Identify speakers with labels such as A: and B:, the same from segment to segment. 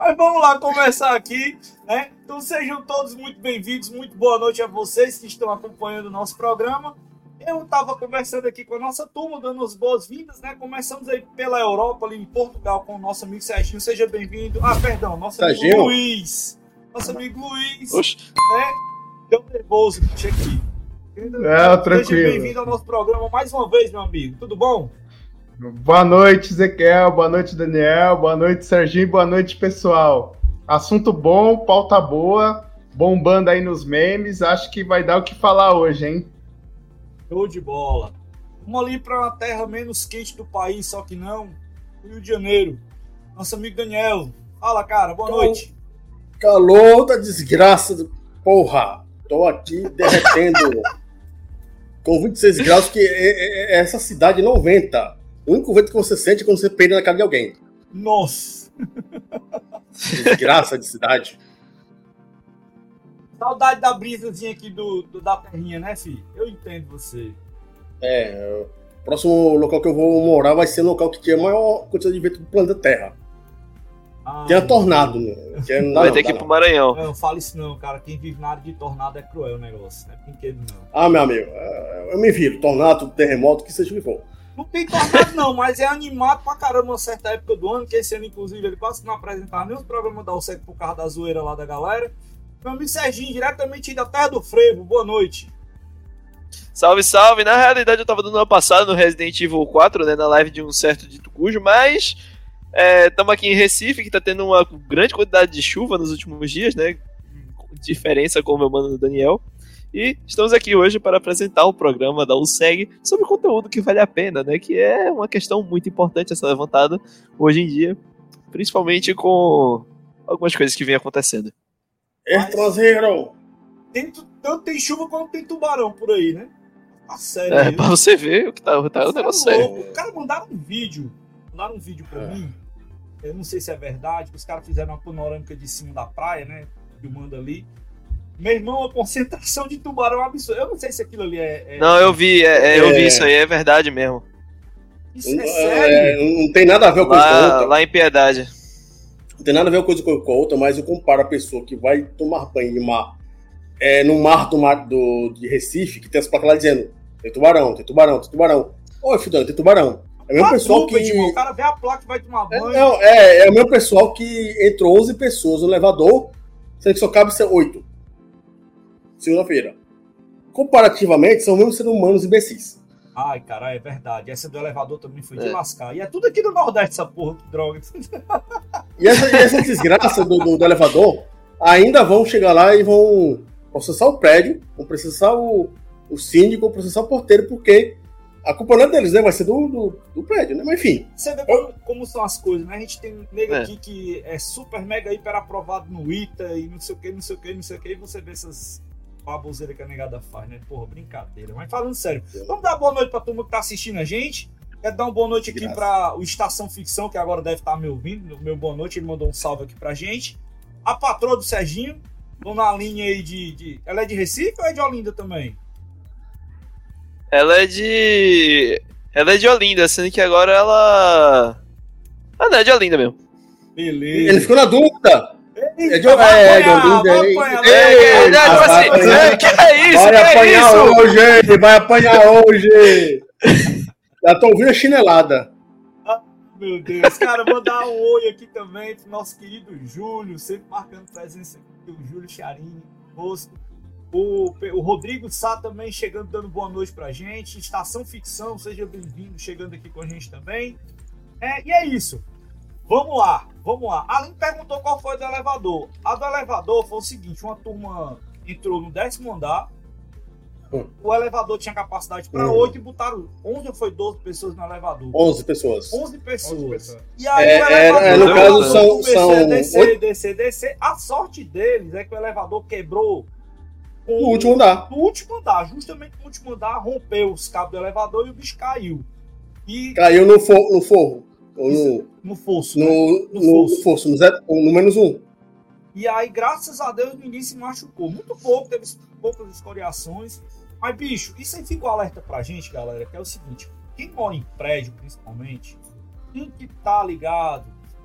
A: Mas vamos lá começar aqui, né? Então sejam todos muito bem-vindos, muito boa noite a vocês que estão acompanhando o nosso programa. Eu estava conversando aqui com a nossa turma, dando as boas-vindas, né? Começamos aí pela Europa, ali em Portugal, com o nosso amigo Serginho. Seja bem-vindo. Perdão, nosso
B: Serginho?
A: amigo Luiz. Nosso amigo Luiz.
B: Oxe.
A: Né? Deu nervoso, aqui.
C: Tranquilo.
A: Seja bem-vindo ao nosso programa mais uma vez, meu amigo. Tudo bom?
C: Boa noite, Ezequiel. Boa noite, Daniel. Boa noite, Serginho. Boa noite, pessoal. Assunto bom, pauta boa, bombando aí nos memes. Acho que vai dar o que falar hoje, hein?
A: Show de bola. Vamos ali para a terra menos quente do país, só que não, Rio de Janeiro. Nosso amigo Daniel. Fala, cara. Boa noite.
B: Calor da desgraça, porra. Tô aqui derretendo com 26 graus, que é essa cidade não venta. O único vento que você sente é quando você peida na cara de alguém.
A: Nossa.
B: Desgraça de cidade.
A: Saudade da brisazinha aqui da terrinha, né, filho? Eu entendo você.
B: O próximo local que eu vou morar vai ser no local que tinha a maior quantidade de vento do planeta Terra. Tem a tornado, né?
D: Vai ter que ir pro Maranhão.
A: Não fala isso não, cara. Quem vive na área de tornado é cruel o negócio. Não é brinquedo, não.
B: Meu amigo, eu me viro. Tornado, terremoto, que seja o que for.
A: Não tem tornado não, mas é animado pra caramba uma certa época do ano, que esse ano, inclusive, ele quase não apresentava nem os programas da USEC por causa da zoeira lá da galera. Meu amigo Serginho, diretamente da Terra do Frevo, boa noite.
D: Salve, salve. Na realidade, eu tava dando uma passada no Resident Evil 4, né, na live de um certo dito cujo, mas estamos aqui em Recife, que tá tendo uma grande quantidade de chuva nos últimos dias, né, diferença com o meu mano Daniel, e estamos aqui hoje para apresentar o programa da USEG sobre conteúdo que vale a pena, né, que é uma questão muito importante a ser levantada hoje em dia, principalmente com algumas coisas que vêm acontecendo.
B: Traseiro!
A: Tanto tem chuva quanto tem tubarão por aí, né? Sério.
D: Pra você ver o que tá o negócio sério.
A: Os caras mandaram um vídeo pra mim. Eu não sei se é verdade, que os caras fizeram uma panorâmica de cima da praia, né? Filmando ali. Meu irmão, a concentração de tubarão absurda. Eu não sei se aquilo ali
D: Não, eu vi, eu vi isso aí, é verdade mesmo.
A: Isso é sério?
B: Não tem nada a ver com isso.
D: Lá em Piedade.
B: Não tem nada a ver uma coisa com a outra, mas eu comparo a pessoa que vai tomar banho de mar, no mar de Recife, que tem as placas lá dizendo tem tubarão, tem tubarão, tem tubarão. Oi, filho, tem tubarão. É o mesmo pessoal que...
A: O cara vê a placa e vai tomar banho.
B: É o mesmo pessoal que entrou 11 pessoas no elevador, sendo que só cabe ser 8. Segunda-feira. Comparativamente, são mesmo seres humanos imbecis.
A: Ai, caralho, é verdade. Essa do elevador também foi de lascar. E é tudo aqui no Nordeste, essa porra, que droga.
B: E essa desgraça do elevador, ainda vão chegar lá e vão processar o prédio, vão processar o síndico, vão processar o porteiro, porque a culpa não é deles, né? Vai ser do prédio, né? Mas enfim.
A: Você vê como são as coisas, né? A gente tem nego aqui que é super, mega, hiper aprovado no ITA e não sei o que, e você vê essas baboseiras que a negada faz, né? Porra, brincadeira. Mas falando sério, vamos dar boa noite pra turma que tá assistindo a gente. Quero dar uma boa noite aqui para o Estação Ficção, que agora deve estar me ouvindo. Meu boa noite, ele mandou um salve aqui pra gente. A patroa do Serginho, tô na linha aí de... Ela é de Recife ou é de Olinda também?
D: Ela é de Olinda, sendo que agora ela... não, é de Olinda mesmo.
A: Beleza.
B: Ele ficou na dúvida.
A: É de Olinda.
D: Que é isso?
B: Vai apanhar hoje. Já tô ouvindo a chinelada.
A: Meu Deus. Cara, vou dar um oi aqui também pro nosso querido Júlio, sempre marcando presença aqui, o Júlio Charini, rosto. O Rodrigo Sá também chegando, dando boa noite pra gente. Estação Ficção, seja bem-vindo, chegando aqui com a gente também. E é isso. Vamos lá. Alan perguntou qual foi do elevador. A do elevador foi o seguinte, uma turma entrou no 10º andar, o elevador tinha capacidade para 8 e botaram 11 ou foi 12 pessoas no elevador?
B: 11 pessoas.
A: 11 pessoas. E aí o elevador
B: no caso são
A: a descer. A sorte deles é que o elevador quebrou
B: no último andar.
A: Justamente no último andar, rompeu os cabos do elevador e o bicho caiu.
B: Caiu no forro.
A: No fosso.
B: No fosso, no menos 1.
A: E aí, graças a Deus, ninguém se machucou. Muito pouco, teve poucas escoriações. Mas, bicho, isso aí fica um alerta pra gente, galera, que é o seguinte. Quem mora em prédio, principalmente, tem que estar ligado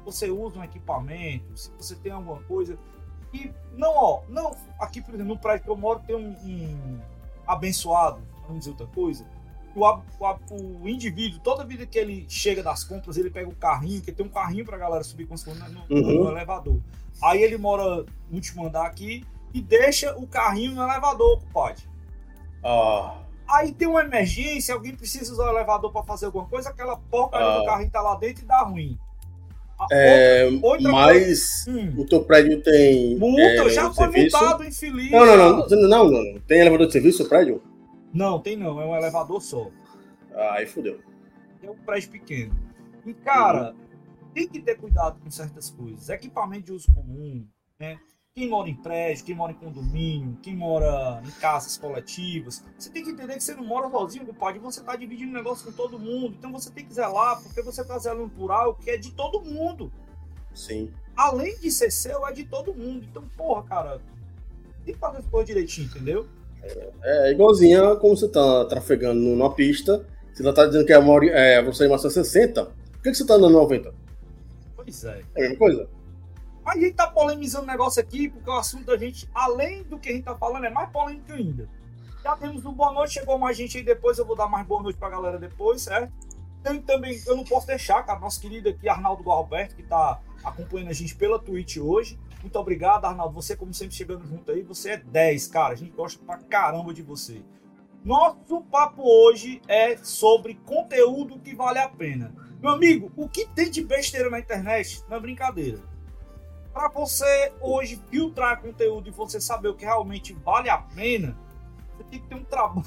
A: você usa um equipamento, se você tem alguma coisa. E não, aqui, por exemplo, no prédio que eu moro tem um abençoado, vamos dizer outra coisa. O indivíduo, toda vida que ele chega das compras, ele pega o carrinho, que tem um carrinho pra galera subir com as coisas no elevador. Aí ele mora no último andar aqui e deixa o carrinho no elevador, compadre. Aí tem uma emergência, alguém precisa usar o elevador pra fazer alguma coisa, aquela porcaria do carrinho tá lá dentro e dá ruim.
B: Outra mas coisa, o teu prédio tem
A: multa, já foi multado, infeliz.
B: Não. Tem elevador de serviço no prédio?
A: Não, tem não, é um elevador só.
B: Aí fodeu.
A: É um prédio pequeno. E, cara, tem que ter cuidado com certas coisas. Equipamento de uso comum, né? Quem mora em prédio, quem mora em condomínio, quem mora em casas coletivas, você tem que entender que você não mora sozinho, compadre, você está dividindo o negócio com todo mundo, então você tem que zelar, porque você está zelando por algo que é de todo mundo.
B: Sim.
A: Além de ser seu, é de todo mundo. Então, porra, cara, tem que fazer as coisas direitinho, entendeu?
B: É igualzinho como você tá trafegando numa pista, você tá dizendo que a aproximação é 60, por que você tá andando 90?
A: Pois é.
B: É a mesma coisa.
A: A gente tá polemizando o negócio aqui, porque o assunto da gente, além do que a gente tá falando, é mais polêmico ainda. Já temos um boa noite, chegou mais gente aí depois, eu vou dar mais boa noite pra galera depois, certo? Tem também, eu não posso deixar, cara, nosso querido aqui, Arnaldo Gualberto, que tá acompanhando a gente pela Twitch hoje. Muito obrigado, Arnaldo. Você, como sempre, chegando junto aí, você é 10, cara. A gente gosta pra caramba de você. Nosso papo hoje é sobre conteúdo que vale a pena. Meu amigo, o que tem de besteira na internet não é brincadeira. Para você hoje filtrar conteúdo e você saber o que realmente vale a pena, você tem que ter um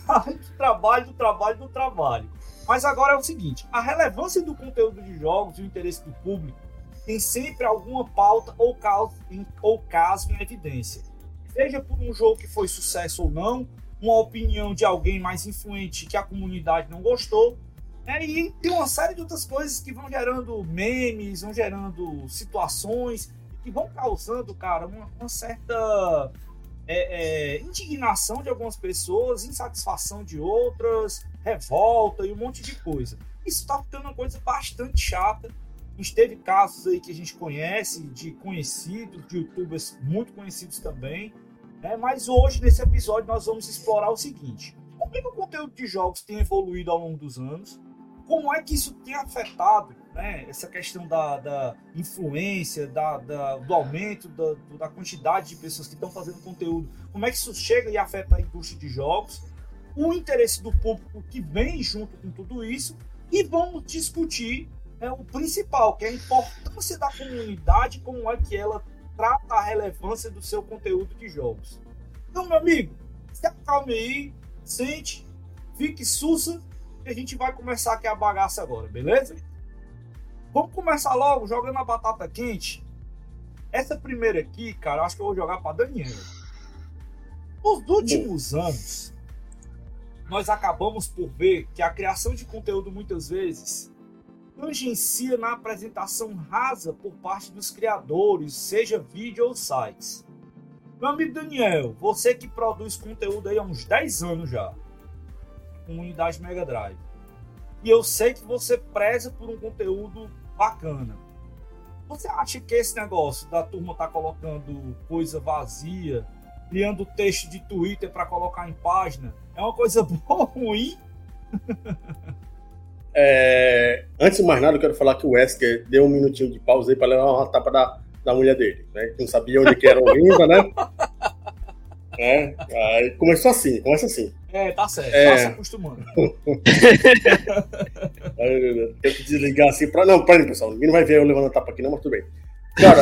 A: trabalho. Mas agora é o seguinte, a relevância do conteúdo de jogos e o interesse do público tem sempre alguma pauta ou caso em evidência. Seja por um jogo que foi sucesso ou não, uma opinião de alguém mais influente que a comunidade não gostou, né? E tem uma série de outras coisas que vão gerando memes, vão gerando situações que vão causando, cara, uma certa indignação de algumas pessoas, insatisfação de outras, revolta e um monte de coisa. Isso tá ficando uma coisa bastante chata. A gente teve casos aí que a gente conhece, de conhecidos, de youtubers muito conhecidos também, né? Mas hoje, nesse episódio, nós vamos explorar o seguinte: como é que o conteúdo de jogos tem evoluído ao longo dos anos? Como é que isso tem afetado, né, essa questão da influência, do aumento da quantidade de pessoas que estão fazendo conteúdo? Como é que isso chega e afeta a indústria de jogos? O interesse do público que vem junto com tudo isso. E vamos discutir o principal, que é a importância da comunidade, como é que ela trata a relevância do seu conteúdo de jogos. Então, meu amigo, se acalme aí, sente, fique sussa, que a gente vai começar aqui a bagaça agora, beleza? Vamos começar logo jogando a batata quente. Essa primeira aqui, cara, eu acho que eu vou jogar para Daniela. Nos últimos anos, nós acabamos por ver que a criação de conteúdo muitas vezes tangencia na apresentação rasa por parte dos criadores, seja vídeo ou sites. Meu amigo Daniel, você que produz conteúdo aí há uns 10 anos já, comunidade Mega Drive, e eu sei que você preza por um conteúdo bacana. Você acha que esse negócio da turma tá colocando coisa vazia, criando texto de Twitter para colocar em página, é uma coisa boa ou ruim?
B: Antes de mais nada, eu quero falar que o Wesker deu um minutinho de pausa aí para levar uma tapa da mulher dele, né? Que não sabia onde que era Olinda, né? Aí começa assim.
A: Tá certo, tá se acostumando.
B: Tem que desligar assim pra... Não, peraí, pessoal, ninguém vai ver eu levando a tapa aqui não, mas tudo bem. Cara,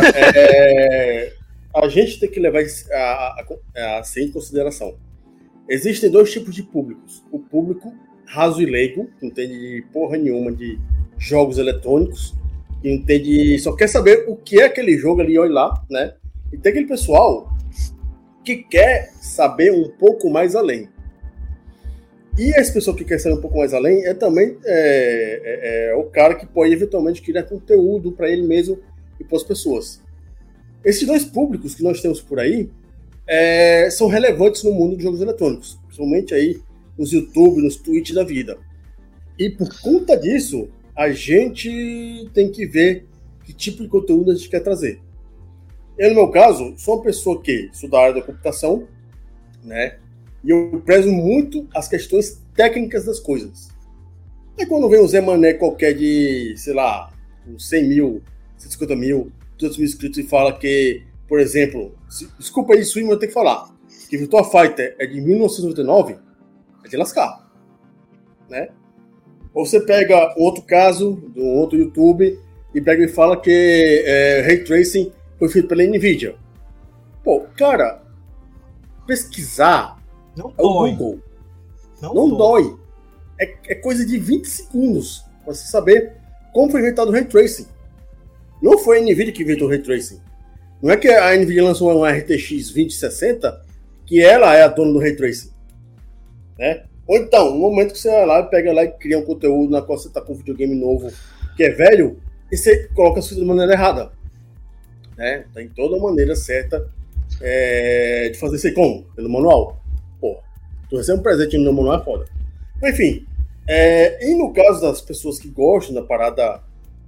B: a gente tem que levar isso assim em consideração. Existem dois tipos de públicos. O público raso e leigo, que não entende porra nenhuma de jogos eletrônicos, que entende, só quer saber o que é aquele jogo ali, olha lá, né? E tem aquele pessoal que quer saber um pouco mais além. E essa pessoa que quer saber um pouco mais além é também o cara que pode eventualmente criar conteúdo para ele mesmo e para as pessoas. Esses dois públicos que nós temos por aí são relevantes no mundo de jogos eletrônicos, principalmente aí nos YouTube, nos Twitch da vida. E por conta disso, a gente tem que ver que tipo de conteúdo a gente quer trazer. Eu, no meu caso, sou uma pessoa que sou da área da computação, né? E eu prezo muito as questões técnicas das coisas. Aí quando vem um Zé Mané qualquer de, sei lá, 100 mil, 150 mil, 200 mil inscritos e fala que, por exemplo, desculpa aí, isso, mas eu tenho que falar, que Virtua Fighter é de 1999, é de lascar, né? Ou você pega outro caso, de um outro YouTube, e pega e fala que Ray Tracing foi feito pela NVIDIA. Pô, cara, pesquisar
A: Não
B: é o
A: dói.
B: Google. Não dói. É coisa de 20 segundos para você saber como foi inventado o Ray Tracing. Não foi a NVIDIA que inventou o Ray Tracing. Não é que a NVIDIA lançou uma RTX 2060 que ela é a dona do Ray Tracing, né? Ou então, no momento que você vai lá, pega lá e cria um conteúdo na qual você está com um videogame novo que é velho, e você coloca as coisas de maneira errada, né? Tem toda a maneira certa de fazer isso aí. Como? Pelo manual. Pô, tu recebe um presente no manual é foda. Enfim, e no caso das pessoas que gostam da parada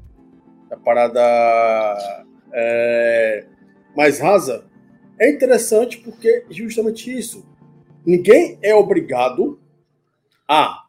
B: mais rasa, é interessante porque justamente isso. Ninguém é obrigado a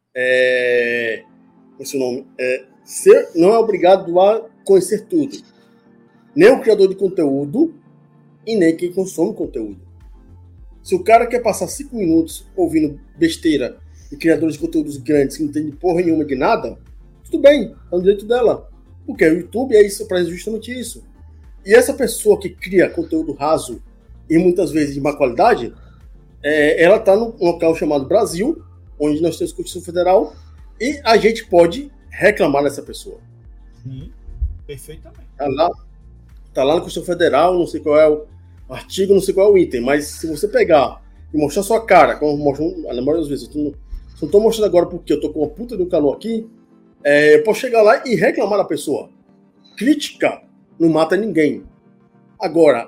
B: esse nome, não é obrigado a conhecer tudo. Nem o criador de conteúdo e nem quem consome conteúdo. Se o cara quer passar 5 minutos ouvindo besteira de criadores de conteúdos grandes que não tem porra nenhuma de nada, tudo bem, é no direito dela. Porque o YouTube é isso, para justamente isso. E essa pessoa que cria conteúdo raso e muitas vezes de má qualidade, ela está num local chamado Brasil, onde nós temos Constituição Federal, e a gente pode reclamar dessa pessoa.
A: Sim, perfeitamente.
B: Tá lá na Constituição Federal, não sei qual é o artigo, não sei qual é o item, mas se você pegar e mostrar sua cara, como mostram, na maioria das vezes, eu não estou mostrando agora porque eu tô com uma puta de um calor aqui, eu posso chegar lá e reclamar da pessoa. Crítica não mata ninguém. Agora,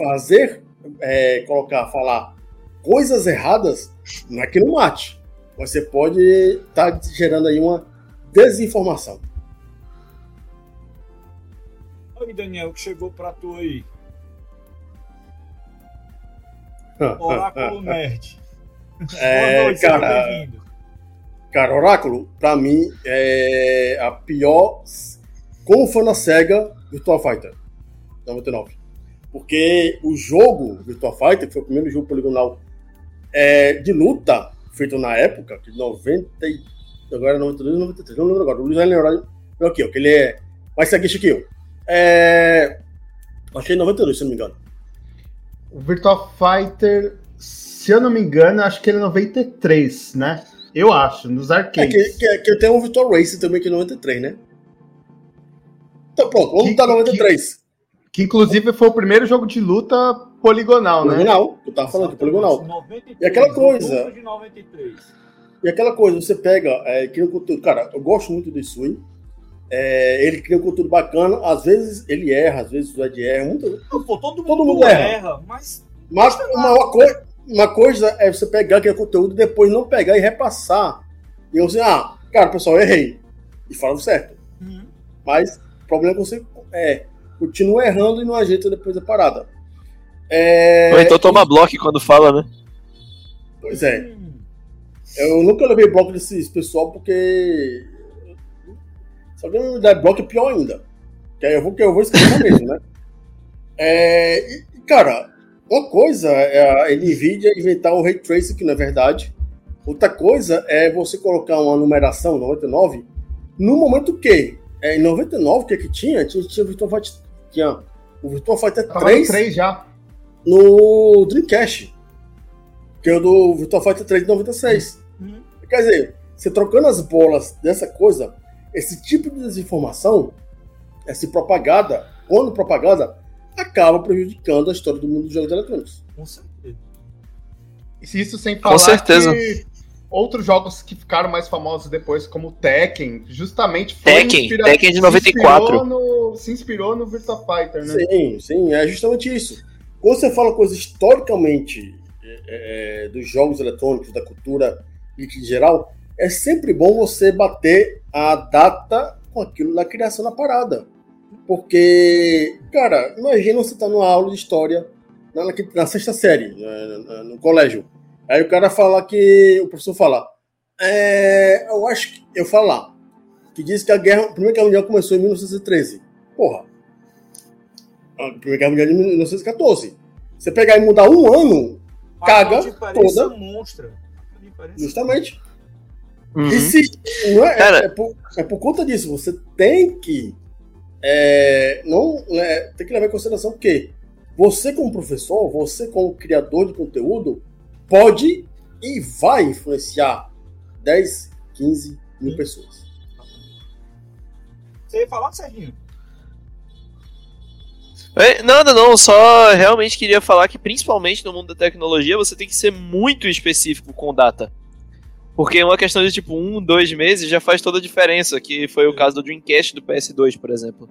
B: falar coisas erradas não é que não mate. Você pode estar gerando aí uma desinformação.
A: Oi, Daniel, que chegou pra tu aí. Oráculo Nerd. Boa noite, seja bem-vindo.
B: Cara, Oráculo, pra mim, é a pior, como foi na SEGA, Virtua Fighter 99. Porque o jogo Virtua Fighter, que foi o primeiro jogo poligonal de luta, feito na época, de 90, agora 92, 93, não lembro agora. O Luiz vai lembrar aqui, ó, que ele é mais Sagish que eu. Achei 92, se não me engano.
C: O Virtua Fighter, se eu não me engano, acho que ele é 93, né? Eu acho, nos arcades.
B: Que eu tenho um Virtua Racing também, que é 93, né? Então pronto, vamos botar 93.
C: Que inclusive foi o primeiro jogo de luta poligonal, né?
B: Poligonal, eu tava falando de poligonal.
A: 93,
B: e aquela coisa.
A: De 93.
B: E aquela coisa, você pega, cria um conteúdo. Cara, eu gosto muito do Isui. Ele cria um conteúdo bacana, às vezes ele erra, às vezes o Ed erra.
A: Todo mundo erra, mas
B: uma coisa é você pegar aquele conteúdo e depois não pegar e repassar. E eu assim, cara, pessoal, eu errei. E falo certo.
A: Uhum.
B: Mas o problema é que você continua errando e não ajeita depois a parada.
D: Ou então toma bloco quando fala, né?
B: Pois é. Eu nunca levei bloco desses pessoal porque se alguém me der bloco é pior ainda. Que aí eu vou escrever mesmo, né? Cara, uma coisa é a NVIDIA inventar o Ray Tracing, que não é verdade. Outra coisa é você colocar uma numeração 99 no momento que em 99, o que tinha? Tinha o Virtua Fighter, tinha o Virtua Fighter 3
C: já
B: no Dreamcast, que é o do Virtua Fighter 3 de 96. Quer dizer, você trocando as bolas dessa coisa, esse tipo de desinformação, essa propaganda, quando propaganda, acaba prejudicando a história do mundo dos jogos eletrônicos.
A: Com certeza.
C: Isso sem falar
D: com certeza.
C: Que outros jogos que ficaram mais famosos depois, como Tekken, justamente foi
D: Tekken de 94.
C: Se inspirou no Virtua Fighter, né?
B: Sim, é justamente isso. Quando você fala coisa historicamente dos jogos eletrônicos, da cultura em geral, é sempre bom você bater a data com aquilo da criação da parada. Porque, cara, imagina você tá numa aula de história na sexta série, no colégio. Aí o cara fala que... O professor fala... eu acho que... Eu falo lá. Que diz que a Primeira Guerra Mundial começou em 1913. Porra. A Primeira Guerra Mundial de 1914. Você pegar e mudar um ano, caga toda.
A: Monstra.
B: Justamente.
D: Uhum.
B: E se... Não é por conta disso. Você tem que... tem que levar em consideração que você como professor, você como criador de conteúdo, pode e vai influenciar 10, 15 mil pessoas.
A: Você ia falar, Serginho?
D: Nada não, só realmente queria falar que principalmente no mundo da tecnologia você tem que ser muito específico com data. Porque uma questão de tipo 1, 2 meses já faz toda a diferença, que foi o caso do Dreamcast do PS2, por exemplo.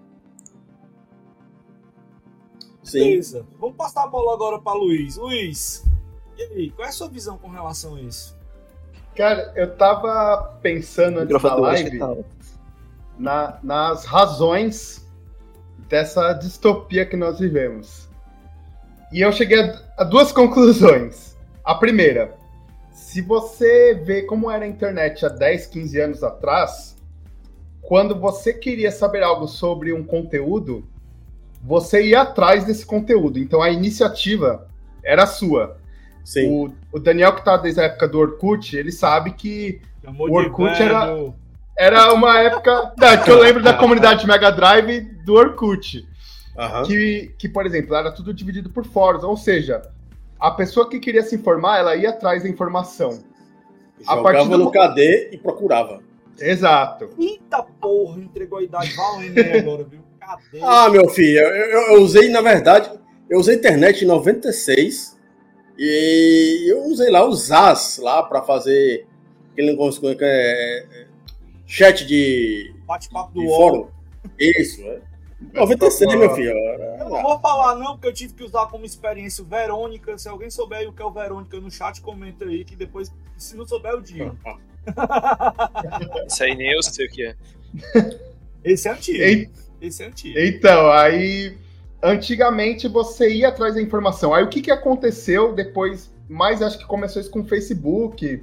B: Sim.
A: Beleza. Vamos passar a bola agora para Luiz. Luiz, e aí, qual é a sua visão com relação a isso?
C: Cara, eu tava pensando antes da live nas razões dessa distopia que nós vivemos. E eu cheguei a duas conclusões. A primeira, se você vê como era a internet há 10, 15 anos atrás, quando você queria saber algo sobre um conteúdo, você ia atrás desse conteúdo. Então a iniciativa era sua.
B: Sim.
C: O Daniel, que tá desde a época do Orkut, ele sabe que o Orkut era uma época... que eu lembro da comunidade Mega Drive do Orkut.
B: Uhum.
C: Que, por exemplo, era tudo dividido por fóruns. Ou seja, a pessoa que queria se informar, ela ia atrás da informação.
B: Jogava no KD e procurava.
C: Exato.
A: Eita porra, entregou a idade valendo aí agora, viu? Cadê?
B: Ah, meu filho, eu usei, na verdade, eu usei internet em 96 e eu usei lá os AS lá pra fazer aquele negócio que chat de
A: bate-papo do
B: fórum. Isso, 96, meu filho.
A: Eu não vou falar não, porque eu tive que usar como experiência o Verônica. Se alguém souber aí o que é o Verônica no chat, comenta aí, que depois, se não souber, eu digo.
D: Isso aí nem eu sei o que é.
A: Esse é antigo. Esse é antigo.
C: Então, aí... Antigamente você ia atrás da informação. Aí o que aconteceu depois? Mais acho que começou isso com o Facebook.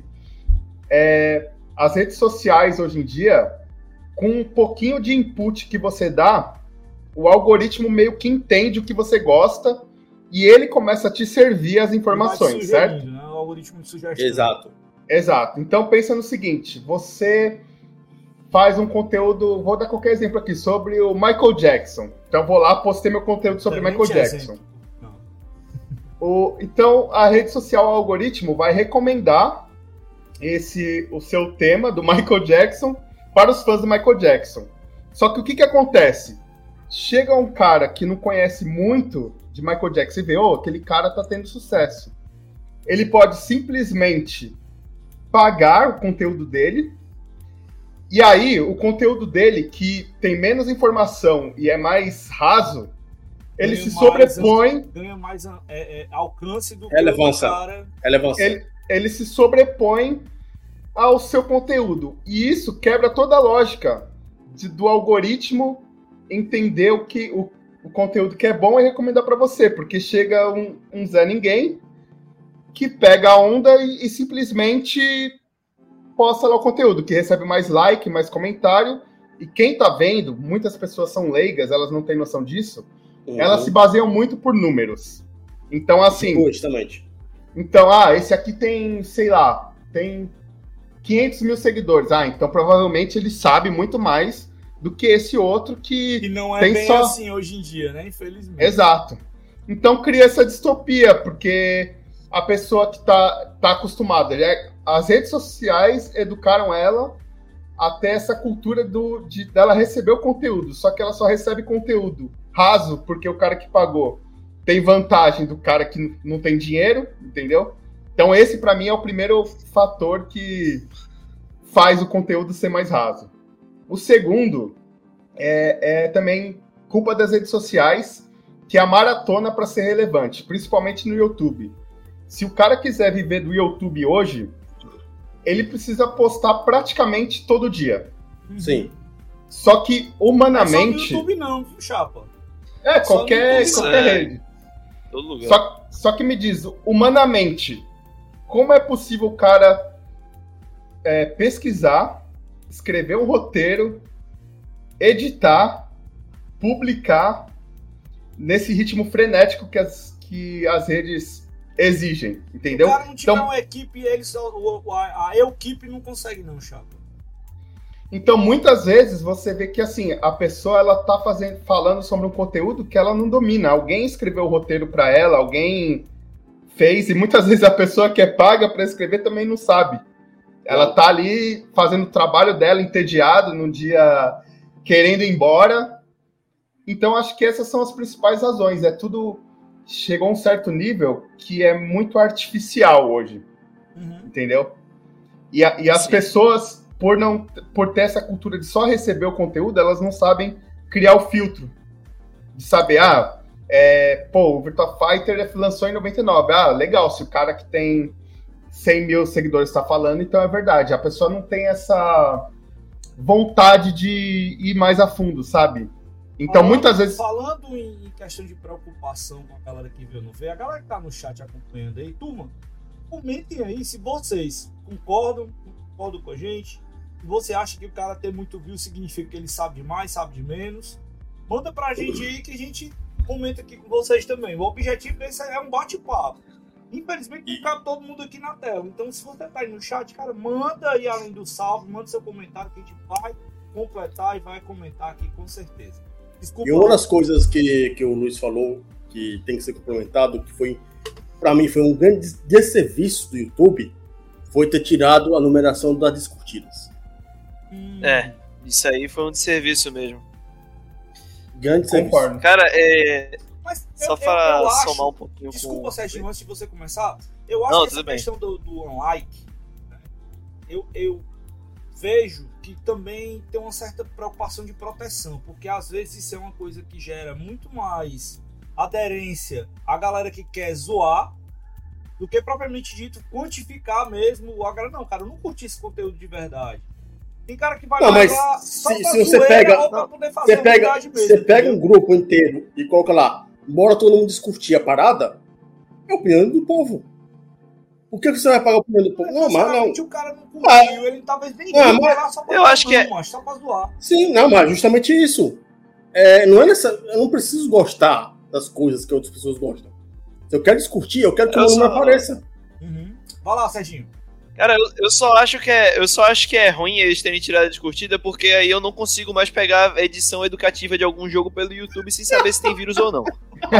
C: As redes sociais hoje em dia, com um pouquinho de input que você dá, o algoritmo meio que entende o que você gosta e ele começa a te servir as informações, certo?
A: Né? O algoritmo de sugestão.
C: Exato. Então pensa no seguinte, você faz um conteúdo, vou dar qualquer exemplo aqui, sobre o Michael Jackson. Então vou lá, postei meu conteúdo sobre Michael Jackson. Então a rede social, o algoritmo, vai recomendar o seu tema do Michael Jackson para os fãs do Michael Jackson. Só que o que acontece? Chega um cara que não conhece muito de Michael Jackson e vê, aquele cara tá tendo sucesso. Ele pode simplesmente pagar o conteúdo dele, e aí o conteúdo dele, que tem menos informação e é mais raso, ele se sobrepõe...
A: Ganha mais alcance do
B: relevância.
A: Relevância.
C: Ele se sobrepõe ao seu conteúdo. E isso quebra toda a lógica do algoritmo entender o conteúdo que é bom e recomendar para você. Porque chega um Zé Ninguém que pega a onda e simplesmente posta lá o conteúdo, que recebe mais like, mais comentário. E quem tá vendo, muitas pessoas são leigas, elas não têm noção disso, elas se baseiam muito por números. Então, assim...
B: Justamente.
C: Então, esse aqui tem, sei lá, tem 500 mil seguidores. Então provavelmente ele sabe muito mais do que esse outro que
A: não é
C: tem
A: bem
C: só...
A: assim hoje em dia, né? Infelizmente.
C: Exato. Então cria essa distopia, porque a pessoa que tá acostumada... As redes sociais educaram ela até essa cultura dela receber o conteúdo, só que ela só recebe conteúdo raso, porque o cara que pagou tem vantagem do cara que não tem dinheiro, entendeu? Então esse, para mim, é o primeiro fator que faz o conteúdo ser mais raso. O segundo é também culpa das redes sociais, que é a maratona para ser relevante, principalmente no YouTube. Se o cara quiser viver do YouTube hoje, ele precisa postar praticamente todo dia.
B: Sim.
C: Só que humanamente.
A: Não é só no YouTube não, viu, Chapa?
C: Qualquer
A: YouTube,
C: rede.
D: Todo lugar.
C: Só que me diz, humanamente, como é possível o cara pesquisar, escrever um roteiro, editar, publicar nesse ritmo frenético que as redes exigem, entendeu?
A: O cara não tiver uma equipe, a equipe não consegue não, Chapa.
C: Então, muitas vezes, você vê que assim, a pessoa ela tá falando sobre um conteúdo que ela não domina. Alguém escreveu o roteiro para ela, alguém fez, e muitas vezes a pessoa que é paga para escrever também não sabe. Ela tá ali fazendo o trabalho dela, entediado, num dia querendo ir embora. Então, acho que essas são as principais razões. Tudo chegou a um certo nível que é muito artificial hoje. Entendeu? E as pessoas, por ter essa cultura de só receber o conteúdo, elas não sabem criar o filtro. De saber, o Virtua Fighter lançou em 99. Legal, se o cara que tem 100 mil seguidores está falando, então é verdade. A pessoa não tem essa vontade de ir mais a fundo, sabe? Então, muitas vezes...
A: Falando em questão de preocupação com a galera que viu no ver, a galera que tá no chat acompanhando aí, turma, comentem aí se vocês concordam com a gente, se você acha que o cara ter muito view significa que ele sabe de mais, sabe de menos. Manda pra gente aí que a gente comenta aqui com vocês também. O objetivo desse é um bate-papo. Infelizmente não cabe todo mundo aqui na tela. Então, se você tá aí no chat, cara, manda aí além do salve, manda seu comentário que a gente vai completar e vai comentar aqui com certeza. Desculpa.
B: E uma das coisas que o Luiz falou que tem que ser complementado, que foi, pra mim, foi um grande desserviço do YouTube, foi ter tirado a numeração das descurtidas.
D: Isso aí foi um desserviço mesmo.
B: Grande serviço.
D: Cara,
A: Mas
D: só para
A: acho,
D: somar um pouquinho.
A: Desculpa, Sérgio, antes de você começar, eu acho que essa questão do unlike, né, eu vejo que também tem uma certa preocupação de proteção, porque às vezes isso é uma coisa que gera muito mais aderência à galera que quer zoar do que propriamente dito quantificar mesmo a galera. Não, cara, eu não curti esse conteúdo de verdade. Tem cara que vai
B: levar
A: só
B: se você pega, você pega um grupo inteiro e coloca lá, bora todo mundo discutir a parada, é a opinião do povo. Por que você vai pagar a opinião do povo? Não, mas não.
A: O cara não curtiu, ele talvez nem lá só pra
D: eu acho que
A: só pra zoar.
B: Sim, não, mas justamente isso. Não é eu não preciso gostar das coisas que outras pessoas gostam. Se eu quero discutir, eu quero que o meu nome apareça.
A: Vai lá, Serginho.
D: Cara, eu só acho que é ruim eles terem tirado a discutida, porque aí eu não consigo mais pegar a edição educativa de algum jogo pelo YouTube sem saber se tem vírus ou não.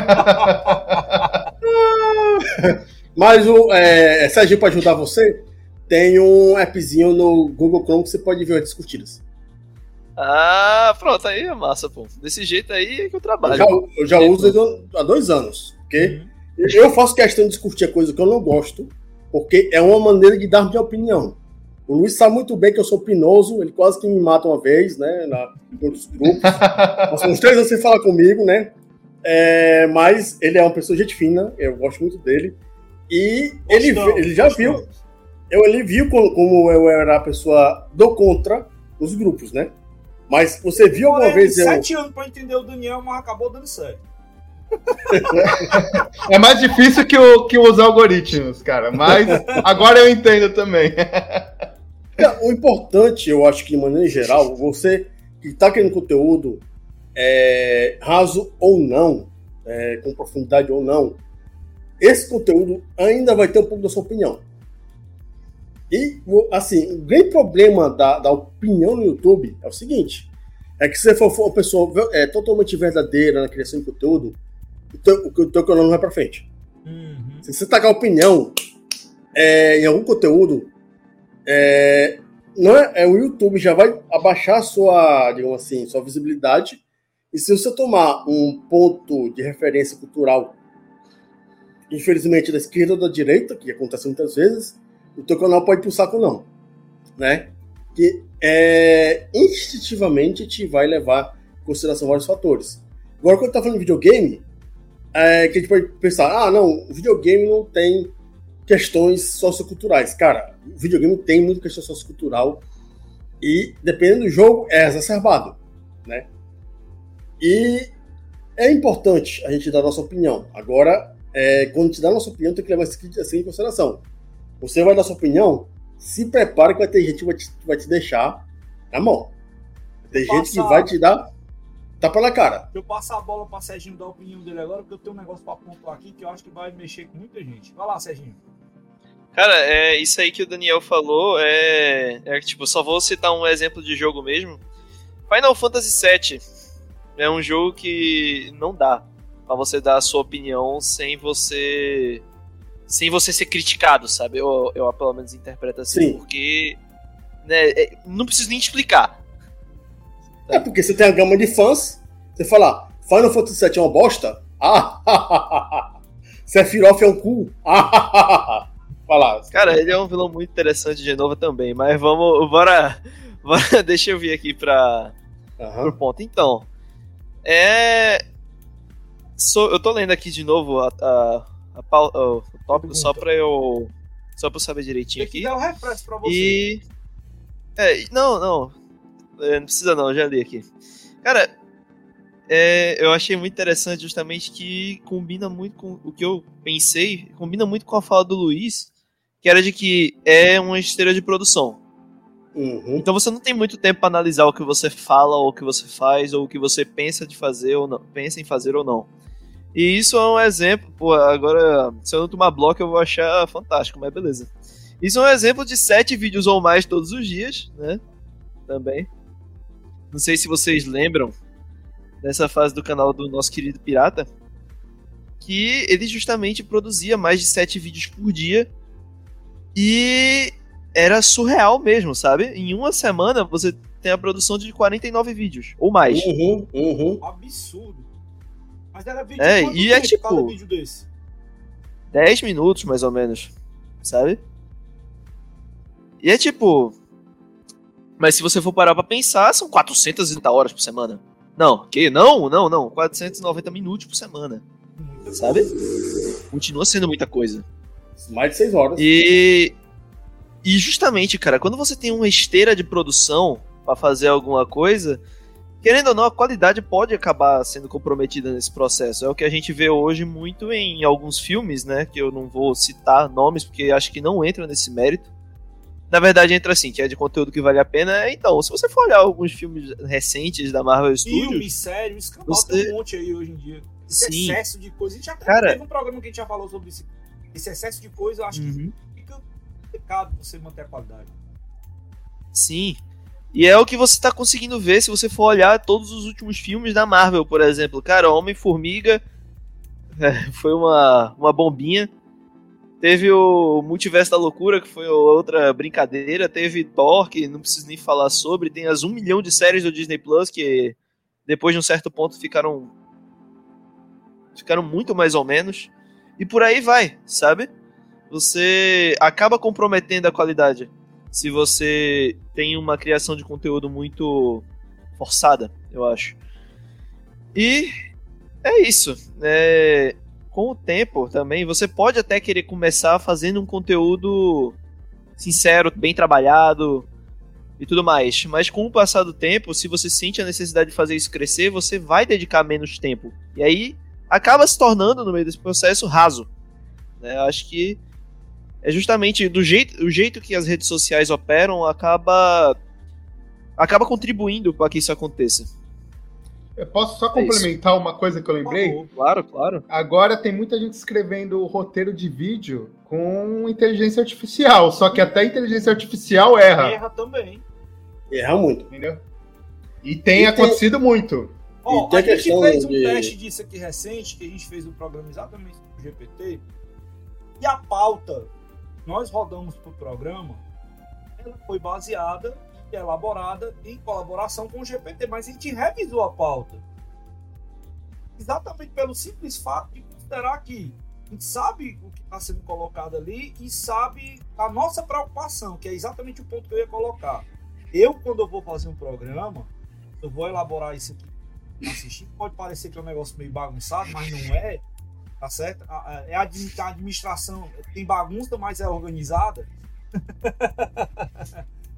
B: Mas Serginho, para ajudar você, tem um appzinho no Google Chrome que você pode ver as discutidas.
D: Pronto, aí é massa, pô. Desse jeito aí é que eu trabalho.
B: Eu já uso há 2 anos, ok? Eu faço questão de discutir a coisa que eu não gosto, porque é uma maneira de dar minha opinião. O Luiz sabe muito bem que eu sou pinoso, ele quase que me mata uma vez, né, em outros grupos. Nós somos 3 anos sem falar comigo, né? Mas ele é uma pessoa gente fina, eu gosto muito dele. E ele já viu, ele viu como eu era a pessoa do contra nos grupos, né? Mas você viu alguma vez
A: 7 anos pra entender o Daniel, mas acabou dando certo.
C: É mais difícil que os algoritmos, cara. Mas agora eu entendo também.
B: O importante, eu acho que de maneira geral, você que está querendo conteúdo raso ou não, com profundidade ou não, esse conteúdo ainda vai ter um pouco da sua opinião. E, assim, o grande problema da opinião no YouTube é o seguinte, é que se você for uma pessoa totalmente verdadeira na criação de conteúdo, o teu canal não vai pra frente. Se você tacar opinião em algum conteúdo, o YouTube já vai abaixar sua, digamos assim, sua visibilidade, e se você tomar um ponto de referência cultural, infelizmente da esquerda ou da direita, que acontece muitas vezes, o teu canal pode ir pro saco não, né? Que instintivamente te vai levar em consideração vários fatores. Agora, quando tá falando de videogame, que a gente pode pensar, não, o videogame não tem questões socioculturais. Cara, o videogame tem muita questão sociocultural E, dependendo do jogo, é exacerbado, né? E é importante a gente dar a nossa opinião. Agora, quando a gente dá a nossa opinião, tem que levar isso assim em consideração. Você vai dar a sua opinião, se prepare que vai ter gente que vai te deixar na mão. Tem gente que vai te dar tapa na cara.
A: Deixa eu passar a bola para Serginho dar a opinião dele agora, porque eu tenho um negócio para pontuar aqui que eu acho que vai mexer com muita gente. Vai lá, Serginho.
D: Cara, isso aí que o Daniel falou tipo, só vou citar um exemplo de jogo mesmo. Final Fantasy VII é um jogo que não dá pra você dar a sua opinião sem você ser criticado, sabe? Eu pelo menos interpreto assim. Sim. Porque né, não preciso nem explicar.
B: É porque você tem a gama de fãs, você fala, Final Fantasy VII é uma bosta? Sephiroth é um cu? Fala.
D: Cara, ele é um vilão muito interessante de novo também, mas bora deixa eu vir aqui pro ponto. Então, eu tô lendo aqui de novo o tópico só pra eu saber direitinho aqui.
A: Tem que dar um refresh pra você.
D: Não precisa não, já li aqui. Cara, eu achei muito interessante justamente que combina muito com o que eu pensei, combina muito com a fala do Luiz, que era de que é uma esteira de produção.
B: Uhum.
D: Então você não tem muito tempo para analisar o que você fala, ou o que você faz, ou o que você pensa de fazer ou não, pensa em fazer ou não. E isso é um exemplo, pô, agora se eu não tomar bloco eu vou achar fantástico, mas beleza. Isso é um exemplo de 7 vídeos ou mais todos os dias, né? Também. Não sei se vocês lembram dessa fase do canal do nosso querido Pirata, que ele justamente produzia mais de 7 vídeos por dia e era surreal mesmo, sabe? Em uma semana você tem a produção de 49 vídeos, ou mais.
A: Absurdo. Mas era vídeo
D: e é tipo
A: cada vídeo desse?
D: 10 minutos, mais ou menos, sabe? E é tipo... Mas se você for parar pra pensar, são 430 horas por semana. Não, que? Não. 490 minutos por semana. Sabe? Continua sendo muita coisa.
B: Mais de 6 horas.
D: E justamente, cara, quando você tem uma esteira de produção pra fazer alguma coisa, querendo ou não, a qualidade pode acabar sendo comprometida nesse processo. É o que a gente vê hoje muito em alguns filmes, né? Que eu não vou citar nomes, porque acho que não entra nesse mérito. Na verdade, entra assim, que é de conteúdo que vale a pena. Então, se você for olhar alguns filmes recentes da Marvel Studios...
A: Filme, sério, escambau tem um monte aí hoje em dia. Esse
D: Sim.
A: excesso de coisa. A gente já teve um programa que a gente já falou sobre isso. Esse excesso de coisa, eu acho que fica complicado você manter a qualidade.
D: Sim. E é o que você tá conseguindo ver se você for olhar todos os últimos filmes da Marvel, por exemplo. Cara, Homem-Formiga foi uma bombinha. Teve o Multiverso da Loucura, que foi outra brincadeira. Teve Thor, que não preciso nem falar sobre. Tem as 1 milhão de séries do Disney Plus, que depois de um certo ponto ficaram muito mais ou menos. E por aí vai, sabe? Você acaba comprometendo a qualidade se você tem uma criação de conteúdo muito forçada, eu acho. E é isso. Com o tempo também, você pode até querer começar fazendo um conteúdo sincero, bem trabalhado e tudo mais. Mas com o passar do tempo, se você sente a necessidade de fazer isso crescer, você vai dedicar menos tempo. E aí, acaba se tornando, no meio desse processo, raso. Eu acho que é justamente o jeito que as redes sociais operam acaba contribuindo para que isso aconteça.
C: Eu posso só complementar uma coisa que eu lembrei?
D: Claro.
C: Agora tem muita gente escrevendo roteiro de vídeo com inteligência artificial, só que até a inteligência artificial erra.
A: Erra também.
B: Erra muito.
C: Entendeu? E tem acontecido muito.
A: A gente fez um teste disso aqui recente, que a gente fez um programa exatamente do GPT, e a pauta que nós rodamos pro programa, ela foi baseada e elaborada em colaboração com o GPT, mas a gente revisou a pauta. Exatamente pelo simples fato de considerar que a gente sabe o que está sendo colocado ali e sabe a nossa preocupação, que é exatamente o ponto que eu ia colocar. Quando eu vou fazer um programa, eu vou elaborar isso aqui, assistir, pode parecer que é um negócio meio bagunçado, mas não é, tá certo? A administração tem bagunça, mas é organizada. Eu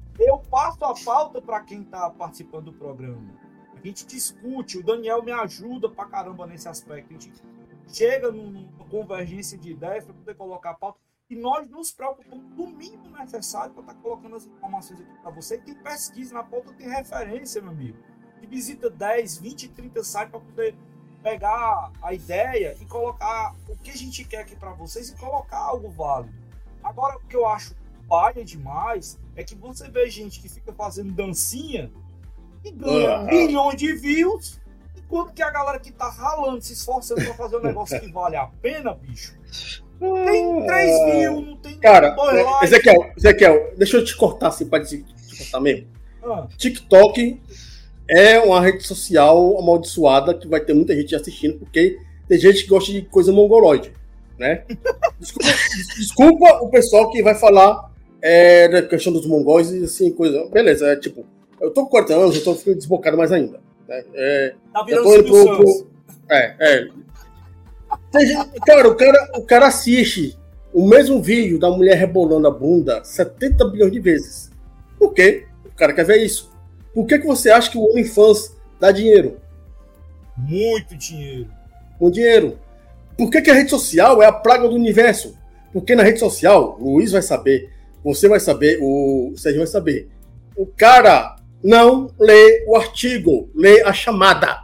A: passo a pauta para quem tá participando do programa. A gente discute, o Daniel me ajuda pra caramba nesse aspecto. A gente chega numa convergência de ideias para poder colocar a pauta. E nós nos preocupamos do mínimo necessário para estar colocando as informações aqui para você. Tem pesquisa na pauta, tem referência, meu amigo. E visita 10, 20, 30 sites para poder pegar a ideia e colocar o que a gente quer aqui para vocês e colocar algo válido. Agora, o que eu acho paia demais é que você vê gente que fica fazendo dancinha e ganha milhões de views, enquanto que a galera que tá ralando, se esforçando para fazer um negócio que vale a pena, bicho, tem 3 mil, não tem 2 likes.
B: Ezequiel, deixa eu te cortar assim, para te cortar mesmo. TikTok é uma rede social amaldiçoada que vai ter muita gente assistindo, porque tem gente que gosta de coisa mongoloide, né? Desculpa o pessoal que vai falar da questão dos mongóis e assim, coisa. Beleza, tipo, eu tô com 40 anos, eu tô ficando desbocado mais ainda. Né?
A: Tá virando Silvio
B: Cara, o cara assiste o mesmo vídeo da mulher rebolando a bunda 70 bilhões de vezes. Por quê? O cara quer ver isso. Por que você acha que o OnlyFans dá dinheiro?
A: Muito dinheiro.
B: Com dinheiro. Por que a rede social é a praga do universo? Porque na rede social, o Luiz vai saber, você vai saber, o Sérgio vai saber. O cara não lê o artigo, lê a chamada.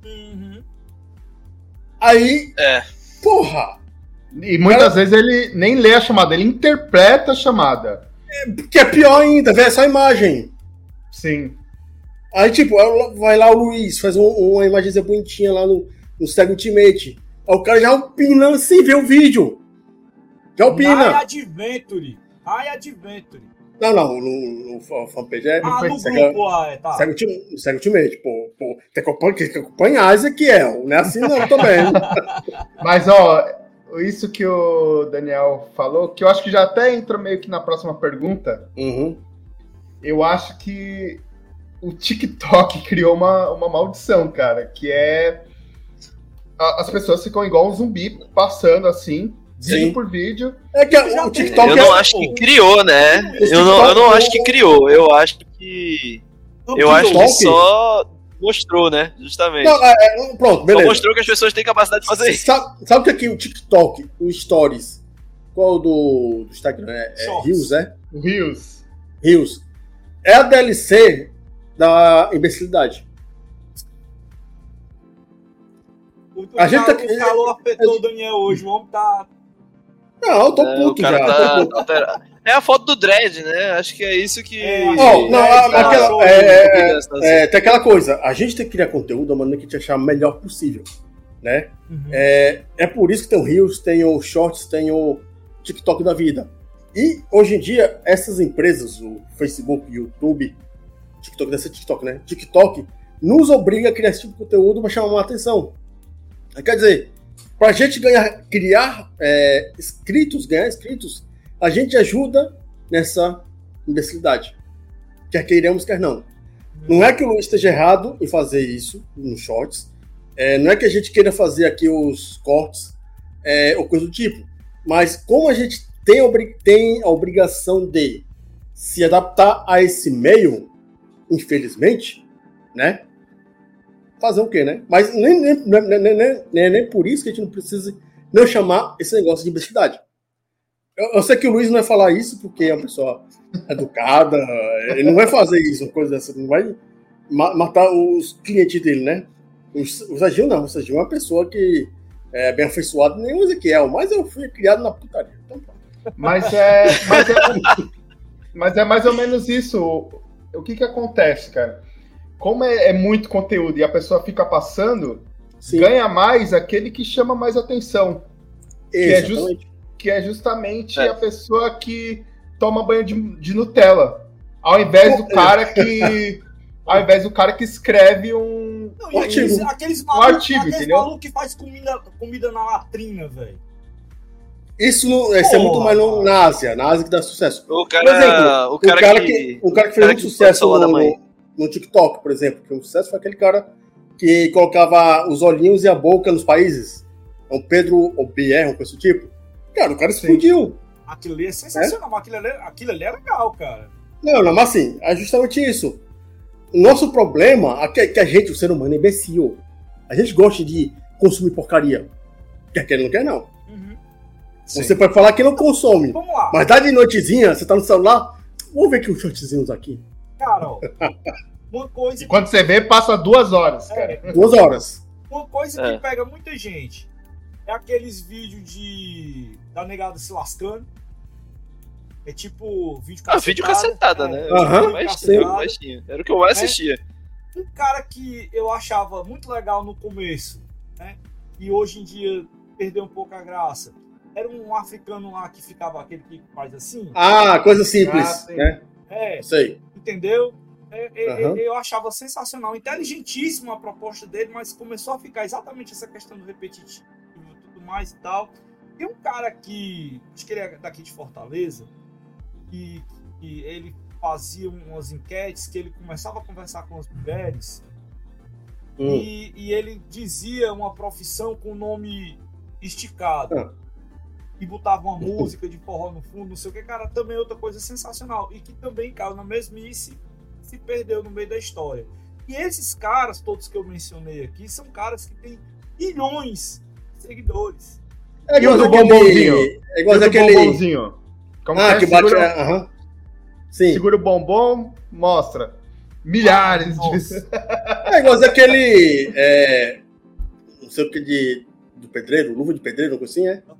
B: Aí, porra!
C: E muitas vezes ele nem lê a chamada, ele interpreta a chamada.
B: Que é pior ainda, vê só a imagem.
C: Sim.
B: Aí, tipo, vai lá o Luiz, faz uma imagenzinha bonitinha lá no Sega Ultimate. Aí o cara já opina sem ver o vídeo. Já opina.
A: High Adventure.
B: Não, no fanpage é...
A: no grupo, tá.
B: Sega Ultimate, pô. Tem que acompanhar Ezequiel, não é assim não, também.
C: Mas, ó, isso que o Daniel falou, que eu acho que já até entra meio que na próxima pergunta, eu acho que o TikTok criou uma maldição, cara, que é as pessoas ficam igual um zumbi, passando assim, vídeo por vídeo.
B: É que o TikTok...
D: Eu não acho que criou, né? Eu não acho que criou, eu acho que só mostrou, né? Justamente.
B: Não, pronto, beleza.
D: Só mostrou que as pessoas têm capacidade de fazer isso.
B: Sabe o que aqui o TikTok, o Stories, qual do Instagram? Reels, é?
C: O Reels.
B: Reels. É a DLC da imbecilidade.
A: O calor afetou o Daniel hoje, o homem tá...
B: Não, eu tô puto já.
D: É a foto do Dredd, né? Acho que é isso que...
B: Tem aquela coisa, a gente tem que criar conteúdo da maneira que a gente achar melhor possível, né? É por isso que tem o Reels, tem o Shorts, tem o TikTok da vida. E, hoje em dia, essas empresas, o Facebook, o YouTube, TikTok, deve ser TikTok, né? TikTok, nos obriga a criar esse tipo de conteúdo para chamar uma atenção. Quer dizer, para a gente ganhar inscritos, a gente ajuda nessa imbecilidade. Quer queiramos, quer não. Não é que o Luiz esteja errado em fazer isso nos shorts. Não é que a gente queira fazer aqui os cortes ou coisa do tipo. Mas como a gente tem a obrigação de se adaptar a esse meio, infelizmente, né? Fazer o quê, né? Mas nem por isso que a gente não precisa não chamar esse negócio de imbecilidade. Eu sei que o Luiz não vai falar isso porque é uma pessoa educada, ele não vai fazer isso, uma coisa dessa, não vai matar os clientes dele, né? O Serginho não, o Serginho é uma pessoa que é bem afeiçoada, nem o Ezequiel, mas eu fui criado na putaria. Então,
C: mas é mais ou menos isso. O que acontece, cara? Como é muito conteúdo e a pessoa fica passando, ganha mais aquele que chama mais atenção. Que é justamente a pessoa que toma banho de Nutella. Ao invés do cara que escreve um
A: artigo. Aqueles malucos que faz comida na latrina, velho.
B: Isso é muito mais na Ásia que dá sucesso.
D: O cara
B: que fez muito sucesso no TikTok, por exemplo, que o sucesso foi aquele cara que colocava os olhinhos e a boca nos países. É o Pedro Obier, uma coisa do tipo. Cara, o cara explodiu.
A: Aquilo ali é sensacional, mas aquilo ali é legal, cara.
B: Não, mas assim, é justamente isso. O nosso problema é que a gente, o ser humano, é imbecil. A gente gosta de consumir porcaria. Quer queira, não quer, não.
A: Uhum.
B: Você pode falar que não consome.
A: Vamos lá.
B: Mas dá de noitezinha, você tá no celular, vamos ver aqui uns shortzinhos aqui.
A: Cara, ó, uma coisa...
C: E quando você vê, passa 2 horas, cara.
B: 2 horas.
A: Uma coisa que pega muita gente é aqueles vídeos da negada se lascando. É tipo vídeo cacetada.
D: Vídeo cacetada, né?
B: Aham,
D: Era o que eu mais assistia.
A: Um cara que eu achava muito legal no começo, né? E hoje em dia perdeu um pouco a graça. Era um africano lá que ficava aquele que faz assim.
B: Ah, coisa simples, né?
A: Sei. Entendeu? Eu achava sensacional, inteligentíssimo a proposta dele, mas começou a ficar exatamente essa questão do repetitivo e tudo mais e tal. Tem um cara que, acho que ele é daqui de Fortaleza, que ele fazia umas enquetes, que ele começava a conversar com as mulheres e ele dizia uma profissão com nome esticado e botava uma música de forró no fundo, não sei o que, cara, também é outra coisa sensacional e que também caiu na mesmice, se perdeu no meio da história. E esses caras, todos que eu mencionei aqui, são caras que têm milhões de seguidores.
C: É igual do bombonzinho.
B: É igual daquele
C: bombonzinho. Como
B: que bate. Sim.
C: Segura o bombom, mostra. Milhares de.
B: É igual daquele. Não sei o que do pedreiro, luva de pedreiro, algo assim, é?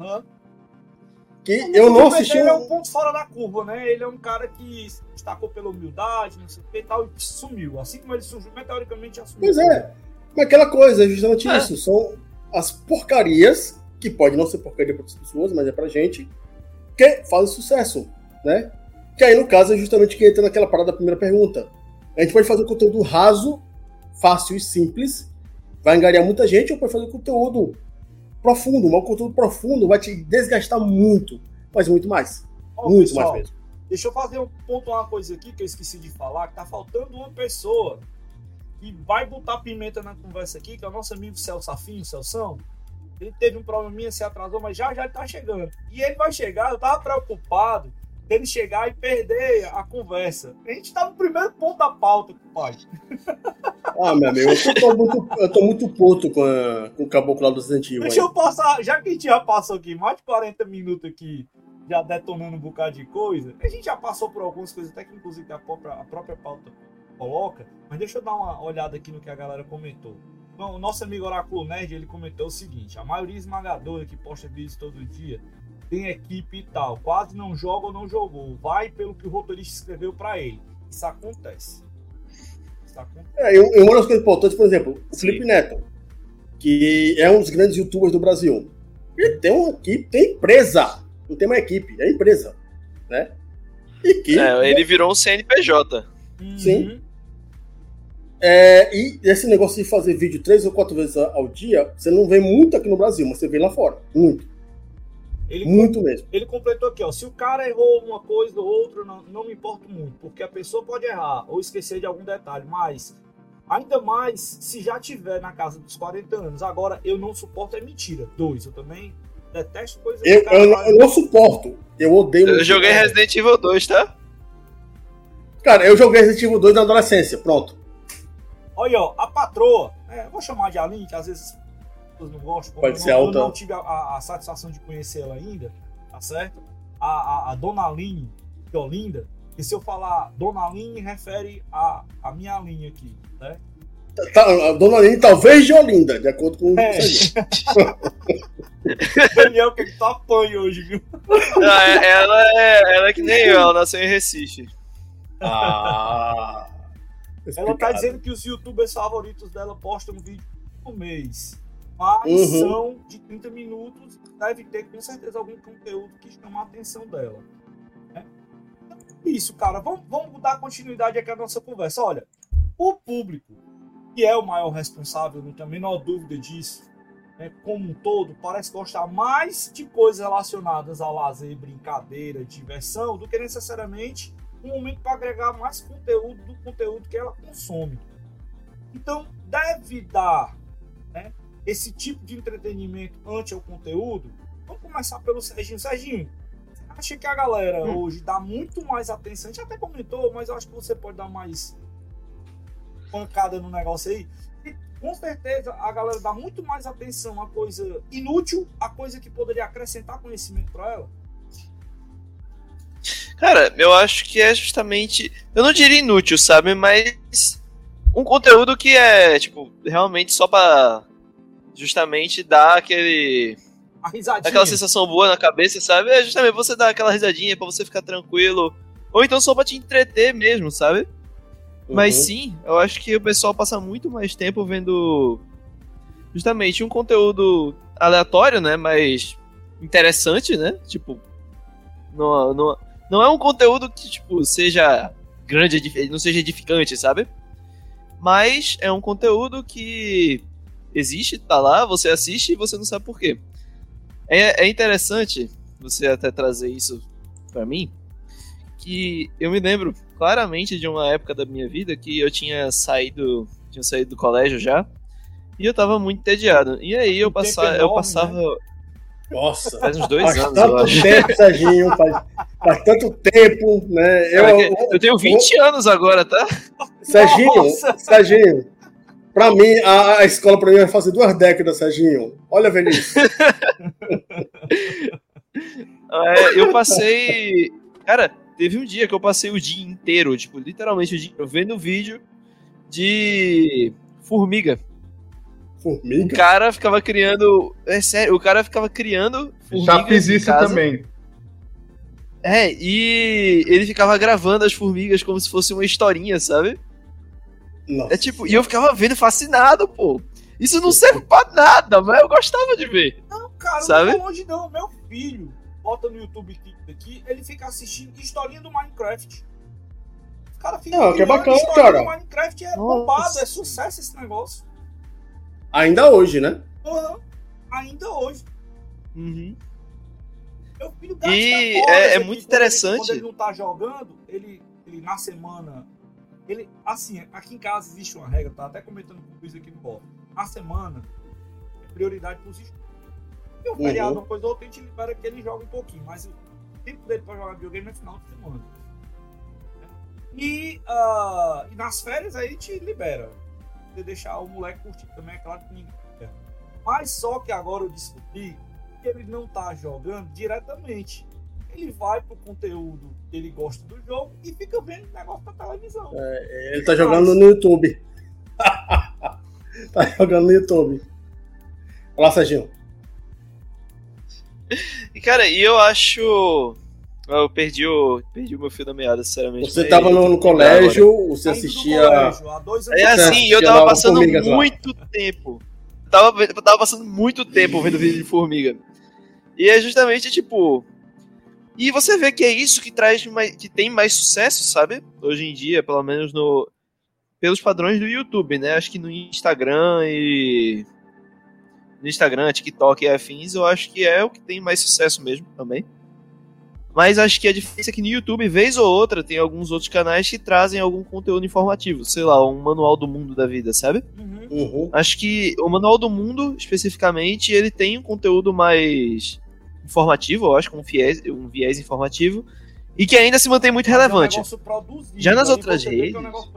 B: Que eu não assisti.
A: Ele é um ponto fora da curva, né? Ele é um cara que se destacou pela humildade, não sei o que e tal, e sumiu. Assim como ele surgiu, meteoricamente já sumiu.
B: Pois é. Mas aquela coisa, justamente isso. São as porcarias, que pode não ser porcaria para outras pessoas, mas é pra gente, que fazem sucesso, né? Que aí, no caso, é justamente que entra naquela parada da primeira pergunta. A gente pode fazer um conteúdo raso, fácil e simples, vai angariar muita gente, ou pode fazer um conteúdo profundo. Mas o conteúdo profundo vai te desgastar muito, mas muito mais. Muito
A: pessoal,
B: mais mesmo.
A: Deixa eu fazer uma coisa aqui que eu esqueci de falar, que tá faltando uma pessoa que vai botar pimenta na conversa aqui, que é o nosso amigo Celsafinho, Celsão. Ele teve um probleminha, se atrasou, mas já ele tá chegando. E ele vai chegar, eu tava preocupado dele chegar e perder a conversa. A gente tá no primeiro ponto da pauta, pai.
B: Meu amigo, eu tô muito puto com o caboclo lá do Resident Evil.
A: Deixa eu passar, já que a gente já passou aqui mais de 40 minutos aqui, já detonando um bocado de coisa, a gente já passou por algumas coisas, até que inclusive a própria pauta coloca, mas deixa eu dar uma olhada aqui no que a galera comentou. Bom, o nosso amigo Oráculo Nerd, ele comentou o seguinte: a maioria esmagadora que posta vídeos todo dia tem equipe e tal, quase não joga ou não jogou, vai pelo que o roteirista escreveu pra ele. Isso acontece.
B: E uma das coisas importantes, por exemplo, o Felipe Neto, que é um dos grandes youtubers do Brasil, ele tem uma equipe, tem empresa, não tem uma equipe, é empresa, né?
D: Ele virou um CNPJ.
B: Sim. E esse negócio de fazer vídeo 3 ou 4 vezes ao dia, você não vê muito aqui no Brasil, mas você vê lá fora. Muito. Muito mesmo.
A: Ele completou aqui, ó. Se o cara errou uma coisa ou outra, não me importo muito, porque a pessoa pode errar ou esquecer de algum detalhe, mas ainda mais se já tiver na casa dos 40 anos. Agora, eu não suporto é mentira. 2, eu também detesto coisa
B: eu não suporto. Eu odeio.
D: Eu joguei Resident Evil 2, tá?
B: Cara, eu joguei Resident Evil 2 na adolescência, pronto.
A: Olha, ó, a patroa, eu vou chamar de Aline, que às vezes não gosto, como eu não tive a satisfação de conhecer ela ainda, tá certo? A Dona Aline de Olinda, que se eu falar Dona Aline, refere a minha Aline aqui, né?
B: A Dona Aline talvez de Olinda, de acordo com o
A: Daniel, que tá apanho hoje, viu?
D: Ela é que nem eu, ela nasceu em Recife.
A: Ela tá dizendo que os youtubers favoritos dela postam um vídeo por mês. Mas são de 30 minutos, deve ter com certeza algum conteúdo que chama a atenção dela. Né? Então, isso, cara, vamos dar continuidade aqui à nossa conversa. Olha, o público, que é o maior responsável, não tenho a menor dúvida disso, né, como um todo, parece gostar mais de coisas relacionadas ao lazer, brincadeira, diversão, do que necessariamente um momento para agregar mais conteúdo do conteúdo que ela consome. Então, deve dar, né, esse tipo de entretenimento ante ao conteúdo. Vamos começar pelo Serginho. Serginho, você Acho que a galera hoje dá muito mais atenção. A gente até comentou, mas eu acho que você pode dar mais pancada no negócio aí. E, com certeza, a galera dá muito mais atenção a coisa inútil, a coisa que poderia acrescentar conhecimento para ela.
D: Cara, eu acho que é justamente... Eu não diria inútil, sabe? Mas um conteúdo que é, tipo, realmente só pra justamente dar aquele...
A: A risadinha.
D: Aquela sensação boa na cabeça, sabe? É justamente você dar aquela risadinha pra você ficar tranquilo. Ou então só pra te entreter mesmo, sabe? Mas sim, eu acho que o pessoal passa muito mais tempo vendo justamente um conteúdo aleatório, né? Mas interessante, né? Tipo, não é um conteúdo que, tipo, seja grande, não seja edificante, sabe? Mas é um conteúdo que existe, tá lá, você assiste e você não sabe por quê. É interessante você até trazer isso pra mim, que eu me lembro claramente de uma época da minha vida que eu tinha saído do colégio já, e eu tava muito entediado. E aí eu passava... Né?
B: Nossa,
D: faz uns 2 anos,
B: tanto
D: eu acho.
B: tempo, Serginho, faz tanto tempo, né?
D: Eu tenho 20 anos agora, tá?
B: Serginho, pra mim, a escola pra mim vai fazer 2 décadas, Serginho. Olha a velhice.
D: Eu passei... Cara, teve um dia que eu passei o dia inteiro, tipo, literalmente o dia inteiro, vendo vídeo de formiga.
B: Formiga?
D: O cara ficava criando... É sério, o cara ficava criando formigas.
C: Já fiz isso também.
D: E ele ficava gravando as formigas como se fosse uma historinha, sabe?
B: Nossa.
D: É tipo, e eu ficava vendo fascinado, pô. Isso não serve pra nada, mas eu gostava de ver.
A: Não, cara,
D: sabe?
A: não é longe não. Meu filho bota no YouTube aqui, ele fica assistindo historinha do Minecraft. Os caras ficam
B: que é bacana,
A: história
B: cara.
A: do Minecraft é bombado, é sucesso esse negócio.
B: Ainda hoje, né?
A: Ainda hoje.
D: Uhum.
A: Meu filho gasta
D: E
A: horas
D: é
A: aqui,
D: muito interessante.
A: Quando ele não tá jogando, ele na semana... Ele, assim, aqui em casa existe uma regra, tá até comentando com o Luiz aqui no bolo. Na semana, é prioridade pros estudos. E um feriado, uma coisa ou outra, a gente libera que ele joga um pouquinho, mas o tempo dele pra jogar videogame é final de semana. E nas férias aí a gente libera. Você deixar o moleque curtir também, é claro que ninguém quer. Mas só que agora eu descobri que ele não tá jogando diretamente. Ele vai pro conteúdo que ele gosta do jogo e fica vendo o negócio na televisão.
B: Ele tá jogando no YouTube. Tá jogando no YouTube. Olá, Serginho.
D: E cara, eu acho... Eu perdi o meu fio da meada, sinceramente.
B: Você tava no colégio, você assistia...
A: Colégio, há 2 anos.
D: É assim, eu tava passando muito tempo. Eu tava passando muito tempo vendo vídeo de formiga. E é justamente, tipo... E você vê que é isso que que tem mais sucesso, sabe? Hoje em dia, pelo menos pelos padrões do YouTube, né? Acho que no Instagram, TikTok e afins, eu acho que é o que tem mais sucesso mesmo também. Mas acho que a diferença é que no YouTube, vez ou outra, tem alguns outros canais que trazem algum conteúdo informativo. Sei lá, um manual do mundo da vida, sabe? Acho que o manual do mundo, especificamente, ele tem um conteúdo mais informativo, eu acho, com um viés informativo, e que ainda se mantém muito relevante.
A: É um produzido,
D: já nas outras redes...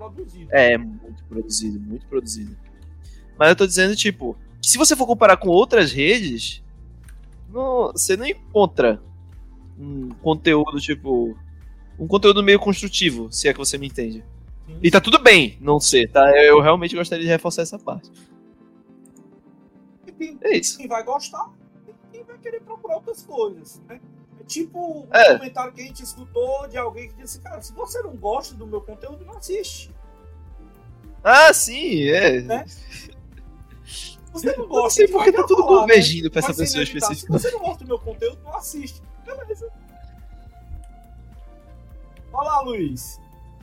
D: Muito produzido. Mas eu tô dizendo, tipo, que se você for comparar com outras redes, você não encontra um conteúdo, tipo... Um conteúdo meio construtivo, se é que você me entende. Sim. E tá tudo bem não ser, tá? Eu realmente gostaria de reforçar essa parte. É isso.
A: Quem vai gostar, quem vai querer procurar outras coisas, né? É tipo um comentário que a gente escutou de alguém que disse, cara, se você não gosta do meu conteúdo, não assiste.
D: Ah, sim, é.
A: Né? Você não gosta.
D: Não sei porque tá tudo convergindo, né? Pra essa pessoa específica.
A: Se você não gosta do meu conteúdo, não assiste. Beleza. Olá, Luiz.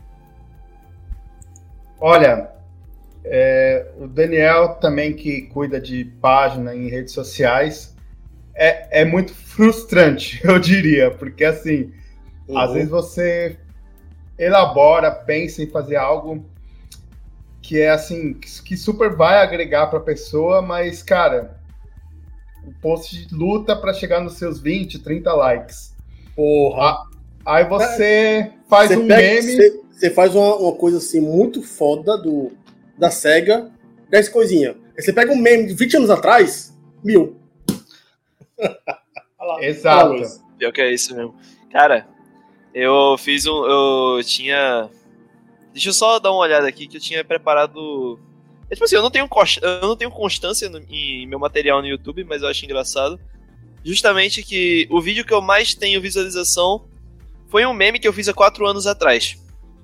C: Olha, o Daniel também, que cuida de página em redes sociais, é muito frustrante, eu diria, porque assim, às vezes você elabora, pensa em fazer algo que é assim, que super vai agregar para a pessoa, mas, cara, o post luta para chegar nos seus 20, 30 likes.
B: Porra.
C: Aí você faz
B: Você
C: um
B: pega-
C: meme.
B: Você faz uma coisa assim muito foda da SEGA, 10 coisinhas. Aí você pega um meme de 20 anos atrás, 1000. Olha lá.
C: Exato.
B: Olha, Luiz.
D: Pior que é isso mesmo. Cara, eu fiz um. Eu tinha. Deixa eu só dar uma olhada aqui que eu tinha preparado. É tipo assim, eu não tenho constância em meu material no YouTube, mas eu acho engraçado. Justamente que o vídeo que eu mais tenho visualização foi um meme que eu fiz há 4 anos atrás.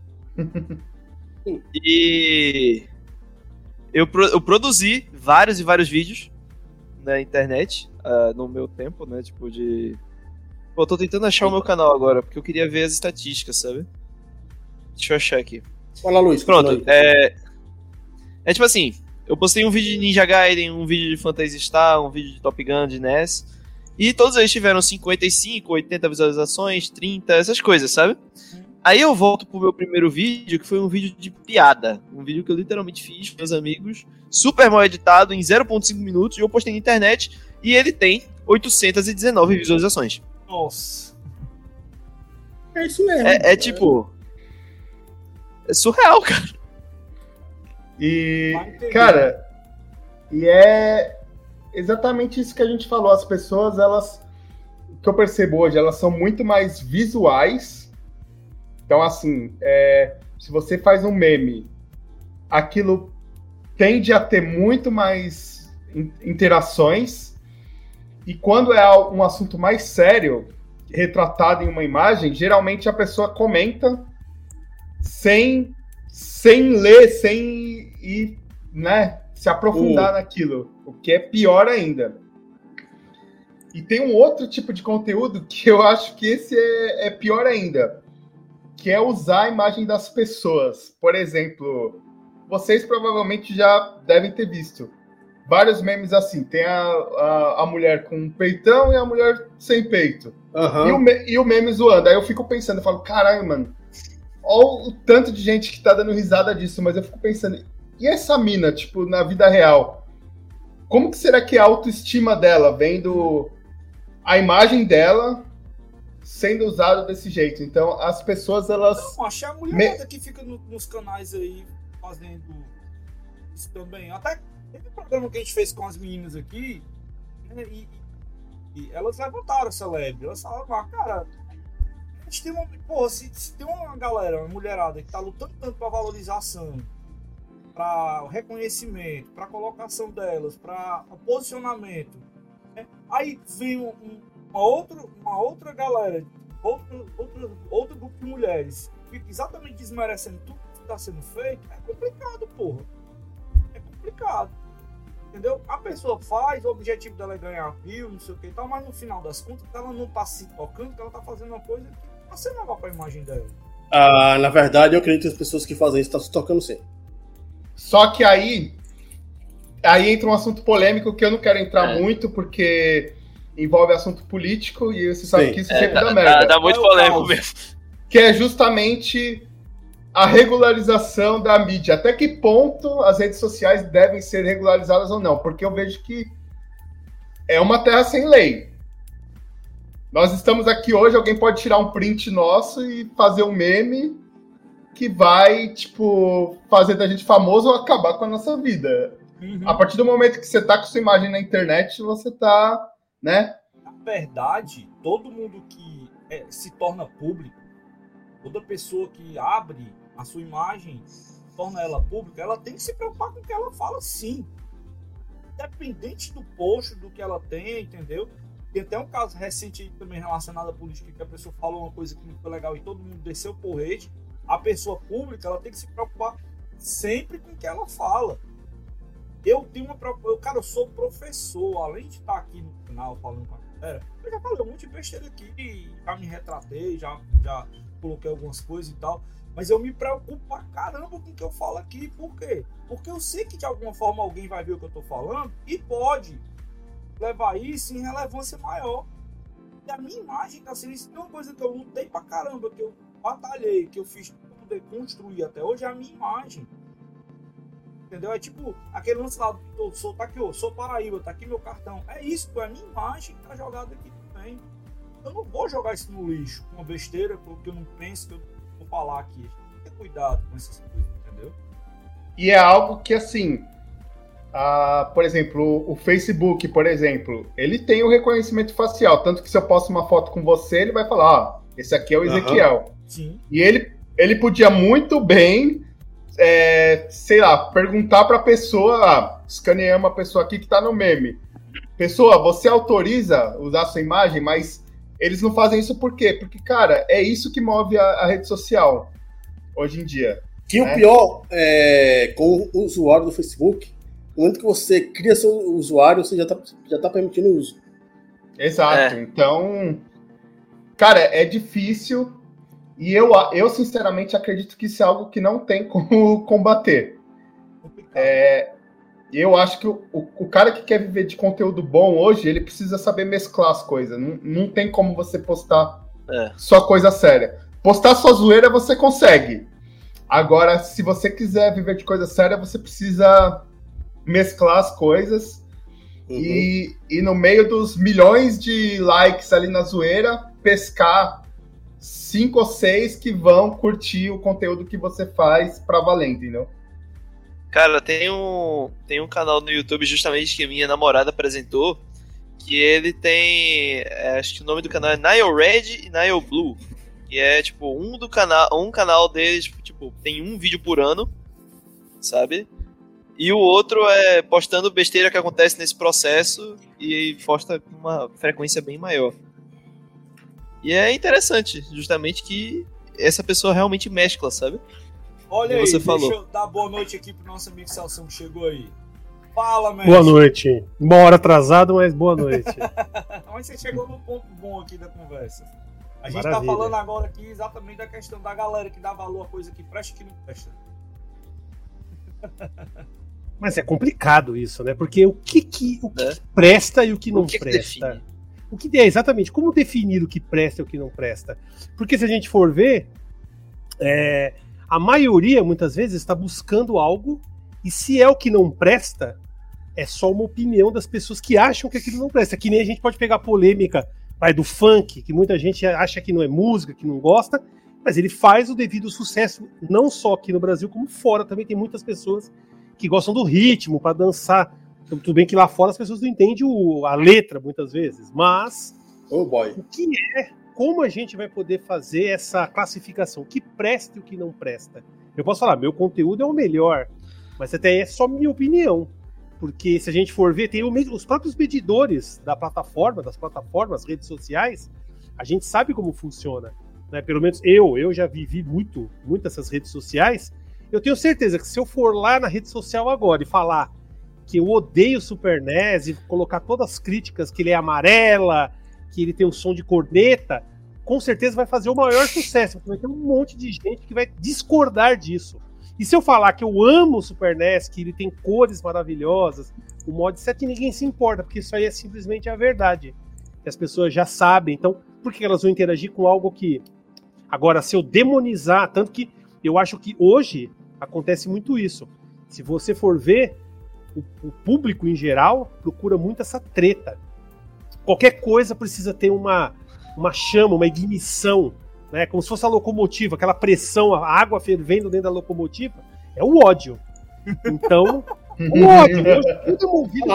D: E eu produzi vários e vários vídeos na internet, no meu tempo, né? Tipo de. Pô, eu tô tentando achar o meu canal agora, porque eu queria ver as estatísticas, sabe? Deixa eu achar aqui.
B: Fala, Luiz.
D: Pronto,
B: continua aí.
D: é tipo assim, eu postei um vídeo de Ninja Gaiden, um vídeo de Phantasy Star, um vídeo de Top Gun, de NES, e todos eles tiveram 55, 80 visualizações, 30, essas coisas, sabe? Aí eu volto pro meu primeiro vídeo, que foi um vídeo de piada, um vídeo que eu literalmente fiz com meus amigos, super mal editado, em 0.5 minutos, e eu postei na internet, e ele tem 819 visualizações.
A: Nossa.
B: É isso mesmo.
D: Tipo... É surreal, cara.
C: E,
A: Vai entender.
C: cara, e é exatamente isso que a gente falou. As pessoas, elas, o que eu percebo hoje, elas são muito mais visuais. Então, assim, se você faz um meme, aquilo tende a ter muito mais interações. E quando é um assunto mais sério, retratado em uma imagem, geralmente a pessoa comenta sem ler, sem ir, né, se aprofundar naquilo, o que é pior ainda. E tem um outro tipo de conteúdo que eu acho que esse é pior ainda, que é usar a imagem das pessoas. Por exemplo, vocês provavelmente já devem ter visto vários memes assim, tem a mulher com um peitão e a mulher sem peito.
B: Aham.
C: E o meme zoando. Aí eu fico pensando, eu falo, caralho, mano, olha o tanto de gente que tá dando risada disso, mas eu fico pensando, e essa mina, tipo, na vida real? Como que será que é a autoestima dela, vendo a imagem dela sendo usada desse jeito? Então, as pessoas, elas...
A: Não, achei a mulherada que fica nos canais aí fazendo isso também. Até teve um programa que a gente fez com as meninas aqui, né, e elas levantaram essa lebre. Elas falaram, cara, a gente tem uma. Porra, se tem uma galera, uma mulherada que tá lutando tanto pra valorização, pra o reconhecimento, pra colocação delas, pra o posicionamento, né? Aí vem uma outra galera, outro grupo de mulheres, que fica exatamente desmerecendo tudo que tá sendo feito. É complicado, porra. É complicado. Entendeu? A pessoa faz, o objetivo dela é ganhar view, não sei o que e tal, mas no final das contas ela não tá se tocando, ela tá fazendo uma coisa que tá sendo legal pra imagem dela.
B: Na verdade, eu acredito que as pessoas que fazem isso estão se tocando sim.
C: Só que aí entra um assunto polêmico que eu não quero entrar muito, porque envolve assunto político e você sabe que isso sempre dá merda.
D: Dá muito polêmico mesmo.
C: Que é justamente a regularização da mídia. Até que ponto as redes sociais devem ser regularizadas ou não? Porque eu vejo que é uma terra sem lei. Nós estamos aqui hoje, alguém pode tirar um print nosso e fazer um meme que vai, tipo, fazer da gente famoso ou acabar com a nossa vida. A partir do momento que você tá com sua imagem na internet, você tá, né?
A: Na verdade, todo mundo que se torna público, toda pessoa que abre a sua imagem, torna ela pública, ela tem que se preocupar com o que ela fala, sim. Independente do post, do que ela tem, entendeu? Tem até um caso recente aí também relacionado à política, que a pessoa falou uma coisa que não foi legal e todo mundo desceu o porrete. A pessoa pública, ela tem que se preocupar sempre com o que ela fala. Eu tenho uma preocupação, cara, eu sou professor, além de estar aqui no canal falando com a galera, eu já falei um monte de besteira aqui, já me retratei, já coloquei algumas coisas e tal, mas eu me preocupo pra caramba com o que eu falo aqui. Por quê? Porque eu sei que de alguma forma alguém vai ver o que eu tô falando e pode levar isso em relevância maior. E a minha imagem tá sendo isso, é uma coisa que eu lutei pra caramba, que eu batalhei, que eu fiz pra poder construir até hoje, é a minha imagem. Entendeu? É tipo aquele lance lá, tá aqui, sou Paraíba, tá aqui meu cartão. É isso, pô, é a minha imagem que tá jogada aqui também. eu não vou jogar isso no lixo, uma besteira, porque eu não penso que eu vou falar aqui. Tem que ter cuidado com essas coisas, entendeu?
C: E é algo que, assim, por exemplo, o Facebook, por exemplo, ele tem o reconhecimento facial, tanto que se eu posto uma foto com você, ele vai falar, esse aqui é o Ezequiel.
A: Sim.
C: E ele podia muito bem, sei lá, perguntar pra pessoa, escanear uma pessoa aqui que tá no meme. Pessoa, você autoriza usar sua imagem, mas eles não fazem isso por quê? Porque, cara, é isso que move a rede social hoje em dia.
B: Que o pior com o usuário do Facebook, no momento que você cria seu usuário, você já tá permitindo o uso.
C: Exato. Então, cara, é difícil e eu sinceramente acredito que isso é algo que não tem como combater. Eu acho que o cara que quer viver de conteúdo bom hoje, ele precisa saber mesclar as coisas. Não tem como você postar só coisa séria. Postar só zoeira você consegue. Agora, se você quiser viver de coisa séria, você precisa mesclar as coisas. E no meio dos milhões de likes ali na zoeira, pescar 5 ou 6 que vão curtir o conteúdo que você faz pra valer, entendeu?
D: Cara, tem um canal no YouTube justamente que minha namorada apresentou, que ele tem, acho que o nome do canal é Nile Red e Nile Blue. E é tipo, um canal deles, tipo, tem um vídeo por ano, sabe? E o outro é postando besteira que acontece nesse processo e posta com uma frequência bem maior. E é interessante, justamente, que essa pessoa realmente mescla, sabe?
A: Olha
D: aí,
A: deixa
D: falou.
A: eu dar boa noite aqui pro nosso amigo Celso que chegou aí. Fala, mestre.
E: Boa noite. Uma hora atrasado, mas boa noite.
A: Mas você chegou num ponto bom aqui da conversa. A gente
E: Maravilha.
A: tá falando agora aqui exatamente da questão da galera que dá valor a coisa que presta e que não presta.
E: Mas é complicado isso, né? Porque o que presta e o que não
D: que
E: presta?
D: define?
E: O que é exatamente como definir o que presta e o que não presta? Porque se a gente for ver, a maioria muitas vezes está buscando algo e se é o que não presta, é só uma opinião das pessoas que acham que aquilo não presta. Que nem a gente pode pegar a polêmica do funk, que muita gente acha que não é música, que não gosta, mas ele faz o devido sucesso, não só aqui no Brasil, como fora. Também tem muitas pessoas que gostam do ritmo para dançar. Então, tudo bem que lá fora as pessoas não entendem a letra, muitas vezes, mas o que como a gente vai poder fazer essa classificação? O que presta e o que não presta? Eu posso falar, meu conteúdo é o melhor, mas até é só minha opinião. Porque se a gente for ver, tem os próprios medidores das plataformas, redes sociais, a gente sabe como funciona. Né? Pelo menos eu já vivi muito essas redes sociais. Eu tenho certeza que se eu for lá na rede social agora e falar que eu odeio o Super NES e colocar todas as críticas, que ele é amarela, que ele tem um som de corneta, com certeza vai fazer o maior sucesso, porque vai ter um monte de gente que vai discordar disso. E se eu falar que eu amo o Super NES, que ele tem cores maravilhosas, o mod 7 ninguém se importa, porque isso aí é simplesmente a verdade, que as pessoas já sabem. Então, por que elas vão interagir com algo que... Agora, se eu demonizar, tanto que eu acho que hoje acontece muito isso. Se você for ver, o público em geral procura muito essa treta. Qualquer coisa precisa ter uma chama, uma ignição, né? Como se fosse a locomotiva, aquela pressão, a água fervendo dentro da locomotiva, é o ódio. Então, o ódio. Tudo é movido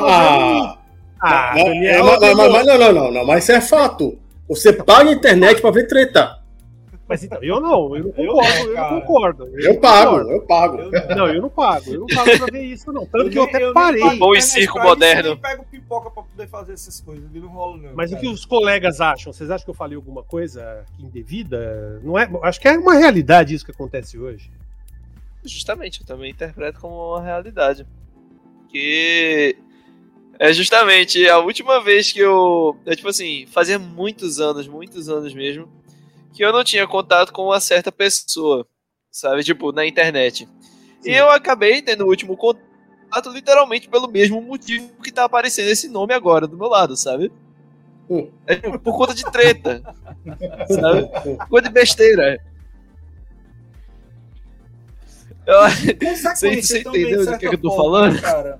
B: Não, mas isso é fato. Você paga a internet pra ver treta.
E: Mas então, eu não concordo.
B: Eu pago.
E: Não, eu não pago pra ver isso, não. Tanto que eu até parei.
D: Bom e circo moderno.
A: Eu pego pipoca pra poder fazer essas coisas, não rola não.
E: Mas o que os colegas acham? Vocês acham que eu falei alguma coisa indevida? Não é, acho que é uma realidade isso que acontece hoje.
D: Justamente, eu também interpreto como uma realidade. Que é justamente a última vez que eu tipo assim, fazia muitos anos mesmo, que eu não tinha contato com uma certa pessoa, sabe? Tipo, na internet. Sim. E eu acabei tendo o último contato literalmente pelo mesmo motivo que tá aparecendo esse nome agora do meu lado, sabe? É por conta de treta. Sabe? Por conta de besteira. Você entendeu do que eu tô falando?
A: Cara.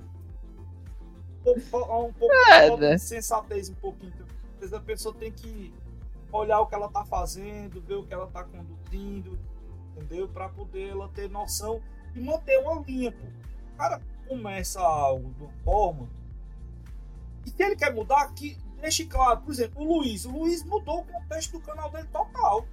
A: Um pouco
D: né?
A: de sensatez, um pouquinho. Às vezes a pessoa tem que olhar o que ela tá fazendo, ver o que ela tá conduzindo, entendeu? Para poder ela ter noção e manter uma linha, pô. O cara começa algo de uma forma e se ele quer mudar, que deixe claro. Por exemplo, o Luiz mudou o contexto do canal dele total.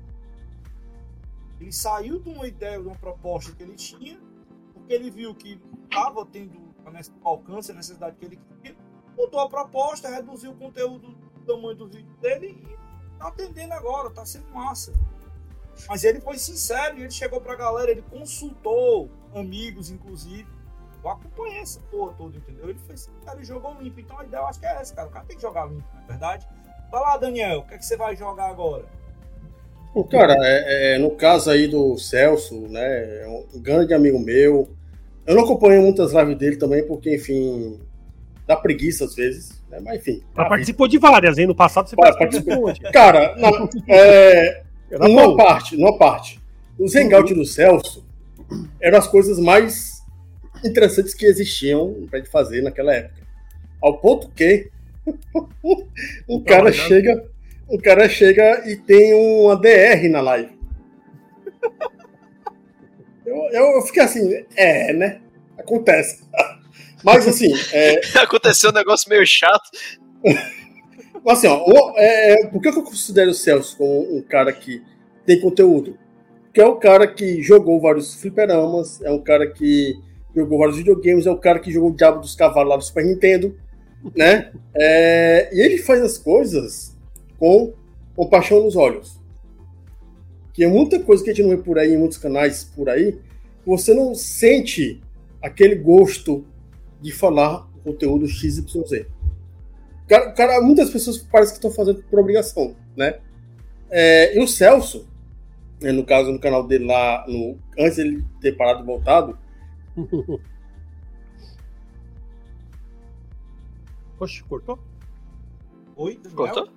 A: Ele saiu de uma ideia, de uma proposta que ele tinha, porque ele viu que estava tendo o alcance, a necessidade que ele queria, mudou a proposta, reduziu o conteúdo, o tamanho do vídeo dele e tá atendendo agora, tá sendo massa. Mas ele foi sincero e ele chegou pra galera, ele consultou amigos, inclusive. Eu acompanhei essa porra toda, entendeu? Ele foi sincero e jogou limpo. Então a ideia eu acho que é essa, cara. O cara tem que jogar limpo, na verdade. Vai lá, Daniel, o que é que você vai jogar agora?
B: Cara, no caso aí do Celso, né, é um grande amigo meu. Eu não acompanho muitas lives dele também, porque, enfim, dá preguiça às vezes, né, mas enfim.
E: Ela participou de várias, hein? No passado você participou de um monte.
B: Cara, numa parte. Os hangouts do Celso eram as coisas mais interessantes que existiam pra gente fazer naquela época. Ao ponto que o cara chega e tem uma DR na live. Eu fiquei assim, né? Acontece. Mas assim.
D: Aconteceu um negócio meio chato.
B: Assim, por que eu considero o Celso como um cara que tem conteúdo? Porque é um cara que jogou vários fliperamas, é um cara que jogou vários videogames, é um cara que jogou o Diabo dos Cavalos lá do Super Nintendo, né? E ele faz as coisas com paixão nos olhos. Que é muita coisa que a gente não vê por aí, em muitos canais por aí, você não sente aquele gosto de falar o conteúdo XYZ. Cara, muitas pessoas parecem que estão fazendo por obrigação, né? E o Celso, no caso, no canal dele lá, antes de ele ter parado e voltado...
E: Oxe, cortou?
A: Oi,
D: Cortou?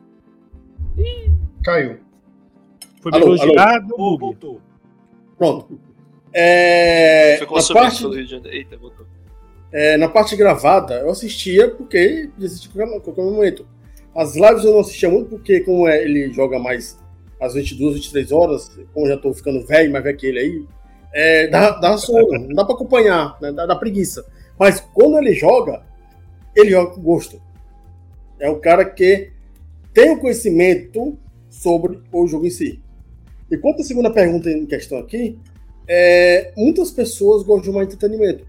C: Caiu.
E: Foi meio elogiado,
A: voltou.
B: Pronto.
D: Ficou subindo pelo Rio de Janeiro. Eita, voltou.
B: Na parte gravada, eu assistia porque podia assistir a qualquer momento. As lives eu não assistia muito porque, como ele joga mais às 22, 23 horas, como eu já tô ficando velho, mais velho que ele aí, dá sono, não dá pra acompanhar, né? Dá preguiça. Mas quando ele joga com gosto. É um cara que tem o conhecimento sobre o jogo em si. E quanto à segunda pergunta em questão aqui, muitas pessoas gostam de mais entretenimento.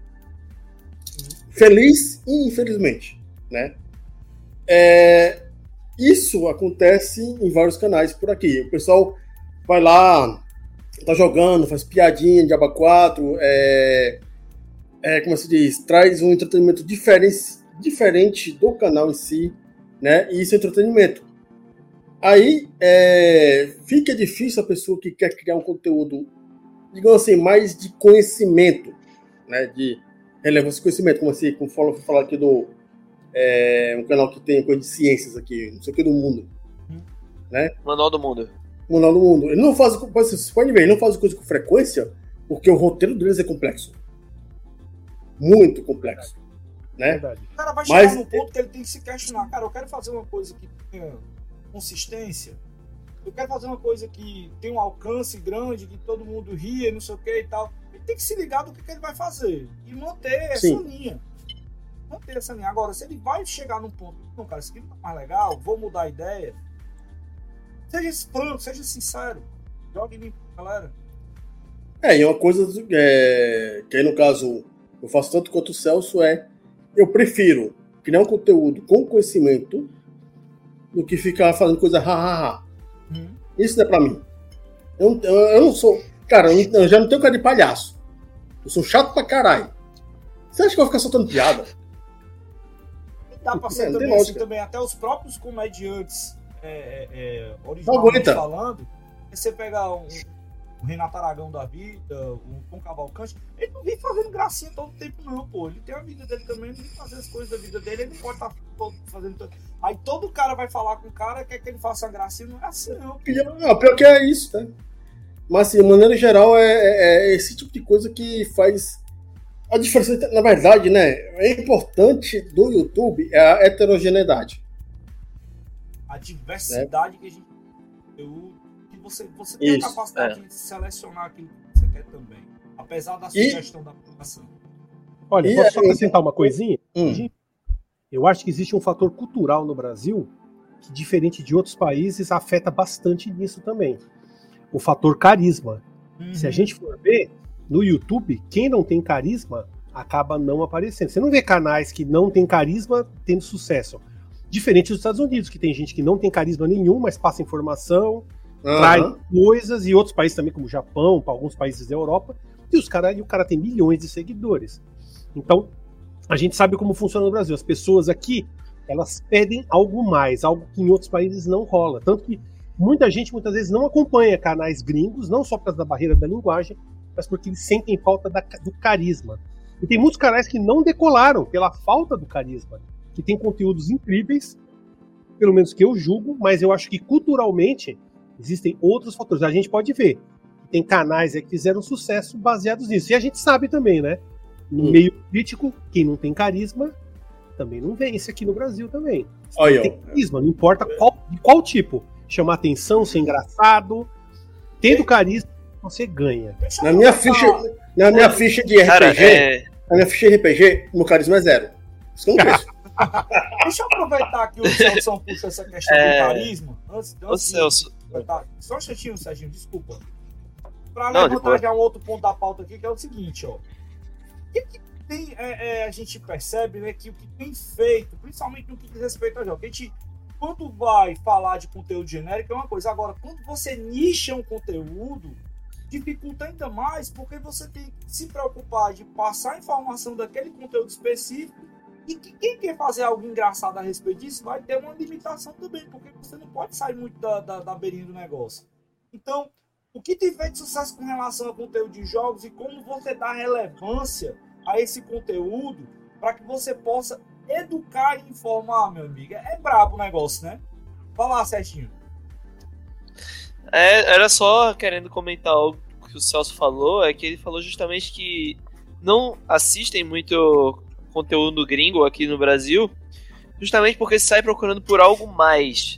B: Feliz e infelizmente, né? Isso acontece em vários canais por aqui. O pessoal vai lá, tá jogando, faz piadinha de Diablo 4, como se diz, traz um entretenimento diferente do canal em si, né? E isso é entretenimento. Aí fica difícil a pessoa que quer criar um conteúdo, digamos assim, mais de conhecimento, né? De relevância e conhecimento, como falar aqui do um canal que tem coisa de ciências aqui, não sei o que do mundo, né?
D: Manual do Mundo.
B: Manual do Mundo. Ele não faz, você pode ver, ele não faz coisa com frequência, porque o roteiro deles é complexo, muito complexo, né?
E: Verdade.
A: O cara vai chegar no ponto que ele tem que se questionar. Cara, eu quero fazer uma coisa que tenha consistência. Eu quero fazer uma coisa que tenha um alcance grande, que todo mundo ria, não sei o que e tal. Ele tem que se ligar do que ele vai fazer e manter essa linha. Manter essa linha. Agora, se ele vai chegar num ponto, não, cara, isso aqui não tá mais legal, vou mudar a ideia. Seja franco, seja sincero. Jogue limpo, galera.
B: E uma coisa que aí, no caso, eu faço tanto quanto o Celso eu prefiro criar um conteúdo com conhecimento do que ficar fazendo coisa Isso não é pra mim. Eu não sou... Cara, eu já não tenho cara de palhaço. Eu sou chato pra caralho. Você acha que eu vou ficar soltando piada?
A: Dá pra ser também, assim, também, até os próprios comediantes originalmente falando, você pega um Renato Aragão da vida, um Tom Cavalcante, ele não vem fazendo gracinha todo tempo não, pô. Ele tem a vida dele também, ele vem fazer as coisas da vida dele, ele não pode estar fazendo... Aí todo cara vai falar com o cara, quer que ele faça uma gracinha, não é assim não.
B: Não, pior que é isso, né? Mas assim, de maneira geral, é esse tipo de coisa que faz a diferença. Na verdade, né, é importante do YouTube a heterogeneidade.
A: a diversidade que a gente tem, que você tem a
B: Isso,
A: capacidade de selecionar aquilo que você quer também, apesar da sugestão da aplicação.
E: Olha, posso só acrescentar uma coisinha? Eu acho que existe um fator cultural no Brasil que, diferente de outros países, afeta bastante nisso também. O fator carisma. Se a gente for ver, no YouTube, quem não tem carisma acaba não aparecendo. Você não vê canais que não tem carisma tendo sucesso. Diferente dos Estados Unidos, que tem gente que não tem carisma nenhum, mas passa informação, traz coisas, e outros países também, como o Japão, para alguns países da Europa, e o cara tem milhões de seguidores. Então, a gente sabe como funciona no Brasil. As pessoas aqui, elas pedem algo mais, algo que em outros países não rola. Tanto que muita gente, muitas vezes, não acompanha canais gringos, não só por causa da barreira da linguagem, mas porque eles sentem falta do carisma. E tem muitos canais que não decolaram pela falta do carisma, que tem conteúdos incríveis, pelo menos que eu julgo, mas eu acho que culturalmente existem outros fatores. A gente pode ver. Tem canais aí que fizeram sucesso baseados nisso. E a gente sabe também, né? No meio político, quem não tem carisma também não vence aqui no Brasil também. Tem carisma, não importa de qual tipo. Chamar atenção, ser engraçado. Tendo carisma, você ganha.
B: Na minha ficha de RPG,
D: Cara,
B: na minha ficha de RPG, meu carisma é 0. Isso que eu não penso.
A: Deixa eu aproveitar que o Celso puxa essa questão do carisma.
D: Ô, Celso.
A: Só um instantinho, Serginho, desculpa. Para levantar já um outro ponto da pauta aqui, que é o seguinte, ó. O que tem, a gente percebe, né, que o que tem feito, principalmente no que diz respeito ao jogo, a gente, quando vai falar de conteúdo genérico, é uma coisa. Agora, quando você nicha um conteúdo, dificulta ainda mais, porque você tem que se preocupar de passar a informação daquele conteúdo específico, e que quem quer fazer algo engraçado a respeito disso vai ter uma limitação também, porque você não pode sair muito da beirinha do negócio. Então, o que tem feito sucesso com relação ao conteúdo de jogos e como você dá relevância a esse conteúdo para que você possa educar e informar, meu amigo. É brabo o negócio, né? Fala lá, Serginho.
D: Era só querendo comentar algo que o Celso falou, é que ele falou justamente que não assistem muito conteúdo gringo aqui no Brasil, justamente porque sai procurando por algo mais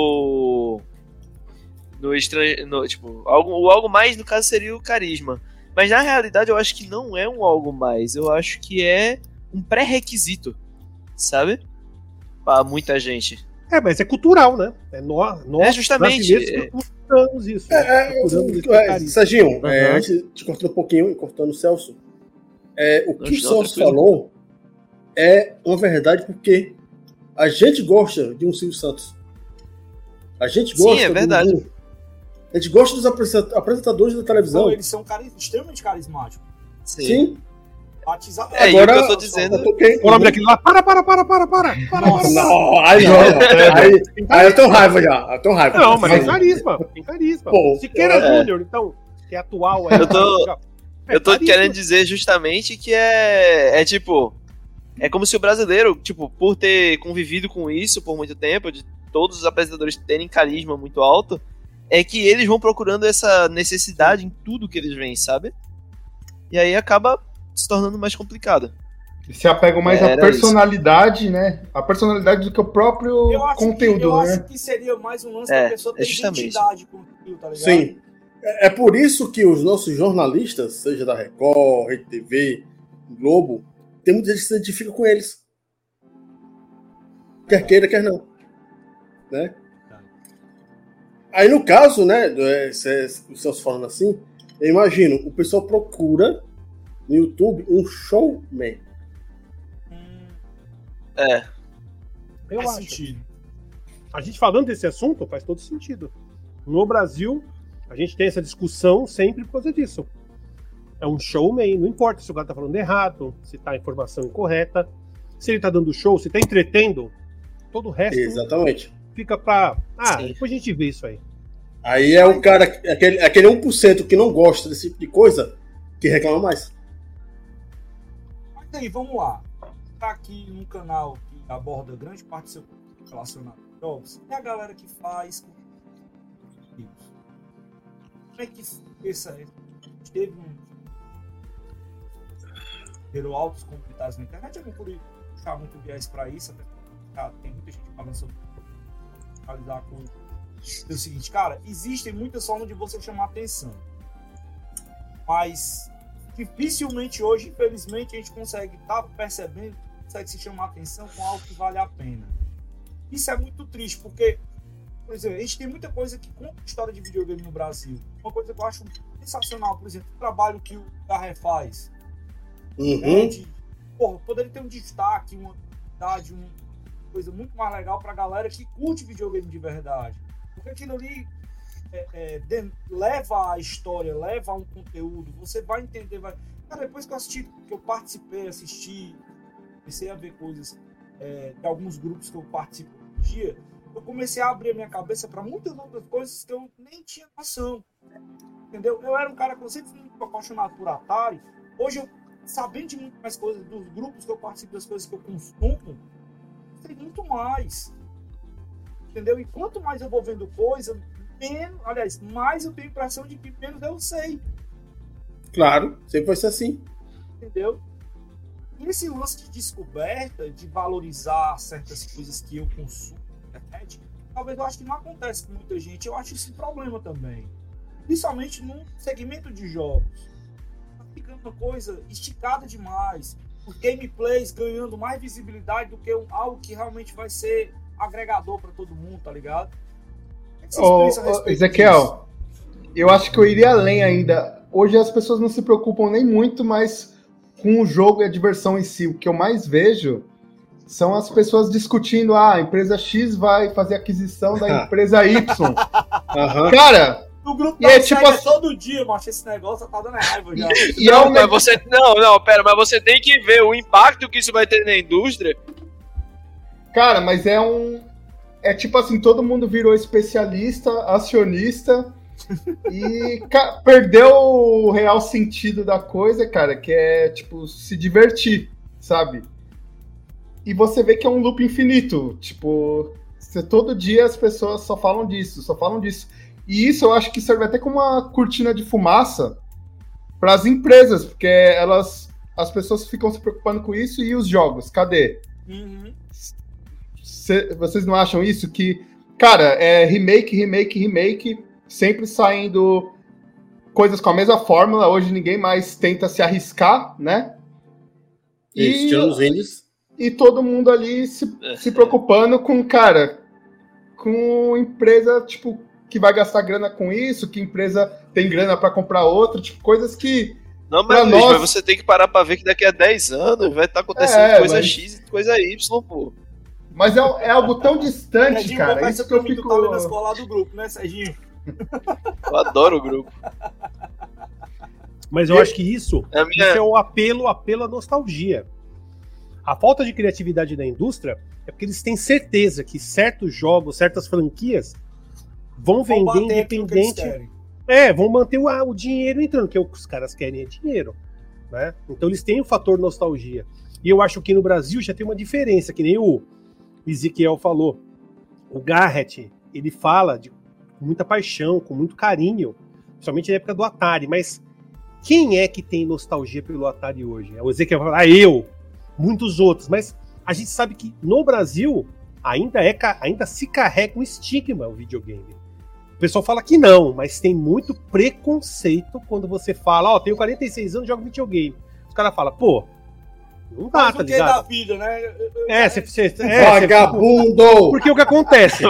D: tipo, algo mais, no caso, seria o carisma. Mas na realidade eu acho que não é um algo mais, eu acho que é um pré-requisito, sabe? Pra muita gente.
E: Mas é cultural, né? Nós
D: justamente.
E: procuramos isso.
B: Serginho, te cortando um pouquinho e cortando o Celso. O que o Celso falou é uma verdade, porque a gente gosta de um Silvio Santos. A gente gosta.
D: Sim, é verdade.
B: A gente gosta dos apresentadores da televisão.
A: Então, eles são extremamente carismáticos.
B: Sim.
A: Batizado.
D: Agora, e o que eu tô dizendo.
E: O nome daquele lá, para.
B: Não, aí eu tenho raiva já.
E: Não, mas tem carisma. Pô, Siqueira Júnior, então, que é atual.
D: Eu tô querendo dizer justamente que tipo. É como se o brasileiro, tipo, por ter convivido com isso por muito tempo, de todos os apresentadores terem carisma muito alto, é que eles vão procurando essa necessidade em tudo que eles veem, sabe? E aí acaba se tornando mais complicado.
C: E se apegam mais à personalidade, né? A personalidade do que o próprio conteúdo,
A: eu
C: né?
A: acho que seria mais um lance da pessoa ter identidade com aquilo, tá ligado?
B: Sim. É por isso que os nossos jornalistas, seja da Record, Rede TV, Globo, tem muita gente que se identifica com eles. Quer queira, quer não. Né? Aí no caso, né, o Celso falando assim, eu imagino, o pessoal procura no YouTube um showman.
E: Eu acho. Sentido. A gente falando desse assunto faz todo sentido. No Brasil, a gente tem essa discussão sempre por causa disso. É um showman, não importa se o cara tá falando errado, se tá a informação incorreta, se ele tá dando show, se tá entretendo, todo o resto fica pra... depois a gente vê isso aí.
B: Aí é o cara, aquele 1% que não gosta desse tipo de coisa, que reclama mais.
A: Mas aí, vamos lá. Tá aqui num canal que aborda grande parte do seu conteúdo relacionado a jogos, e a galera que faz... Como é que teve gerou altos comentários na internet, eu não pude puxar muito viés para isso, até tem muita gente falando sobre finalizar com o seguinte, cara, existem muitas formas de você chamar atenção, mas dificilmente hoje, infelizmente, a gente consegue estar percebendo, consegue se chamar atenção com algo que vale a pena. Isso é muito triste, porque, por exemplo, a gente tem muita coisa que conta a história de videogame no Brasil. Uma coisa que eu acho sensacional, por exemplo, o trabalho que o Garré faz. Poderia ter um destaque, uma coisa muito mais legal pra galera que curte videogame de verdade. Porque aquilo ali leva a história, leva a um conteúdo, você vai entender. Cara, depois que eu assisti, que eu participei, comecei a ver coisas de alguns grupos que eu participo um dia, eu comecei a abrir a minha cabeça para muitas outras coisas que eu nem tinha noção. Entendeu? Eu era um cara que eu sempre fui muito apaixonado por Atari. Hoje, eu sabendo de muito mais coisas, dos grupos que eu participo, das coisas que eu consumo, sei muito mais. Entendeu? E quanto mais eu vou vendo coisa, mais eu tenho a impressão de que menos eu sei.
B: Claro, sempre vai ser assim.
A: Entendeu? E esse lance de descoberta, de valorizar certas coisas que eu consumo na internet, talvez eu acho que não acontece com muita gente. Eu acho isso um problema também. Principalmente no segmento de jogos. Tá ficando uma coisa esticada demais. Os gameplays ganhando mais visibilidade do que algo que realmente vai ser agregador para todo mundo, tá ligado?
C: Ezequiel, eu acho que eu iria além ainda. Hoje as pessoas não se preocupam nem muito mais com o jogo e a diversão em si. O que eu mais vejo são as pessoas discutindo, a empresa X vai fazer aquisição da empresa Y. Cara,
A: no grupo da tipo assim, todo dia, macho, esse negócio tá dando raiva já.
D: Mas você tem que ver o impacto que isso vai ter na indústria.
C: Cara, mas é tipo assim, todo mundo virou especialista, acionista e perdeu o real sentido da coisa, cara, que é, tipo, se divertir, sabe? E você vê que é um loop infinito, tipo, todo dia as pessoas só falam disso. E isso eu acho que serve até como uma cortina de fumaça para as empresas, porque as pessoas ficam se preocupando com isso e os jogos, cadê? Vocês não acham isso? Que, cara, é remake, sempre saindo coisas com a mesma fórmula, hoje ninguém mais tenta se arriscar, né? E todo mundo ali se preocupando com empresa, tipo, que vai gastar grana com isso, que empresa tem grana para comprar outra, tipo, coisas que...
D: Não, mas você tem que parar para ver que daqui a 10 anos vai estar acontecendo coisa X e coisa Y, pô.
C: Mas é algo tão distante,
A: Serginho,
C: cara. Isso que eu fico...
A: Tá na escola do grupo, né, Serginho?
D: Eu adoro o grupo.
E: Mas eu acho que isso é o apelo à nostalgia. A falta de criatividade da indústria é porque eles têm certeza que certos jogos, certas franquias vão vender independente. Vão manter o dinheiro entrando, que os caras querem é dinheiro, né? Então eles têm o fator nostalgia. E eu acho que no Brasil já tem uma diferença, que nem o Ezequiel falou. O Garrett, ele fala com muita paixão, com muito carinho, principalmente na época do Atari, mas quem é que tem nostalgia pelo Atari hoje? O Ezequiel fala, eu, muitos outros, mas a gente sabe que no Brasil ainda se carrega um estigma o videogame. O pessoal fala que não, mas tem muito preconceito quando você fala, tenho 46 anos e jogo videogame. Os caras falam, pô, não dá, tá ligado?
A: Da vida, né?
B: Vagabundo!
E: Porque o que acontece?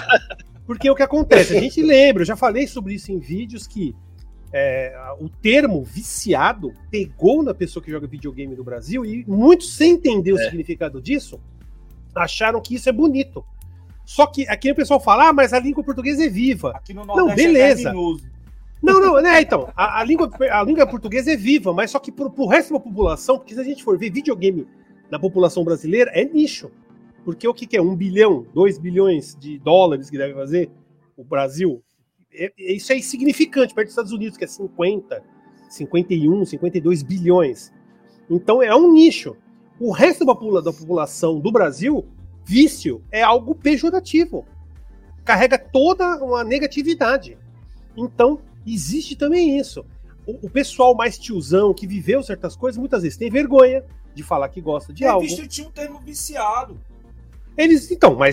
E: A gente lembra, eu já falei sobre isso em vídeos, que o termo viciado pegou na pessoa que joga videogame no Brasil e muitos, sem entender o significado disso, acharam que isso é bonito. Só que aqui o pessoal fala, mas a língua portuguesa é viva.
A: Aqui no Nordeste
E: não, beleza. Então, a língua portuguesa é viva, mas só que pro resto da população, porque se a gente for ver videogame na população brasileira, é nicho. Porque o que é? 1 bilhão, 2 bilhões de dólares que deve fazer o Brasil? Isso é insignificante perto dos Estados Unidos, que é 50, 51, 52 bilhões. Então é um nicho. O resto da população do Brasil, vício é algo pejorativo. Carrega toda uma negatividade. Então, existe também isso. O pessoal mais tiozão, que viveu certas coisas, muitas vezes tem vergonha de falar que gosta de algo.
A: Tinha um termo viciado.
E: Então, mas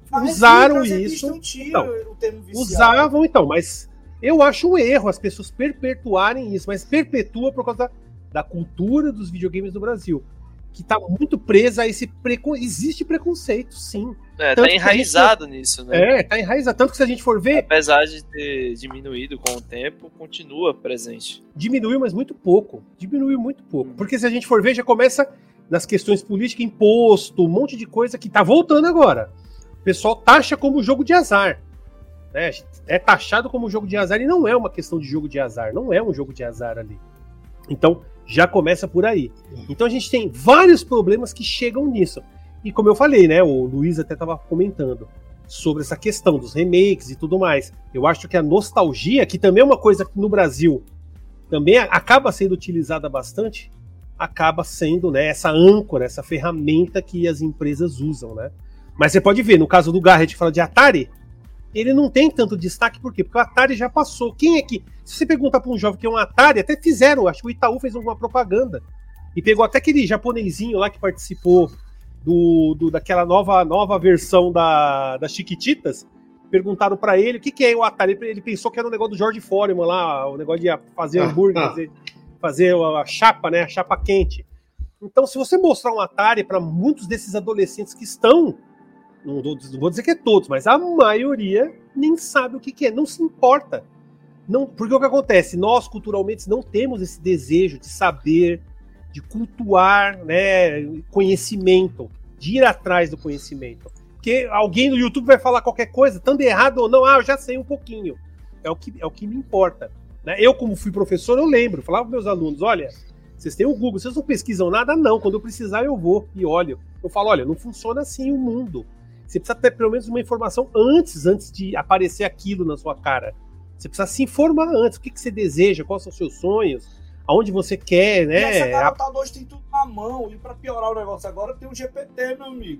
E: usaram
A: existe
E: isso.
A: um tiro, o termo viciado.
E: Usavam, então, mas eu acho um erro as pessoas perpetuarem isso, mas perpetua por causa da cultura dos videogames no Brasil, que tá muito presa a esse existe preconceito, sim.
D: Tá enraizado nisso, né?
E: Tá enraizado. Tanto que se a gente for ver...
D: Apesar de ter diminuído com o tempo, continua presente.
E: Diminuiu, mas muito pouco. Diminuiu muito pouco. Porque se a gente for ver, já começa nas questões políticas, imposto, um monte de coisa que tá voltando agora. O pessoal taxa como jogo de azar. Né? É taxado como jogo de azar e não é uma questão de jogo de azar. Não é um jogo de azar ali. Então, já começa por aí. Então a gente tem vários problemas que chegam nisso. E como eu falei, né, o Luiz até estava comentando sobre essa questão dos remakes e tudo mais. Eu acho que a nostalgia, que também é uma coisa que no Brasil também acaba sendo utilizada bastante, acaba sendo, né, essa âncora, essa ferramenta que as empresas usam, né? Mas você pode ver, no caso do Garrett, fala de Atari, ele não tem tanto destaque, por quê? Porque o Atari já passou. Quem é que... Se você perguntar para um jovem que é um Atari, até fizeram, acho que o Itaú fez uma propaganda, e pegou até aquele japonesinho lá que participou daquela nova versão da Chiquititas, perguntaram para ele o que é o Atari. Ele pensou que era um negócio do George Foreman lá, o negócio de fazer hambúrguer, fazer a chapa, né, a chapa quente. Então, se você mostrar um Atari para muitos desses adolescentes que estão, não vou dizer que é todos, mas a maioria nem sabe o que é, não se importa. Não, porque o que acontece? Nós, culturalmente, não temos esse desejo de saber, de cultuar, né, conhecimento, de ir atrás do conhecimento. Porque alguém no YouTube vai falar qualquer coisa, tanto errado ou não, eu já sei um pouquinho. É o que me importa. Né? Eu, como fui professor, eu lembro, falava para meus alunos, olha, vocês têm o Google, vocês não pesquisam nada? Não, quando eu precisar eu vou e olho. Eu falo, olha, não funciona assim o mundo. Você precisa ter pelo menos uma informação antes de aparecer aquilo na sua cara. Você precisa se informar antes, o que você deseja, quais são os seus sonhos, aonde você quer, né?
A: E essa garotada hoje tem tudo na mão, e pra piorar o negócio agora tem o GPT, meu amigo.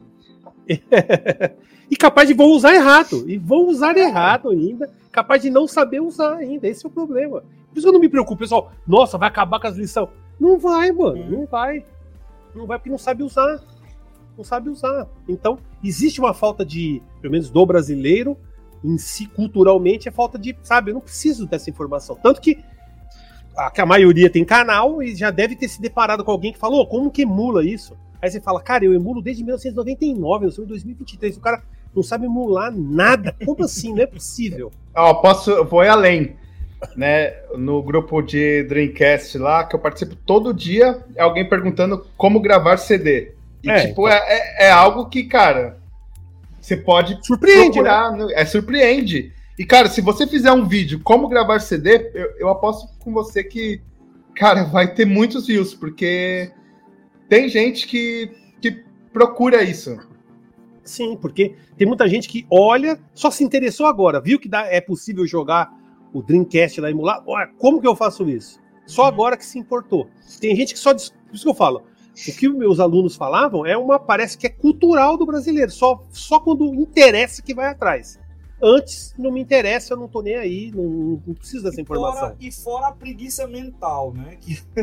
E: E capaz de vão usar errado, e vão usar errado ainda, capaz de não saber usar ainda, esse é o problema. Por isso que eu não me preocupo, pessoal, nossa, vai acabar com as lições. Não vai, mano, não vai porque não sabe usar. Não sabe usar. Então, existe uma falta de, pelo menos do brasileiro, em si, culturalmente, é falta de, sabe, eu não preciso dessa informação. Tanto que a maioria tem canal e já deve ter se deparado com alguém que falou, como que emula isso? Aí você fala, cara, eu emulo desde 1999, eu sou em 2023, o cara não sabe emular nada. Como assim? Não é possível.
C: Vou ir além. Né, no grupo de Dreamcast lá, que eu participo todo dia, é alguém perguntando como gravar CD. E é algo que, cara, você pode procurar, né? Surpreende. E, cara, se você fizer um vídeo como gravar CD, eu aposto com você que, cara, vai ter muitos views, porque tem gente que procura isso.
E: Sim, porque tem muita gente que olha, só se interessou agora, viu que é possível jogar o Dreamcast lá emular. Olha, como que eu faço isso? Só agora que se importou. Tem gente que só... Por isso que eu falo, o que meus alunos falavam parece que é cultural do brasileiro, só quando interessa que vai atrás. Antes, não me interessa, eu não tô nem aí, não preciso dessa informação.
A: E fora a preguiça mental, né?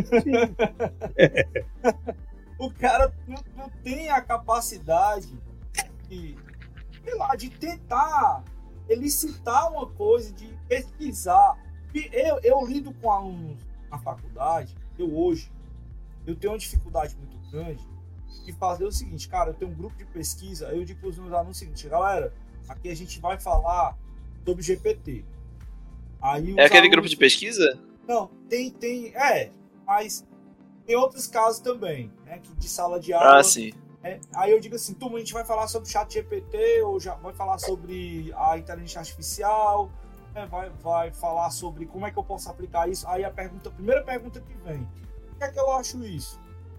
A: O cara não tem a capacidade de tentar elicitar uma coisa, de pesquisar. Eu lido com alunos na faculdade, eu tenho uma dificuldade muito grande de fazer o seguinte, cara, eu tenho um grupo de pesquisa, eu digo para os meus alunos o seguinte, galera, aqui a gente vai falar sobre GPT. Aí
D: é aquele grupo de pesquisa?
A: Não, mas tem outros casos também, né, de sala de aula.
D: Ah, sim.
A: Aí eu digo assim, turma, a gente vai falar sobre o chat GPT, ou já vai falar sobre a inteligência artificial, né, vai falar sobre como é que eu posso aplicar isso. Aí a primeira pergunta que vem, por que é que eu acho isso?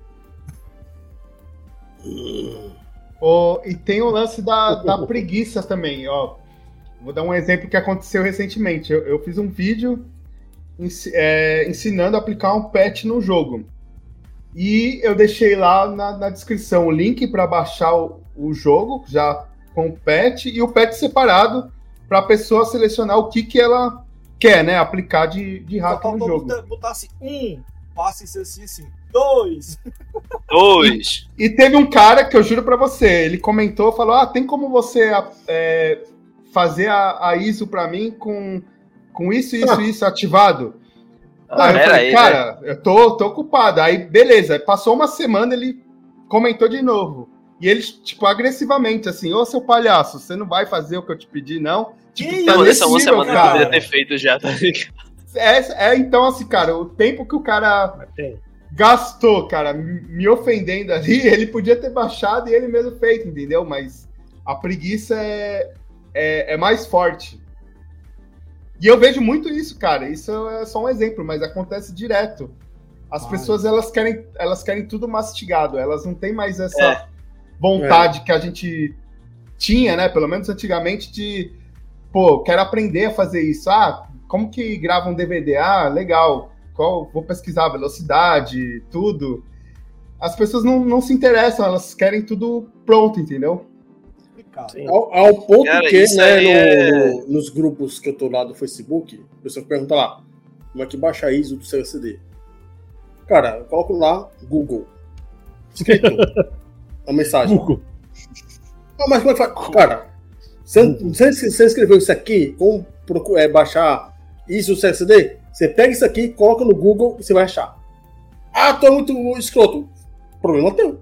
C: E tem o lance da preguiça também, ó. Vou dar um exemplo que aconteceu recentemente. Eu fiz um vídeo ensinando a aplicar um patch no jogo. E eu deixei lá na descrição o link para baixar o jogo, já com o patch, e o patch separado para a pessoa selecionar o que ela quer, né? Aplicar de hack no jogo.
A: Botasse passe assim, 2.
C: E teve um cara que eu juro pra você, ele comentou, falou, tem como você fazer a ISO pra mim com isso ativado? Aí eu falei, cara, eu tô ocupado. Aí, beleza, passou uma semana, ele comentou de novo. E ele, tipo, agressivamente, assim, ô seu palhaço, você não vai fazer o que eu te pedi, não? Tipo,
D: tá nesse nível, semana cara. Eu poderia ter feito já, tá ligado?
C: Então, assim, cara, o tempo que o cara gastou, cara, me ofendendo ali, ele podia ter baixado e ele mesmo feito, entendeu? Mas a preguiça é mais forte. E eu vejo muito isso, cara. Isso é só um exemplo, mas acontece direto. As pessoas, elas querem tudo mastigado. Elas não têm mais essa vontade que a gente tinha, né? Pelo menos antigamente, de... Pô, quero aprender a fazer isso. Como que grava um DVD? Legal. Vou pesquisar a velocidade, tudo. As pessoas não se interessam. Elas querem tudo pronto, entendeu?
B: Ao ponto cara, que, né, nos grupos que eu tô lá do Facebook, a pessoa pergunta lá, como é que baixa a ISO do seu CD? Cara, eu coloco lá, Google. Escrito. A mensagem. Google. Mas como é que faz? Cara, você escreveu isso aqui, como baixar ISO do seu CD? Você pega isso aqui, coloca no Google e você vai achar. Tô muito escroto. Problema teu.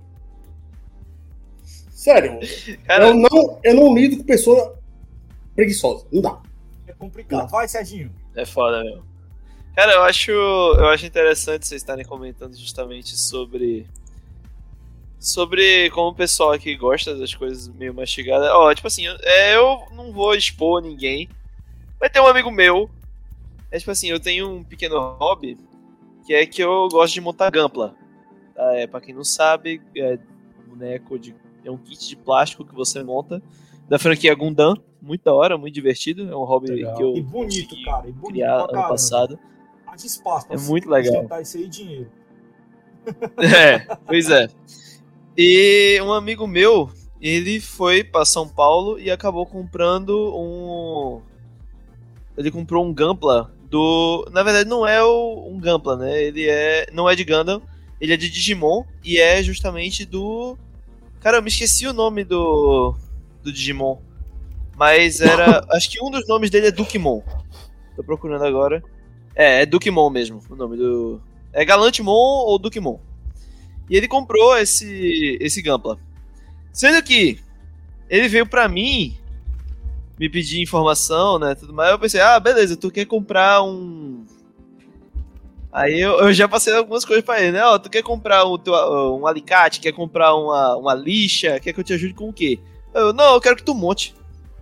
B: Sério, cara, eu não lido com pessoa preguiçosa, não dá.
A: É complicado. Vai, Serginho.
D: É foda, meu. Cara, eu acho interessante vocês estarem comentando justamente sobre como o pessoal aqui gosta das coisas meio mastigadas. Tipo assim, eu não vou expor ninguém. Vai ter um amigo meu. Tipo assim, eu tenho um pequeno hobby que é que eu gosto de montar Gunpla. Pra quem não sabe, boneco é um kit de plástico que você monta da franquia Gundam, muito da hora, muito divertido. É um hobby legal. Que eu
A: e bonito, cara,
D: criar ano passado.
A: Espaço
D: é muito legal.
A: Tentar isso aí dinheiro.
D: Pois é. E um amigo meu, ele foi para São Paulo e acabou comprando ele comprou um Gunpla na verdade não é um Gunpla, né? Ele não é de Gundam, ele é de Digimon e é justamente do... Cara, eu me esqueci o nome do Digimon. Mas acho que um dos nomes dele é Dukemon. Tô procurando agora. É Dukemon mesmo, o nome do... É Galantmon ou Dukemon. E ele comprou esse Gunpla. Sendo que ele veio pra mim me pedir informação, né, tudo mais. Eu pensei, beleza, tu quer comprar um... Aí eu já passei algumas coisas pra ele, né? Tu quer comprar um alicate, quer comprar uma lixa, quer que eu te ajude com o quê? Não, eu quero que tu monte.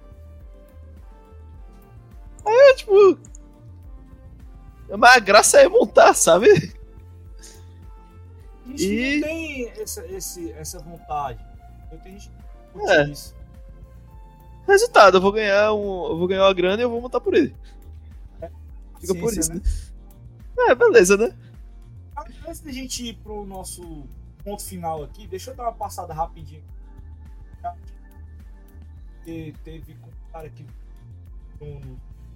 D: Aí tipo... Mas a graça é montar, sabe?
A: A gente não tem essa vontade. Eu tenho gente que curte isso.
D: Resultado, eu vou ganhar uma grana e eu vou montar por ele. Fica por isso, né? Beleza, né?
A: Antes da gente ir pro nosso ponto final aqui, deixa eu dar uma passada rapidinho. Teve comentário aqui no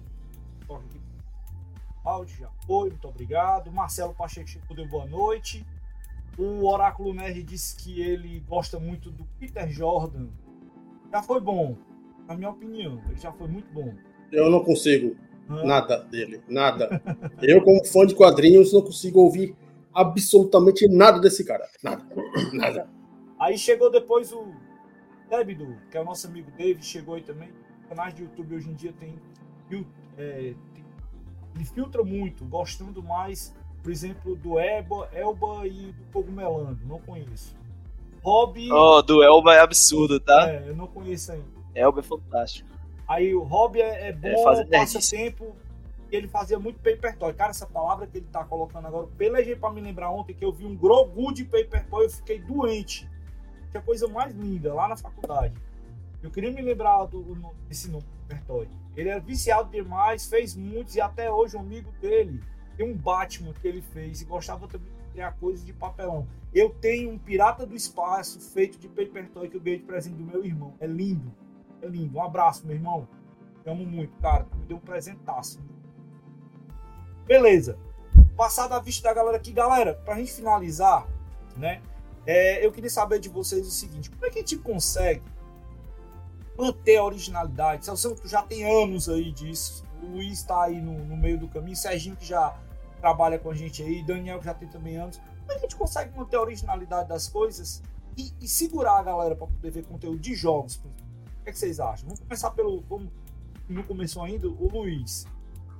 A: áudio, já foi, muito obrigado. Marcelo Pacheco deu boa noite. O Oráculo Nerd disse que ele gosta muito do Peter Jordan. Já foi bom, na minha opinião. Ele já foi muito bom.
B: Eu não consigo nada dele, nada. Eu, como fã de quadrinhos, não consigo ouvir absolutamente nada desse cara. Nada.
A: Aí chegou depois o Debido, que é o nosso amigo David, chegou aí também. Canais de YouTube hoje em dia ele filtra muito, gostando mais, por exemplo, do Elba e do Cogumelando. Não conheço. Hobby...
D: do Elba é absurdo, tá?
A: Eu não conheço ainda.
D: Elba é fantástico.
A: Aí o hobby é bom, passa tempo. E ele fazia muito paper toy. Cara, essa palavra que ele tá colocando agora, eu pelejei pra me lembrar ontem que eu vi um Grogu de paper toy, eu fiquei doente. Que é a coisa mais linda, lá na faculdade. Eu queria me lembrar desse nome, paper toy. Ele era viciado demais, fez muitos, e até hoje um amigo dele tem um Batman que ele fez e gostava também de criar coisas de papelão. Eu tenho um Pirata do Espaço feito de paper toy que eu ganhei de presente do meu irmão. É lindo. É lindo. Um abraço, meu irmão. Te amo muito, cara. Tu me deu um presentaço. Beleza. passar da vista da galera aqui. Galera, pra gente finalizar, né? Eu queria saber de vocês o seguinte: como é que a gente consegue manter a originalidade? Celso, tu já tem anos aí disso. O Luiz tá aí no meio do caminho. Serginho, que já trabalha com a gente aí. Daniel, que já tem também anos. Como é que a gente consegue manter a originalidade das coisas e segurar a galera para poder ver conteúdo de jogos? O que vocês acham? Vamos começar como não começou ainda, o Luiz.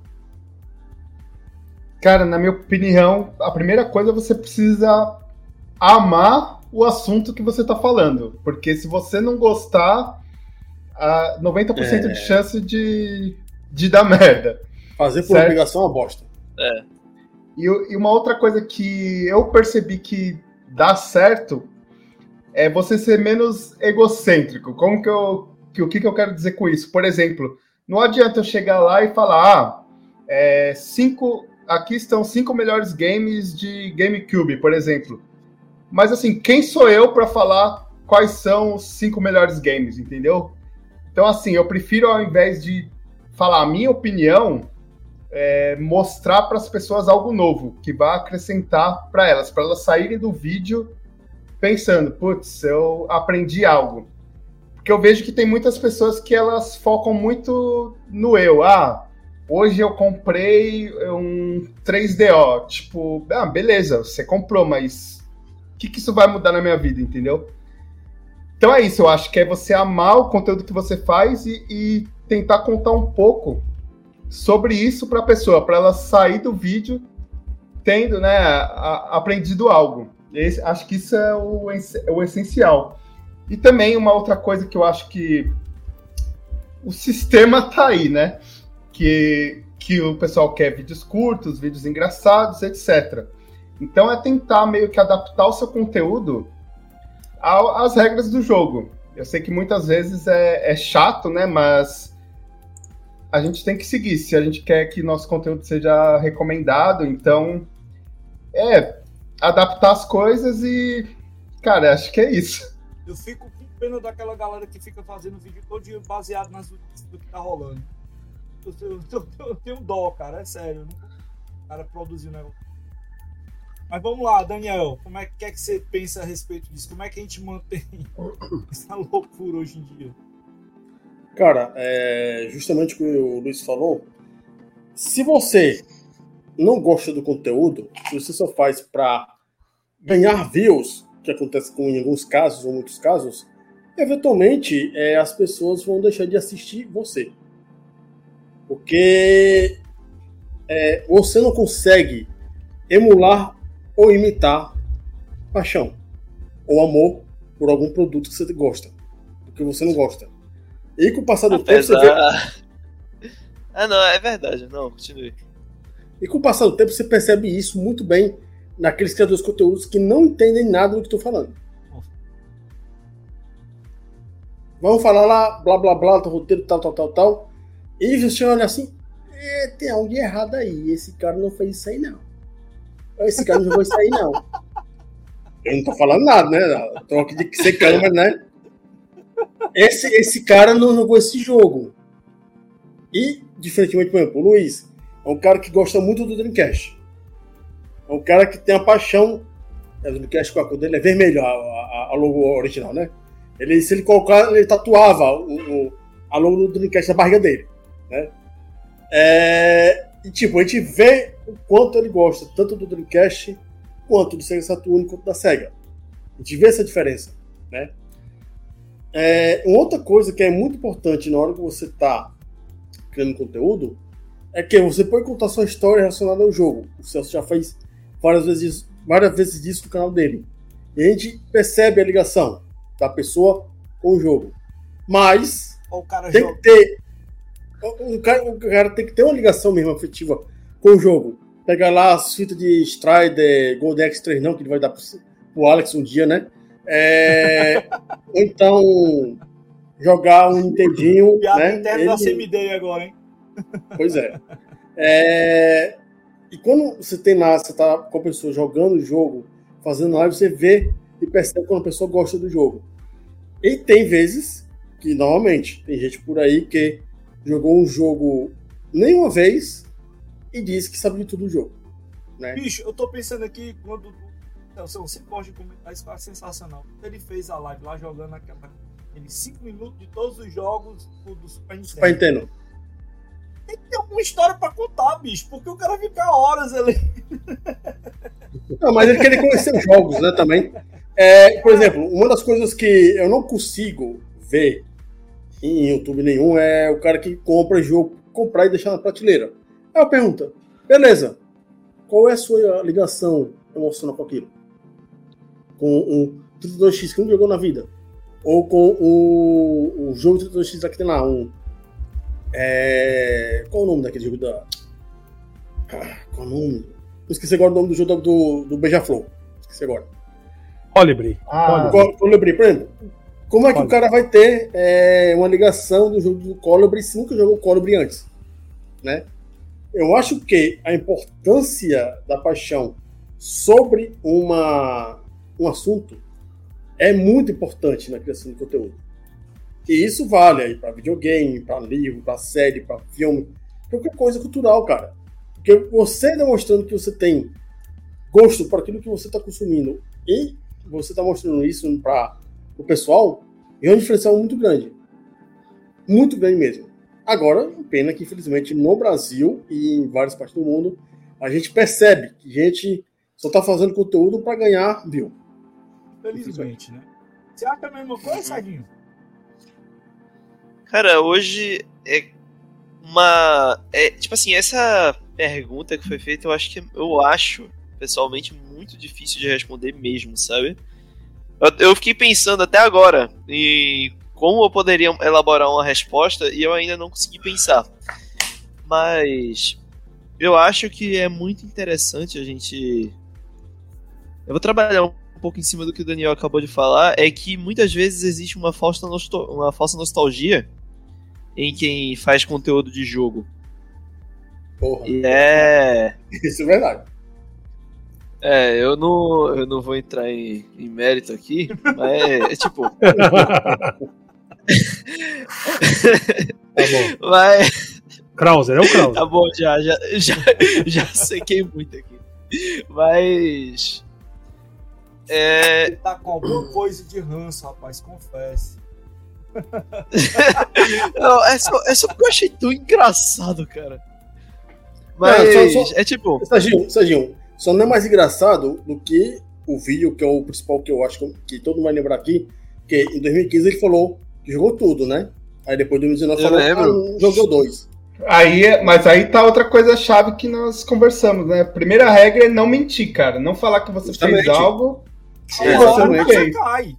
C: Cara, na minha opinião, a primeira coisa você precisa amar o assunto que você tá falando. Porque se você não gostar, 90% de chance de dar merda.
B: Fazer por obrigação é uma bosta.
C: E uma outra coisa que eu percebi que dá certo é você ser menos egocêntrico. O que eu quero dizer com isso? Por exemplo, não adianta eu chegar lá e falar, aqui estão 5 melhores games de GameCube, por exemplo. Mas assim, quem sou eu para falar quais são os 5 melhores games, entendeu? Então assim, eu prefiro, ao invés de falar a minha opinião, mostrar para as pessoas algo novo, que vai acrescentar para elas saírem do vídeo pensando, putz, eu aprendi algo. Porque eu vejo que tem muitas pessoas que elas focam muito no eu. Hoje eu comprei um 3DO. Tipo, beleza, você comprou, mas o que isso vai mudar na minha vida, entendeu? Então é isso, eu acho que é você amar o conteúdo que você faz e tentar contar um pouco sobre isso para a pessoa, para ela sair do vídeo tendo, né, aprendido algo. Acho que isso é o essencial. E também uma outra coisa que eu acho que o sistema tá aí, né? Que o pessoal quer vídeos curtos, vídeos engraçados, etc. Então é tentar meio que adaptar o seu conteúdo às regras do jogo. Eu sei que muitas vezes é chato, né? Mas a gente tem que seguir. Se a gente quer que nosso conteúdo seja recomendado, então adaptar as coisas e, cara, acho que é isso.
A: Eu fico com pena daquela galera que fica fazendo vídeo todo dia baseado nas notícias do que tá rolando. Eu tenho dó, cara, é sério. O cara produzir um negócio. Mas vamos lá, Daniel, como é que você pensa a respeito disso? Como é que a gente mantém essa loucura hoje em dia?
B: Cara, justamente o que o Luiz falou, se você não gosta do conteúdo, se você só faz para ganhar views, que acontece em alguns casos ou muitos casos, eventualmente as pessoas vão deixar de assistir você. Porque você não consegue emular ou imitar paixão ou amor por algum produto que você gosta, porque você não gosta. E com o passar do tempo você vê...
D: não, é verdade. Não, continue.
B: E com o passar do tempo você percebe isso muito bem naqueles criadores de conteúdos que não entendem nada do que estou falando. Vamos falar lá, blá blá blá, do roteiro, tal. E você olha assim, tem algo de errado aí. Esse cara não fez isso aí, não. Esse cara não jogou isso aí, não. Eu não tô falando nada, né? Tô aqui de secando, mas né? Esse cara não jogou esse jogo. E, diferentemente, por exemplo, o Luiz é um cara que gosta muito do Dreamcast. É um cara que tem a paixão. O Dreamcast com a cor dele é vermelho, a logo original, né? Se ele colocar, ele tatuava a logo do Dreamcast na barriga dele, né? E tipo, a gente vê o quanto ele gosta, tanto do Dreamcast quanto do Sega Saturn, quanto da Sega. A gente vê essa diferença, né? Uma outra coisa que é muito importante na hora que você está criando conteúdo é que você pode contar sua história relacionada ao jogo. O Celso já fez várias vezes isso no canal dele. E a gente percebe a ligação da pessoa com o jogo. Mas tem que ter... O cara tem que ter uma ligação mesmo afetiva com o jogo. Pegar lá as fitas de Strider, Gold X3 não, que ele vai dar pro Alex um dia, né? Ou então jogar um Nintendinho,
A: piada
B: né?
A: interna da CMD agora, hein?
B: Pois é. E quando você tem lá, você tá com a pessoa jogando o jogo, fazendo live, você vê e percebe quando a pessoa gosta do jogo. E tem vezes que, normalmente, tem gente por aí que jogou um jogo nenhuma vez e diz que sabe de tudo do jogo. né?
A: Bicho, eu tô pensando aqui, quando você pode comentar, isso foi sensacional. Ele fez a live lá jogando aqueles 5 minutos de todos os jogos do Super
B: Nintendo.
A: Tem que ter alguma história pra contar, bicho, porque o cara fica horas ali.
B: Não, mas ele queria conhecer os jogos, né, também. Por exemplo, uma das coisas que eu não consigo ver em YouTube nenhum é o cara que compra jogo, comprar e deixar na prateleira. Aí eu pergunto, beleza, qual é a sua ligação emocional com aquilo? Com um 32X que não jogou na vida? Ou com o jogo 32X que tem lá, qual o nome daquele jogo da... Qual o nome? Esqueci agora o nome do jogo do Beija-Flor. Esqueci agora.
E: Colibri.
B: Colibri, por exemplo. Como é que o cara vai ter uma ligação do jogo do Colibri se nunca jogou Colibri antes? Né? Eu acho que a importância da paixão sobre um assunto é muito importante na criação de conteúdo. E isso vale aí para videogame, para livro, para série, para filme, qualquer coisa cultural, cara. Porque você demonstrando que você tem gosto por aquilo que você está consumindo e você está mostrando isso para o pessoal, é um diferencial muito grande. Muito grande mesmo. Agora, pena que, infelizmente, no Brasil e em várias partes do mundo, a gente percebe que a gente só está fazendo conteúdo para ganhar view.
A: Felizmente, né? Você acha a mesma coisa, Sardinho?
D: Cara, hoje tipo assim, essa pergunta que foi feita, eu acho pessoalmente muito difícil de responder mesmo, sabe? Eu fiquei pensando até agora em como eu poderia elaborar uma resposta e eu ainda não consegui pensar. Mas eu acho que é muito interessante a gente... Eu vou trabalhar um pouco em cima do que o Daniel acabou de falar, é que muitas vezes existe uma falsa nostalgia em quem faz conteúdo de jogo.
B: Porra.
D: E
B: Isso é verdade.
D: eu não vou entrar em mérito aqui, mas tipo...
E: Tá bom.
D: Mas...
E: Krauser, é o Krauser.
D: Tá bom, já sequei muito aqui. Mas...
A: Ele tá com alguma coisa de ranço, rapaz, confesse.
D: Não, é só porque eu achei tão engraçado, cara. Mas é tipo...
B: Serginho, só não é mais engraçado do que o vídeo, que é o principal que eu acho que todo mundo vai lembrar aqui, que em 2015 ele falou que jogou tudo, né? Aí depois de 2019 falou, jogou 2.
C: Mas aí tá outra coisa chave que nós conversamos, né? Primeira regra é não mentir, cara. Não falar que você fez algo
A: que você não fez.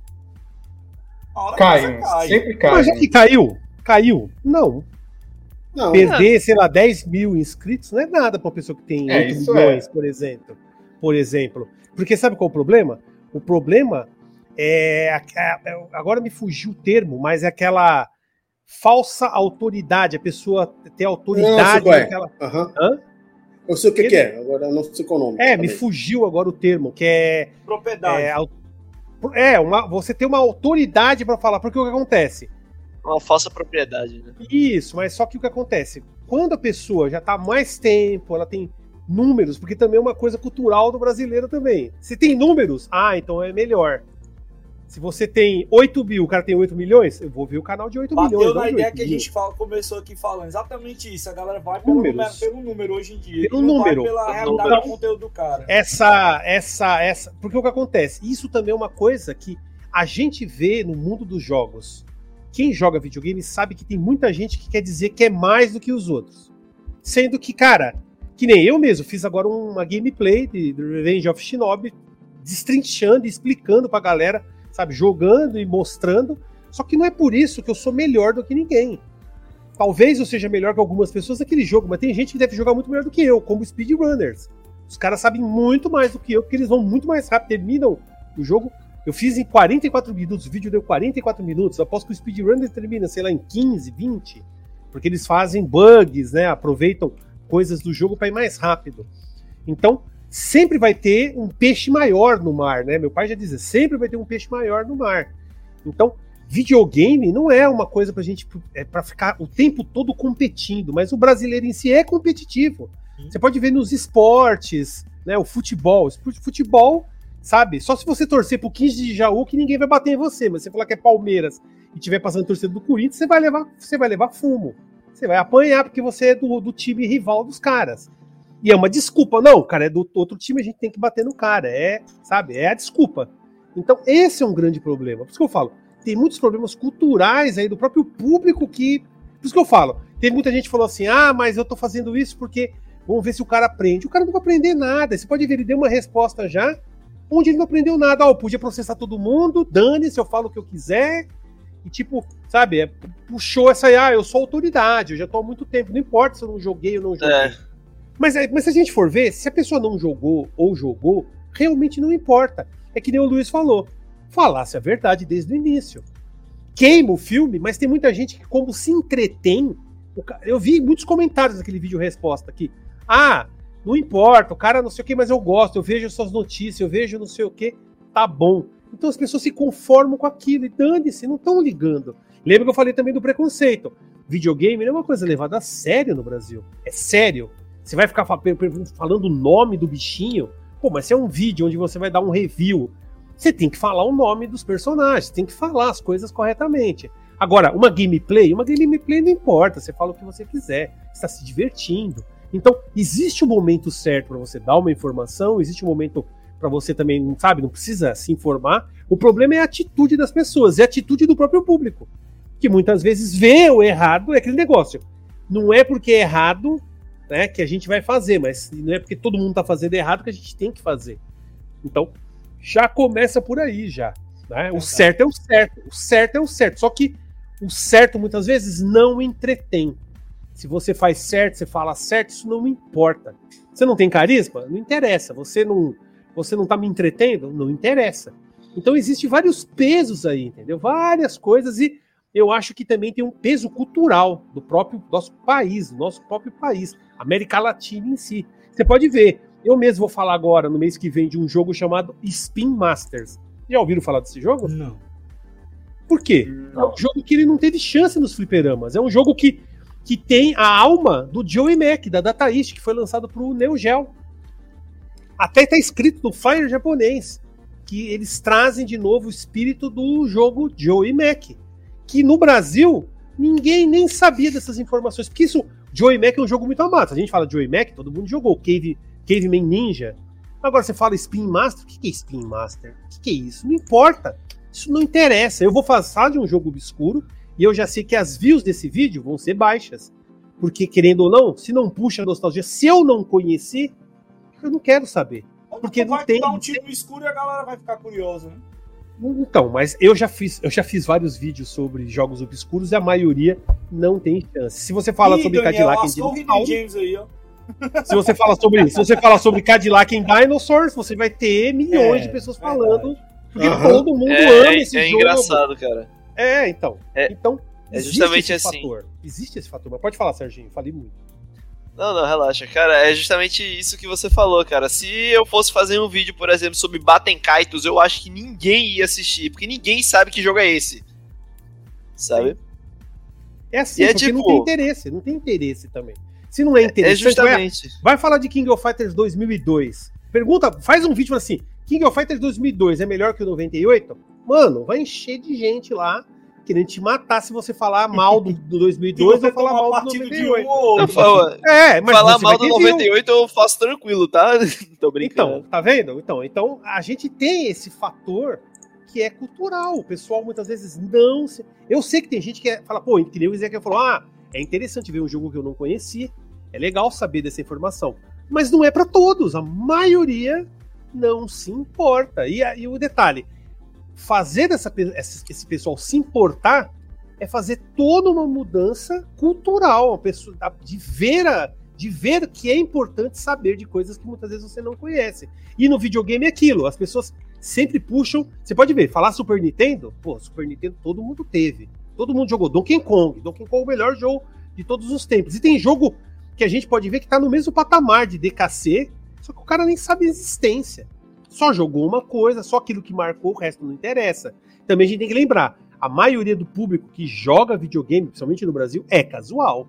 C: Cai, sempre cai.
E: Mas já que caiu? Não. Perder, sei lá, 10 mil inscritos não é nada pra uma pessoa que tem 8 milhões, por exemplo. Porque sabe qual é o problema? O problema agora me fugiu o termo, mas é aquela falsa autoridade, a pessoa ter autoridade.
B: Eu sei o que é, agora eu não sei qual o nome.
E: Me fugiu agora o termo, que é...
A: Propriedade.
E: Você ter uma autoridade pra falar, porque o que acontece?
D: Uma falsa propriedade, né?
E: Isso, mas só que o que acontece? Quando a pessoa já tá há mais tempo, ela tem números, porque também é uma coisa cultural do brasileiro também. Se tem números, então é melhor. Se você tem 8 mil, o cara tem 8 milhões, eu vou ver o canal de 8 milhões.
A: Bateu na ideia que a gente começou aqui falando, exatamente isso. A galera vai pelo número hoje em dia.
E: Pelo número.
A: Vai pela realidade do conteúdo do cara.
E: Porque o que acontece? Isso também é uma coisa que a gente vê no mundo dos jogos. Quem joga videogame sabe que tem muita gente que quer dizer que é mais do que os outros. Sendo que, cara, que nem eu mesmo, fiz agora uma gameplay de Revenge of Shinobi, destrinchando e explicando pra galera, sabe, jogando e mostrando, só que não é por isso que eu sou melhor do que ninguém. Talvez eu seja melhor que algumas pessoas naquele jogo, mas tem gente que deve jogar muito melhor do que eu, como speedrunners. Os caras sabem muito mais do que eu, porque eles vão muito mais rápido, terminam o jogo. Eu fiz em 44 minutos, o vídeo deu 44 minutos, após que o speedrunner termina, sei lá, em 15, 20, porque eles fazem bugs, né, aproveitam coisas do jogo para ir mais rápido. Então, sempre vai ter um peixe maior no mar, né? Meu pai já dizia, sempre vai ter um peixe maior no mar. Então, videogame não é uma coisa pra gente, pra ficar o tempo todo competindo, mas o brasileiro em si é competitivo. Você pode ver nos esportes, né? O futebol, sabe? Só se você torcer pro 15 de Jaú que ninguém vai bater em você, mas se você falar que é Palmeiras e tiver passando torcida do Corinthians, você vai levar fumo. Você vai apanhar porque você é do time rival dos caras. E é uma desculpa. Não, cara, é do outro time, a gente tem que bater no cara. Sabe? É a desculpa. Então, esse é um grande problema. Por isso que eu falo, tem muitos problemas culturais aí do próprio público que... Por isso que eu falo, tem muita gente que falou assim, mas eu tô fazendo isso porque vamos ver se o cara aprende. O cara não vai aprender nada. Você pode ver, ele deu uma resposta já, onde ele não aprendeu nada. Eu podia processar todo mundo, dane-se, eu falo o que eu quiser. E tipo, sabe, puxou essa aí, eu sou autoridade, eu já tô há muito tempo, não importa se eu não joguei ou não joguei. Mas se a gente for ver, se a pessoa não jogou ou jogou, realmente não importa. É que nem o Luiz falou, falasse a verdade desde o início. Queima o filme, mas tem muita gente que, como se entretém, eu vi muitos comentários naquele vídeo resposta aqui. Não importa, o cara não sei o que, mas eu gosto, eu vejo suas notícias, eu vejo não sei o que, tá bom. Então as pessoas se conformam com aquilo e dane-se, não estão ligando. Lembra que eu falei também do preconceito. Videogame não é uma coisa levada a sério no Brasil. É sério. Você vai ficar falando o nome do bichinho? Pô, mas se é um vídeo onde você vai dar um review, você tem que falar o nome dos personagens, tem que falar as coisas corretamente. Agora, uma gameplay não importa, você fala o que você quiser, você está se divertindo. Então, existe um momento certo para você dar uma informação, existe um momento para você também, sabe, não precisa se informar. O problema é a atitude das pessoas, é a atitude do próprio público, que muitas vezes vê o errado, é aquele negócio. Não é porque é errado, né, que a gente vai fazer, mas não é porque todo mundo está fazendo errado que a gente tem que fazer. Então, já começa por aí, já. Né? O certo é o certo, o certo é o certo, só que o certo muitas vezes não entretém. Se você faz certo, você fala certo, isso não importa. Você não tem carisma? Não interessa. Você não tá me entretendo? Não interessa. Então existem vários pesos aí, entendeu? Várias coisas, e eu acho que também tem um peso cultural do próprio nosso país, América Latina em si. Você pode ver, eu mesmo vou falar agora, no mês que vem, de um jogo chamado Spin Masters. Já ouviram falar desse jogo?
A: Não.
E: Por quê? É um jogo que ele não teve chance nos fliperamas. É um jogo que tem a alma do Joey Mac, da Data East, que foi lançado pro Neo Geo. Até tá escrito no flyer japonês que eles trazem de novo o espírito do jogo Joey Mac, que no Brasil ninguém nem sabia dessas informações, porque isso, Joey Mac é um jogo muito amado. Se a gente fala Joey Mac, todo mundo jogou Caveman Ninja. Agora você fala Spin Master, o que é Spin Master? O que é isso? Não importa, isso não interessa. Eu vou falar de um jogo obscuro e eu já sei que as views desse vídeo vão ser baixas, porque querendo ou não, se não puxa a nostalgia, se eu não conhecer, eu não quero saber. Porque não tem.
A: Vai dar um tiro no escuro e a galera vai ficar curiosa, né?
E: Então, mas eu já fiz vários vídeos sobre jogos obscuros e a maioria não tem chance. Se você fala sobre
A: Daniel,
E: Cadillac and Dinosaurs,
A: James aí, ó.
E: se você fala sobre Cadillac and Dinosaurs, você vai ter milhões de pessoas falando, porque todo mundo ama esse jogo.
D: É engraçado, cara.
E: Então.
D: Então, é justamente assim.
E: Existe esse fator, mas pode falar, Serginho, falei muito.
D: Não, relaxa, cara, é justamente isso que você falou, cara. Se eu fosse fazer um vídeo, por exemplo, sobre Batenkaitos, eu acho que ninguém ia assistir, porque ninguém sabe que jogo é esse, sabe?
E: É assim, porque tipo, não tem interesse também. Se não é interessante,
D: justamente.
E: Vai falar de King of Fighters 2002. Faz um vídeo assim, King of Fighters 2002 é melhor que o 98? Mano, vai encher de gente lá querendo te matar se você falar mal do 2002 ou falar mal do 98.
D: Mas falar mal do 98 eu faço tranquilo, tá? Tô brincando.
E: Então, tá vendo? Então, a gente tem esse fator que é cultural. O pessoal muitas vezes não... Eu sei que tem gente que fala, pô, que nem o Ezequiel falou, é interessante ver um jogo que eu não conheci, é legal saber dessa informação. Mas não é pra todos, a não se importa. E o detalhe, fazer esse pessoal se importar é fazer toda uma mudança cultural, de ver que é importante saber de coisas que muitas vezes você não conhece. E no videogame é aquilo, as pessoas sempre puxam, você pode ver, falar Super Nintendo, Super Nintendo todo mundo teve, todo mundo jogou Donkey Kong é o melhor jogo de todos os tempos, e tem jogo que a gente pode ver que tá no mesmo patamar de DKC, só que o cara nem sabe a existência. Só jogou uma coisa, só aquilo que marcou, o resto não interessa. Também a gente tem que lembrar, a maioria do público que joga videogame, principalmente no Brasil, é casual.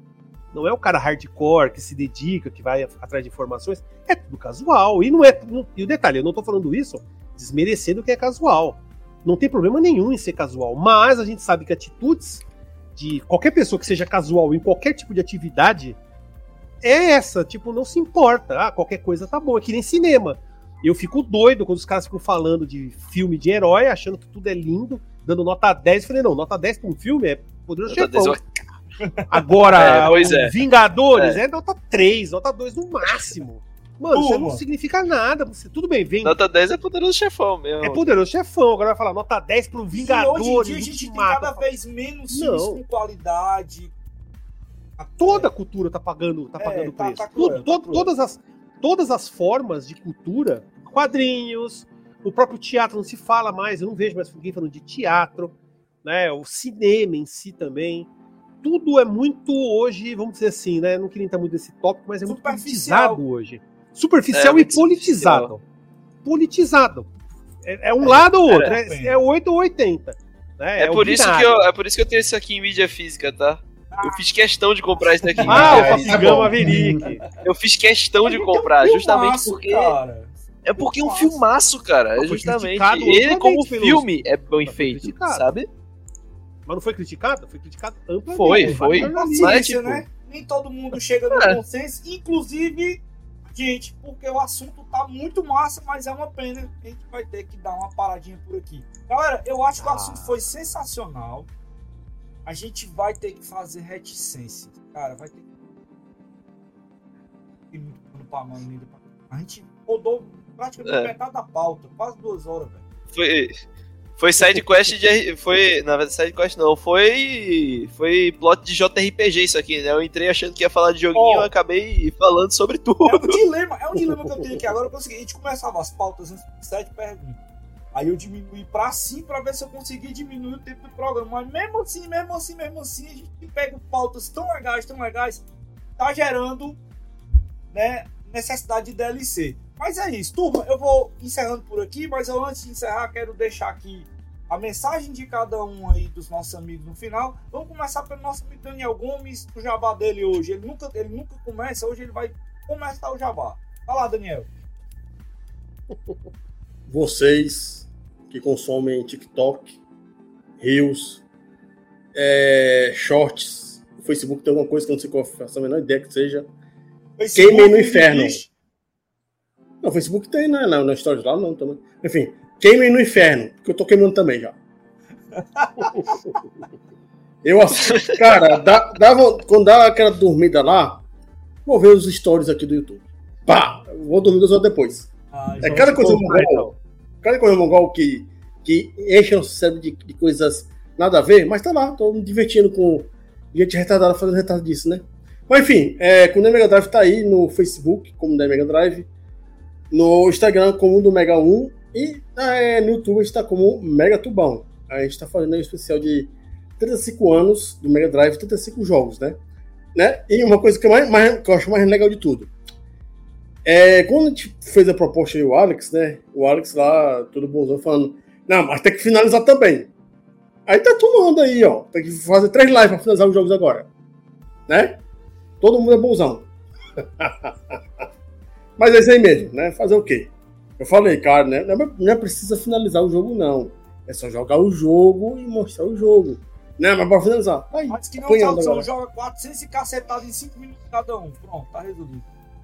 E: Não é o cara hardcore que se dedica, que vai atrás de informações. É tudo casual. E não é. E o detalhe, eu não tô falando isso desmerecendo o que é casual. Não tem problema nenhum em ser casual. Mas a gente sabe que atitudes de qualquer pessoa que seja casual em qualquer tipo de atividade é essa. Tipo, não se importa. Ah, qualquer coisa tá bom. É que nem cinema. Eu fico doido quando os caras ficam falando de filme de herói, achando que tudo é lindo, dando nota 10. Eu falei, não, nota 10 pra um filme é Poderoso Chefão. Agora, Vingadores é nota 3, nota 2 no máximo. Mano, isso não significa nada. Tudo bem, vem.
D: Nota 10 é Poderoso Chefão mesmo.
E: É Poderoso Chefão. Agora vai falar nota 10 pro Vingadores.
A: E hoje em dia a gente tem cada vez menos filmes com qualidade.
E: Toda a cultura tá pagando preço. Todas as formas de cultura, quadrinhos, o próprio teatro não se fala mais, eu não vejo mais ninguém falando de teatro, né? O cinema em si também. Tudo é muito hoje, vamos dizer assim, né? Não queria entrar muito nesse tópico, mas é muito politizado hoje. Superficial e politizado. Politizado. É um lado ou outro, é 8 ou 80. Né?
D: É por isso que eu tenho isso aqui em mídia física, tá? Eu fiz questão de comprar isso daqui.
E: O Papigão Maverick.
D: Eu fiz questão de comprar, justamente porque... É porque é um filmaço, cara. É justamente. Ele, como filme, é bem feito, sabe?
E: Mas não foi criticado? Foi criticado amplamente.
D: Foi.
A: Mas, tipo... né? Nem todo mundo chega no consenso, inclusive, gente, porque o assunto tá muito massa, mas é uma pena. A gente vai ter que dar uma paradinha por aqui. Galera, eu acho que o assunto foi sensacional. A gente vai ter que fazer reticência. Cara, vai ter que... Tem muito pano pra mão ainda. A gente rodou praticamente metade da pauta. Quase 2 horas, velho.
D: Foi sidequest de... Na verdade, sidequest não. Foi plot de JRPG isso aqui, né? Eu entrei achando que ia falar de joguinho, eu acabei falando sobre tudo.
A: É um dilema que eu tenho aqui agora. Porque a gente começava as pautas antes de 7 perguntas. Aí eu diminuí pra 5 pra ver se eu conseguia diminuir o tempo do programa. Mas mesmo assim, a gente pega pautas tão legais, tá gerando, né, necessidade de DLC. Mas é isso, turma, eu vou encerrando por aqui, mas eu, antes de encerrar, quero deixar aqui a mensagem de cada um aí dos nossos amigos no final. Vamos começar pelo nosso amigo Daniel Gomes, o jabá dele hoje. Ele nunca começa, hoje ele vai começar o jabá. Vai lá, Daniel.
B: Vocês que consomem TikTok, Reels, Shorts, o Facebook tem alguma coisa que eu não sei qual, faço a menor ideia que seja. Queimem no inferno. Não, o Facebook tem, né? Na história lá não também. Enfim, queimem no inferno, porque eu tô queimando também já. Cara, quando dá aquela dormida lá, vou ver os stories aqui do YouTube. Pá! Vou dormir 2 horas depois. Cada coisa mongol que enche o cérebro de coisas nada a ver, mas tá lá, tô me divertindo com gente retardada fazendo retardo disso, né? Mas enfim, com o The Mega Drive tá aí no Facebook, como The Mega Drive, no Instagram como do Mega 1 e no YouTube a gente tá como Mega Tubão. A gente tá fazendo um especial de 35 anos do Mega Drive, 35 jogos, né? E uma coisa que eu acho mais legal de tudo. Quando a gente fez a proposta aí, o Alex, né? O Alex lá, todo bonzão, falando, não, mas tem que finalizar também. Aí tá tomando aí, ó. Tem que fazer 3 lives pra finalizar os jogos agora. Né? Todo mundo é bonzão. Mas é isso aí mesmo, né? Fazer o quê? Eu falei, cara, né? Não é preciso finalizar o jogo, não. É só jogar o jogo e mostrar o jogo. Né? Mas pra finalizar. Aí,
A: mas que não, você joga 400 e cacetado em 5 minutos cada um. Pronto, tá resolvido.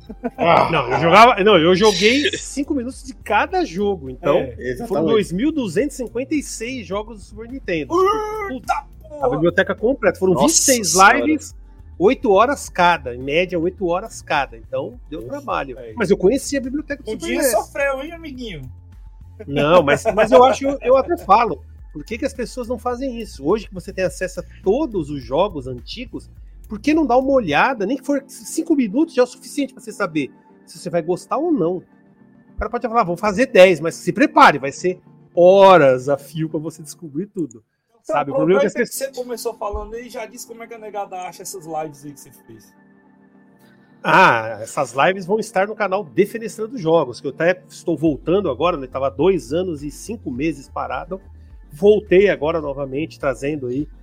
E: Eu joguei 5 minutos de cada jogo, então foram 2.256 jogos do Super Nintendo. A biblioteca completa, foram 26 lives, 8 horas cada, em média 8 horas cada, então deu trabalho. Mas eu conheci a biblioteca do Super NES.
A: Um dia sofreu, hein, amiguinho?
E: Não, mas eu até falo, por que as pessoas não fazem isso? Hoje que você tem acesso a todos os jogos antigos, por que não dar uma olhada, nem que for 5 minutos já é o suficiente para você saber se você vai gostar ou não. O cara pode falar, vou fazer 10, mas se prepare, vai ser horas a fio para você descobrir tudo.
A: Então,
E: sabe? O problema é
A: que você começou falando aí, já disse como é que a negada acha essas lives aí que você fez.
E: Essas lives vão estar no canal Defenestrando Jogos, que eu até estou voltando agora, né? Estava 2 anos e 5 meses parado. Voltei agora novamente, trazendo aí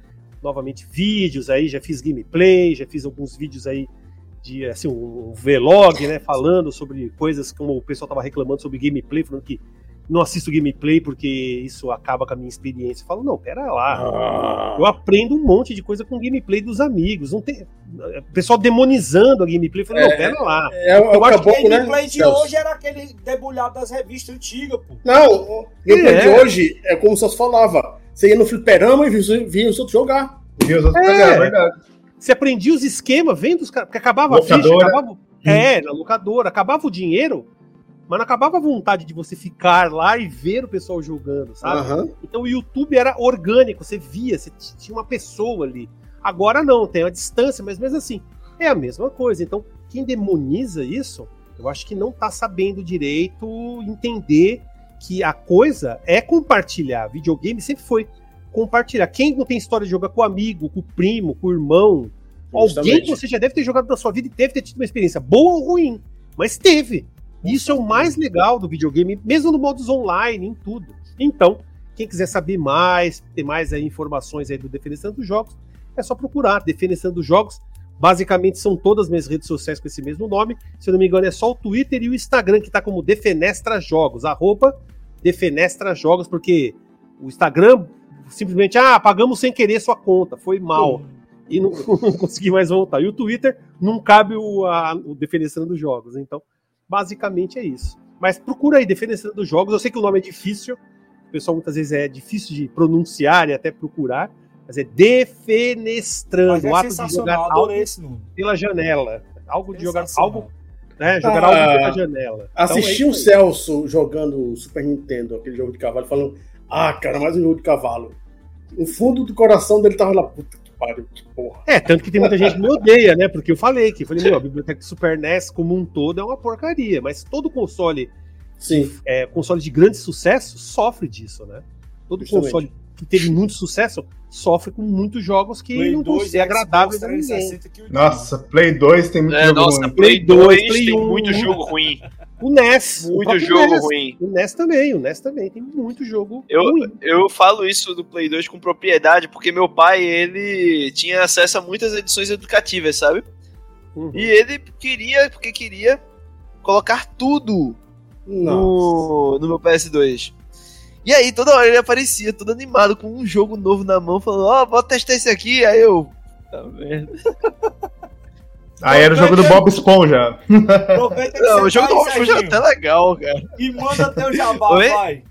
E: novamente vídeos aí, já fiz gameplay, já fiz alguns vídeos aí de, assim, um vlog, né, falando sobre coisas como o pessoal tava reclamando sobre gameplay, falando que não assisto gameplay porque isso acaba com a minha experiência. Eu falo, não, pera lá. Eu aprendo um monte de coisa com gameplay dos amigos. Não tem... O pessoal demonizando a gameplay. Eu falei, não, pera lá.
A: Eu acho que o gameplay de hoje era aquele debulhado das revistas antigas, pô.
B: Não, o gameplay de hoje é como você falava. Você ia no fliperama e via os outros jogar.
C: Via os outros jogar, é verdade.
E: Você aprendia os esquemas, vendo os caras. Porque acabava
C: locadora.
E: A ficha, acabava... na locadora. Acabava o dinheiro, mas não acabava a vontade de você ficar lá e ver o pessoal jogando, sabe?
B: Uhum.
E: Então o YouTube era orgânico, você via, você tinha uma pessoa ali. Agora não, tem uma distância, mas mesmo assim, é a mesma coisa. Então, quem demoniza isso, eu acho que não tá sabendo direito entender que a coisa é compartilhar. Videogame sempre foi compartilhar. Quem não tem história de jogar com o amigo, com o primo, com o irmão, alguém que você já deve ter jogado na sua vida e deve ter tido uma experiência boa ou ruim, mas teve. Isso é o mais legal do videogame, mesmo no modos online, em tudo. Então, quem quiser saber mais, ter mais aí informações aí do Defenestrando dos Jogos, é só procurar Defenestrando dos Jogos. Basicamente são todas as minhas redes sociais com esse mesmo nome. Se eu não me engano, é só o Twitter e o Instagram, que tá como Defenestra Jogos, @Defenestra Jogos, porque o Instagram simplesmente, apagamos sem querer sua conta, foi mal. E não consegui mais voltar. E o Twitter não cabe o Defenestrando dos Jogos, então basicamente é isso. Mas procura aí, Defenestrando dos Jogos. Eu sei que o nome é difícil. O pessoal muitas vezes é difícil de pronunciar e até procurar. Mas é Defenestrando.
A: Mas é
E: o ato de jogar algo
A: esse nome.
E: pela janela. Algo de jogar algo... Né, jogar algo pela janela.
B: Assisti o Celso jogando Super Nintendo, aquele jogo de cavalo, falando, cara, mais um jogo de cavalo. No fundo do coração dele tava lá, puta que pariu, que porra.
E: Tanto que tem muita gente que me odeia, né? Porque eu falei, a biblioteca do Super NES como um todo é uma porcaria, mas todo console, console de grande sucesso, sofre disso, né? Todo console que teve muito sucesso sofre com muitos jogos que
A: Play
E: não vão ser agradáveis pra ninguém.
C: Nossa, Play 2 tem muito jogo ruim.
D: Play 2 tem muito jogo ruim.
E: O NES.
D: Muito jogo ruim.
E: O NES também tem muito jogo ruim.
D: Eu falo isso do Play 2 com propriedade, porque meu pai, ele tinha acesso a muitas edições educativas, sabe? Uhum. E ele queria colocar tudo no meu PS2. E aí, toda hora ele aparecia, todo animado, com um jogo novo na mão, falando, vou testar esse aqui. Aí eu... Tá merda.
C: Aí era o jogo do Bob Esponja.
D: Não, o jogo do Bob Esponja é até legal, cara.
A: E manda até o jabá, vai.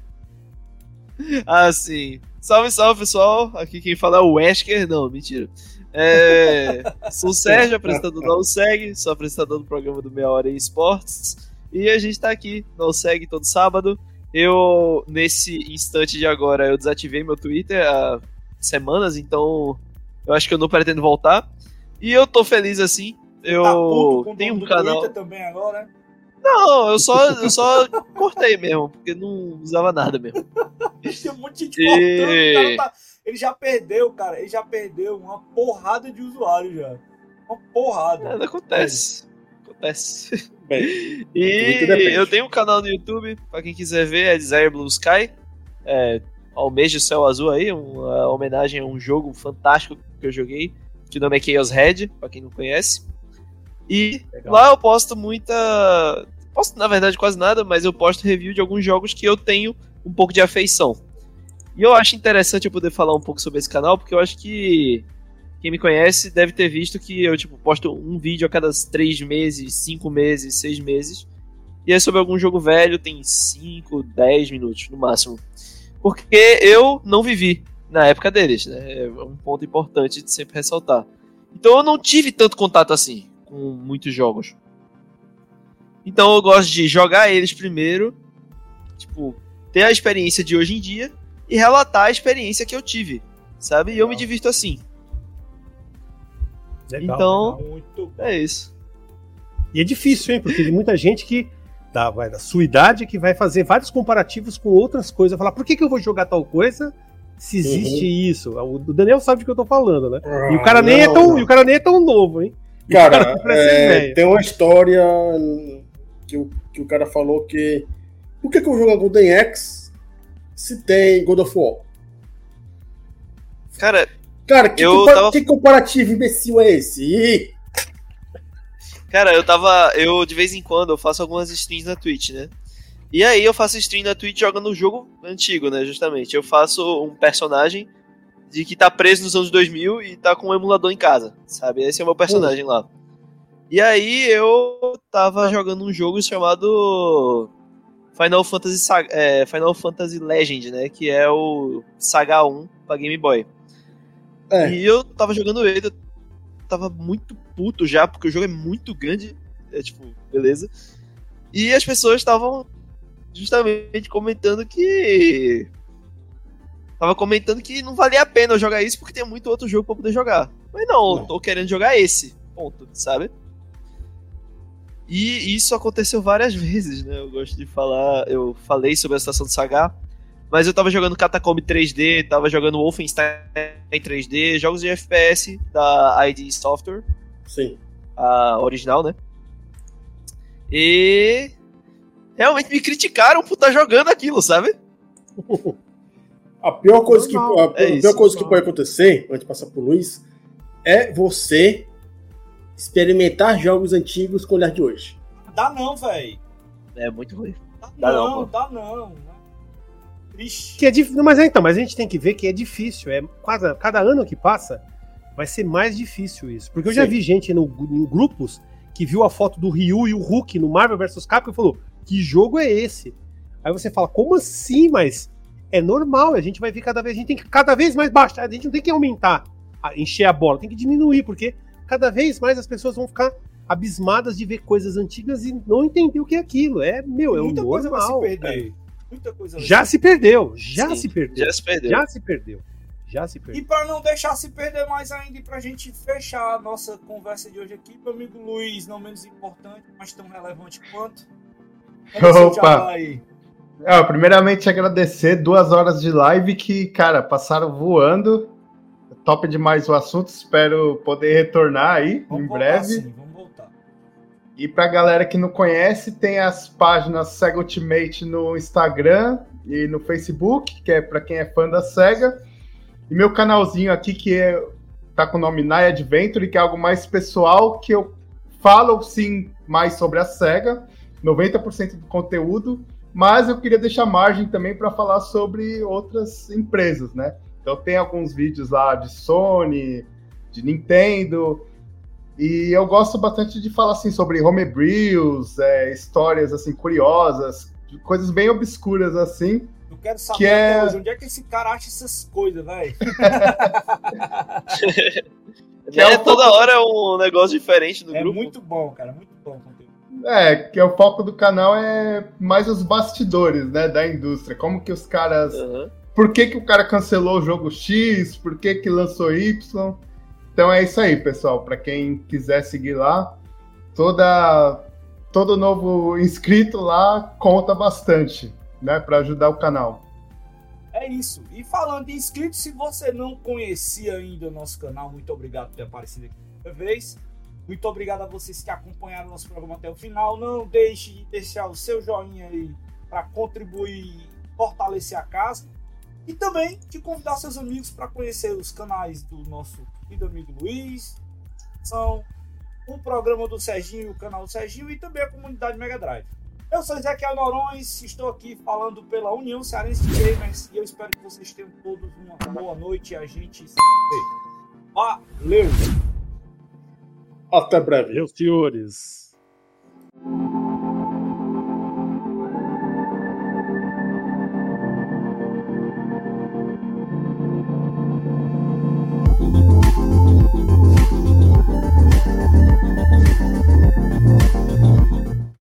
D: Sim. Salve, pessoal. Aqui quem fala é o Wesker. Não, mentira. Sou o Sérgio, apresentador da USEG. Sou apresentador do programa do Meia Hora em Esportes. E a gente tá aqui na USEG todo sábado. Nesse instante de agora, eu desativei meu Twitter há semanas, então eu acho que eu não pretendo voltar. E eu tô feliz assim. Eu tenho um canal.
A: Twitter também agora?
D: Não, eu só cortei mesmo, porque não usava nada mesmo.
A: Tem um monte de gente cortando, ele já perdeu, cara. Ele já perdeu uma porrada de usuários já. Uma porrada.
D: Acontece. Bem, e eu tenho um canal no YouTube, pra quem quiser ver, é Desire Blue Sky. Ao mês de céu azul aí, uma homenagem a um jogo fantástico que eu joguei, que o nome é Chaos Red, pra quem não conhece. E legal. Lá eu posto posto na verdade quase nada, mas eu posto review de alguns jogos que eu tenho um pouco de afeição. E eu acho interessante eu poder falar um pouco sobre esse canal, porque eu acho que quem me conhece deve ter visto que eu posto um vídeo a cada 3 meses, 5 meses, 6 meses. E é sobre algum jogo velho, tem 5, 10 minutos no máximo. Porque eu não vivi na época deles, né? É um ponto importante de sempre ressaltar. Então eu não tive tanto contato assim com muitos jogos. Então eu gosto de jogar eles primeiro, ter a experiência de hoje em dia e relatar a experiência que eu tive, sabe? E eu me divirto assim.
E: Legal,
D: então, é isso.
E: E é difícil, hein? Porque tem muita gente que da sua idade que vai fazer vários comparativos com outras coisas. Falar, por que eu vou jogar tal coisa se existe isso? O Daniel sabe do que eu tô falando, né? E o cara nem é tão novo, hein?
B: Cara, tem uma história que o cara falou que... Por que eu vou jogar Golden Axe se tem God of War?
D: Cara,
B: Cara, que comparativo imbecil é esse? Ih!
D: Cara, eu de vez em quando eu faço algumas streams na Twitch, né? E aí eu faço stream na Twitch jogando um jogo antigo, né, justamente. Eu faço um personagem de que tá preso nos anos 2000 e tá com um emulador em casa, sabe? Esse é o meu personagem lá. E aí eu tava jogando um jogo chamado Final Fantasy Legend, né? Que é o Saga 1 pra Game Boy. E eu tava jogando ele, eu tava muito puto já, porque o jogo é muito grande, beleza. E as pessoas estavam justamente comentando que não valia a pena eu jogar isso porque tem muito outro jogo pra poder jogar. Mas não, eu tô querendo jogar esse, ponto, sabe? E isso aconteceu várias vezes, né? Eu gosto de falar, eu falei sobre a situação do Saga, mas eu tava jogando Catacomb 3D, tava jogando Wolfenstein em 3D, jogos de FPS da ID Software.
B: Sim.
D: A original, né? E realmente me criticaram por estar jogando aquilo, sabe?
B: A pior coisa que pode acontecer, antes de passar pro Luiz, é você experimentar jogos antigos com o olhar de hoje.
A: Dá não, velho.
D: É muito ruim.
A: Dá não. Ixi.
E: Que é difícil, mas a gente tem que ver que é difícil. Cada ano que passa, vai ser mais difícil isso. Porque eu já vi gente em grupos que viu a foto do Ryu e o Hulk no Marvel vs Capcom e falou, que jogo é esse? Aí você fala, como assim? Mas é normal, a gente vai ver a gente tem que cada vez mais baixar, a gente não tem que aumentar, encher a bola, tem que diminuir, porque cada vez mais as pessoas vão ficar abismadas de ver coisas antigas e não entender o que é aquilo. É o normal.
A: Coisa vai se perder. Muita coisa
E: já se perdeu.
A: E para não deixar se perder mais ainda, e pra gente fechar a nossa conversa de hoje aqui, meu amigo Luiz, não menos importante, mas tão relevante quanto.
C: Opa! Primeiramente agradecer 2 horas de live que, cara, passaram voando. Top demais o assunto, espero poder retornar aí em breve.
A: Sim, vamos voltar.
C: E pra galera que não conhece, tem as páginas Sega Ultimate no Instagram e no Facebook, que é pra quem é fã da Sega. E meu canalzinho aqui, tá com o nome Nai Adventure, que é algo mais pessoal, que eu falo, sim, mais sobre a Sega, 90% do conteúdo, mas eu queria deixar margem também para falar sobre outras empresas, né? Então tem alguns vídeos lá de Sony, de Nintendo, e eu gosto bastante de falar assim, sobre homebrews, histórias assim, curiosas, coisas bem obscuras assim.
A: Eu quero saber até hoje, onde é que esse cara acha essas coisas, velho?
D: Toda hora é um negócio diferente do grupo.
A: É muito bom, cara, muito bom o conteúdo.
C: Que o foco do canal é mais os bastidores, né, da indústria. Como que os caras... Por que o cara cancelou o jogo X? Por que lançou Y? Então é isso aí, pessoal. Para quem quiser seguir lá, todo novo inscrito lá conta bastante, né, para ajudar o canal.
A: É isso. E falando em inscritos, se você não conhecia ainda o nosso canal, muito obrigado por ter aparecido aqui outra vez. Muito obrigado a vocês que acompanharam o nosso programa até o final. Não deixe de deixar o seu joinha aí para contribuir e fortalecer a casa. E também de convidar seus amigos para conhecer os canais do nosso querido amigo Luiz. São o programa do Serginho, o canal do Serginho e também a comunidade Mega Drive. Eu sou Ezequiel Norões, estou aqui falando pela União Cearense de Gamers e eu espero que vocês tenham todos uma boa noite e a gente se vê. Valeu!
B: Até breve.
E: Meus senhores.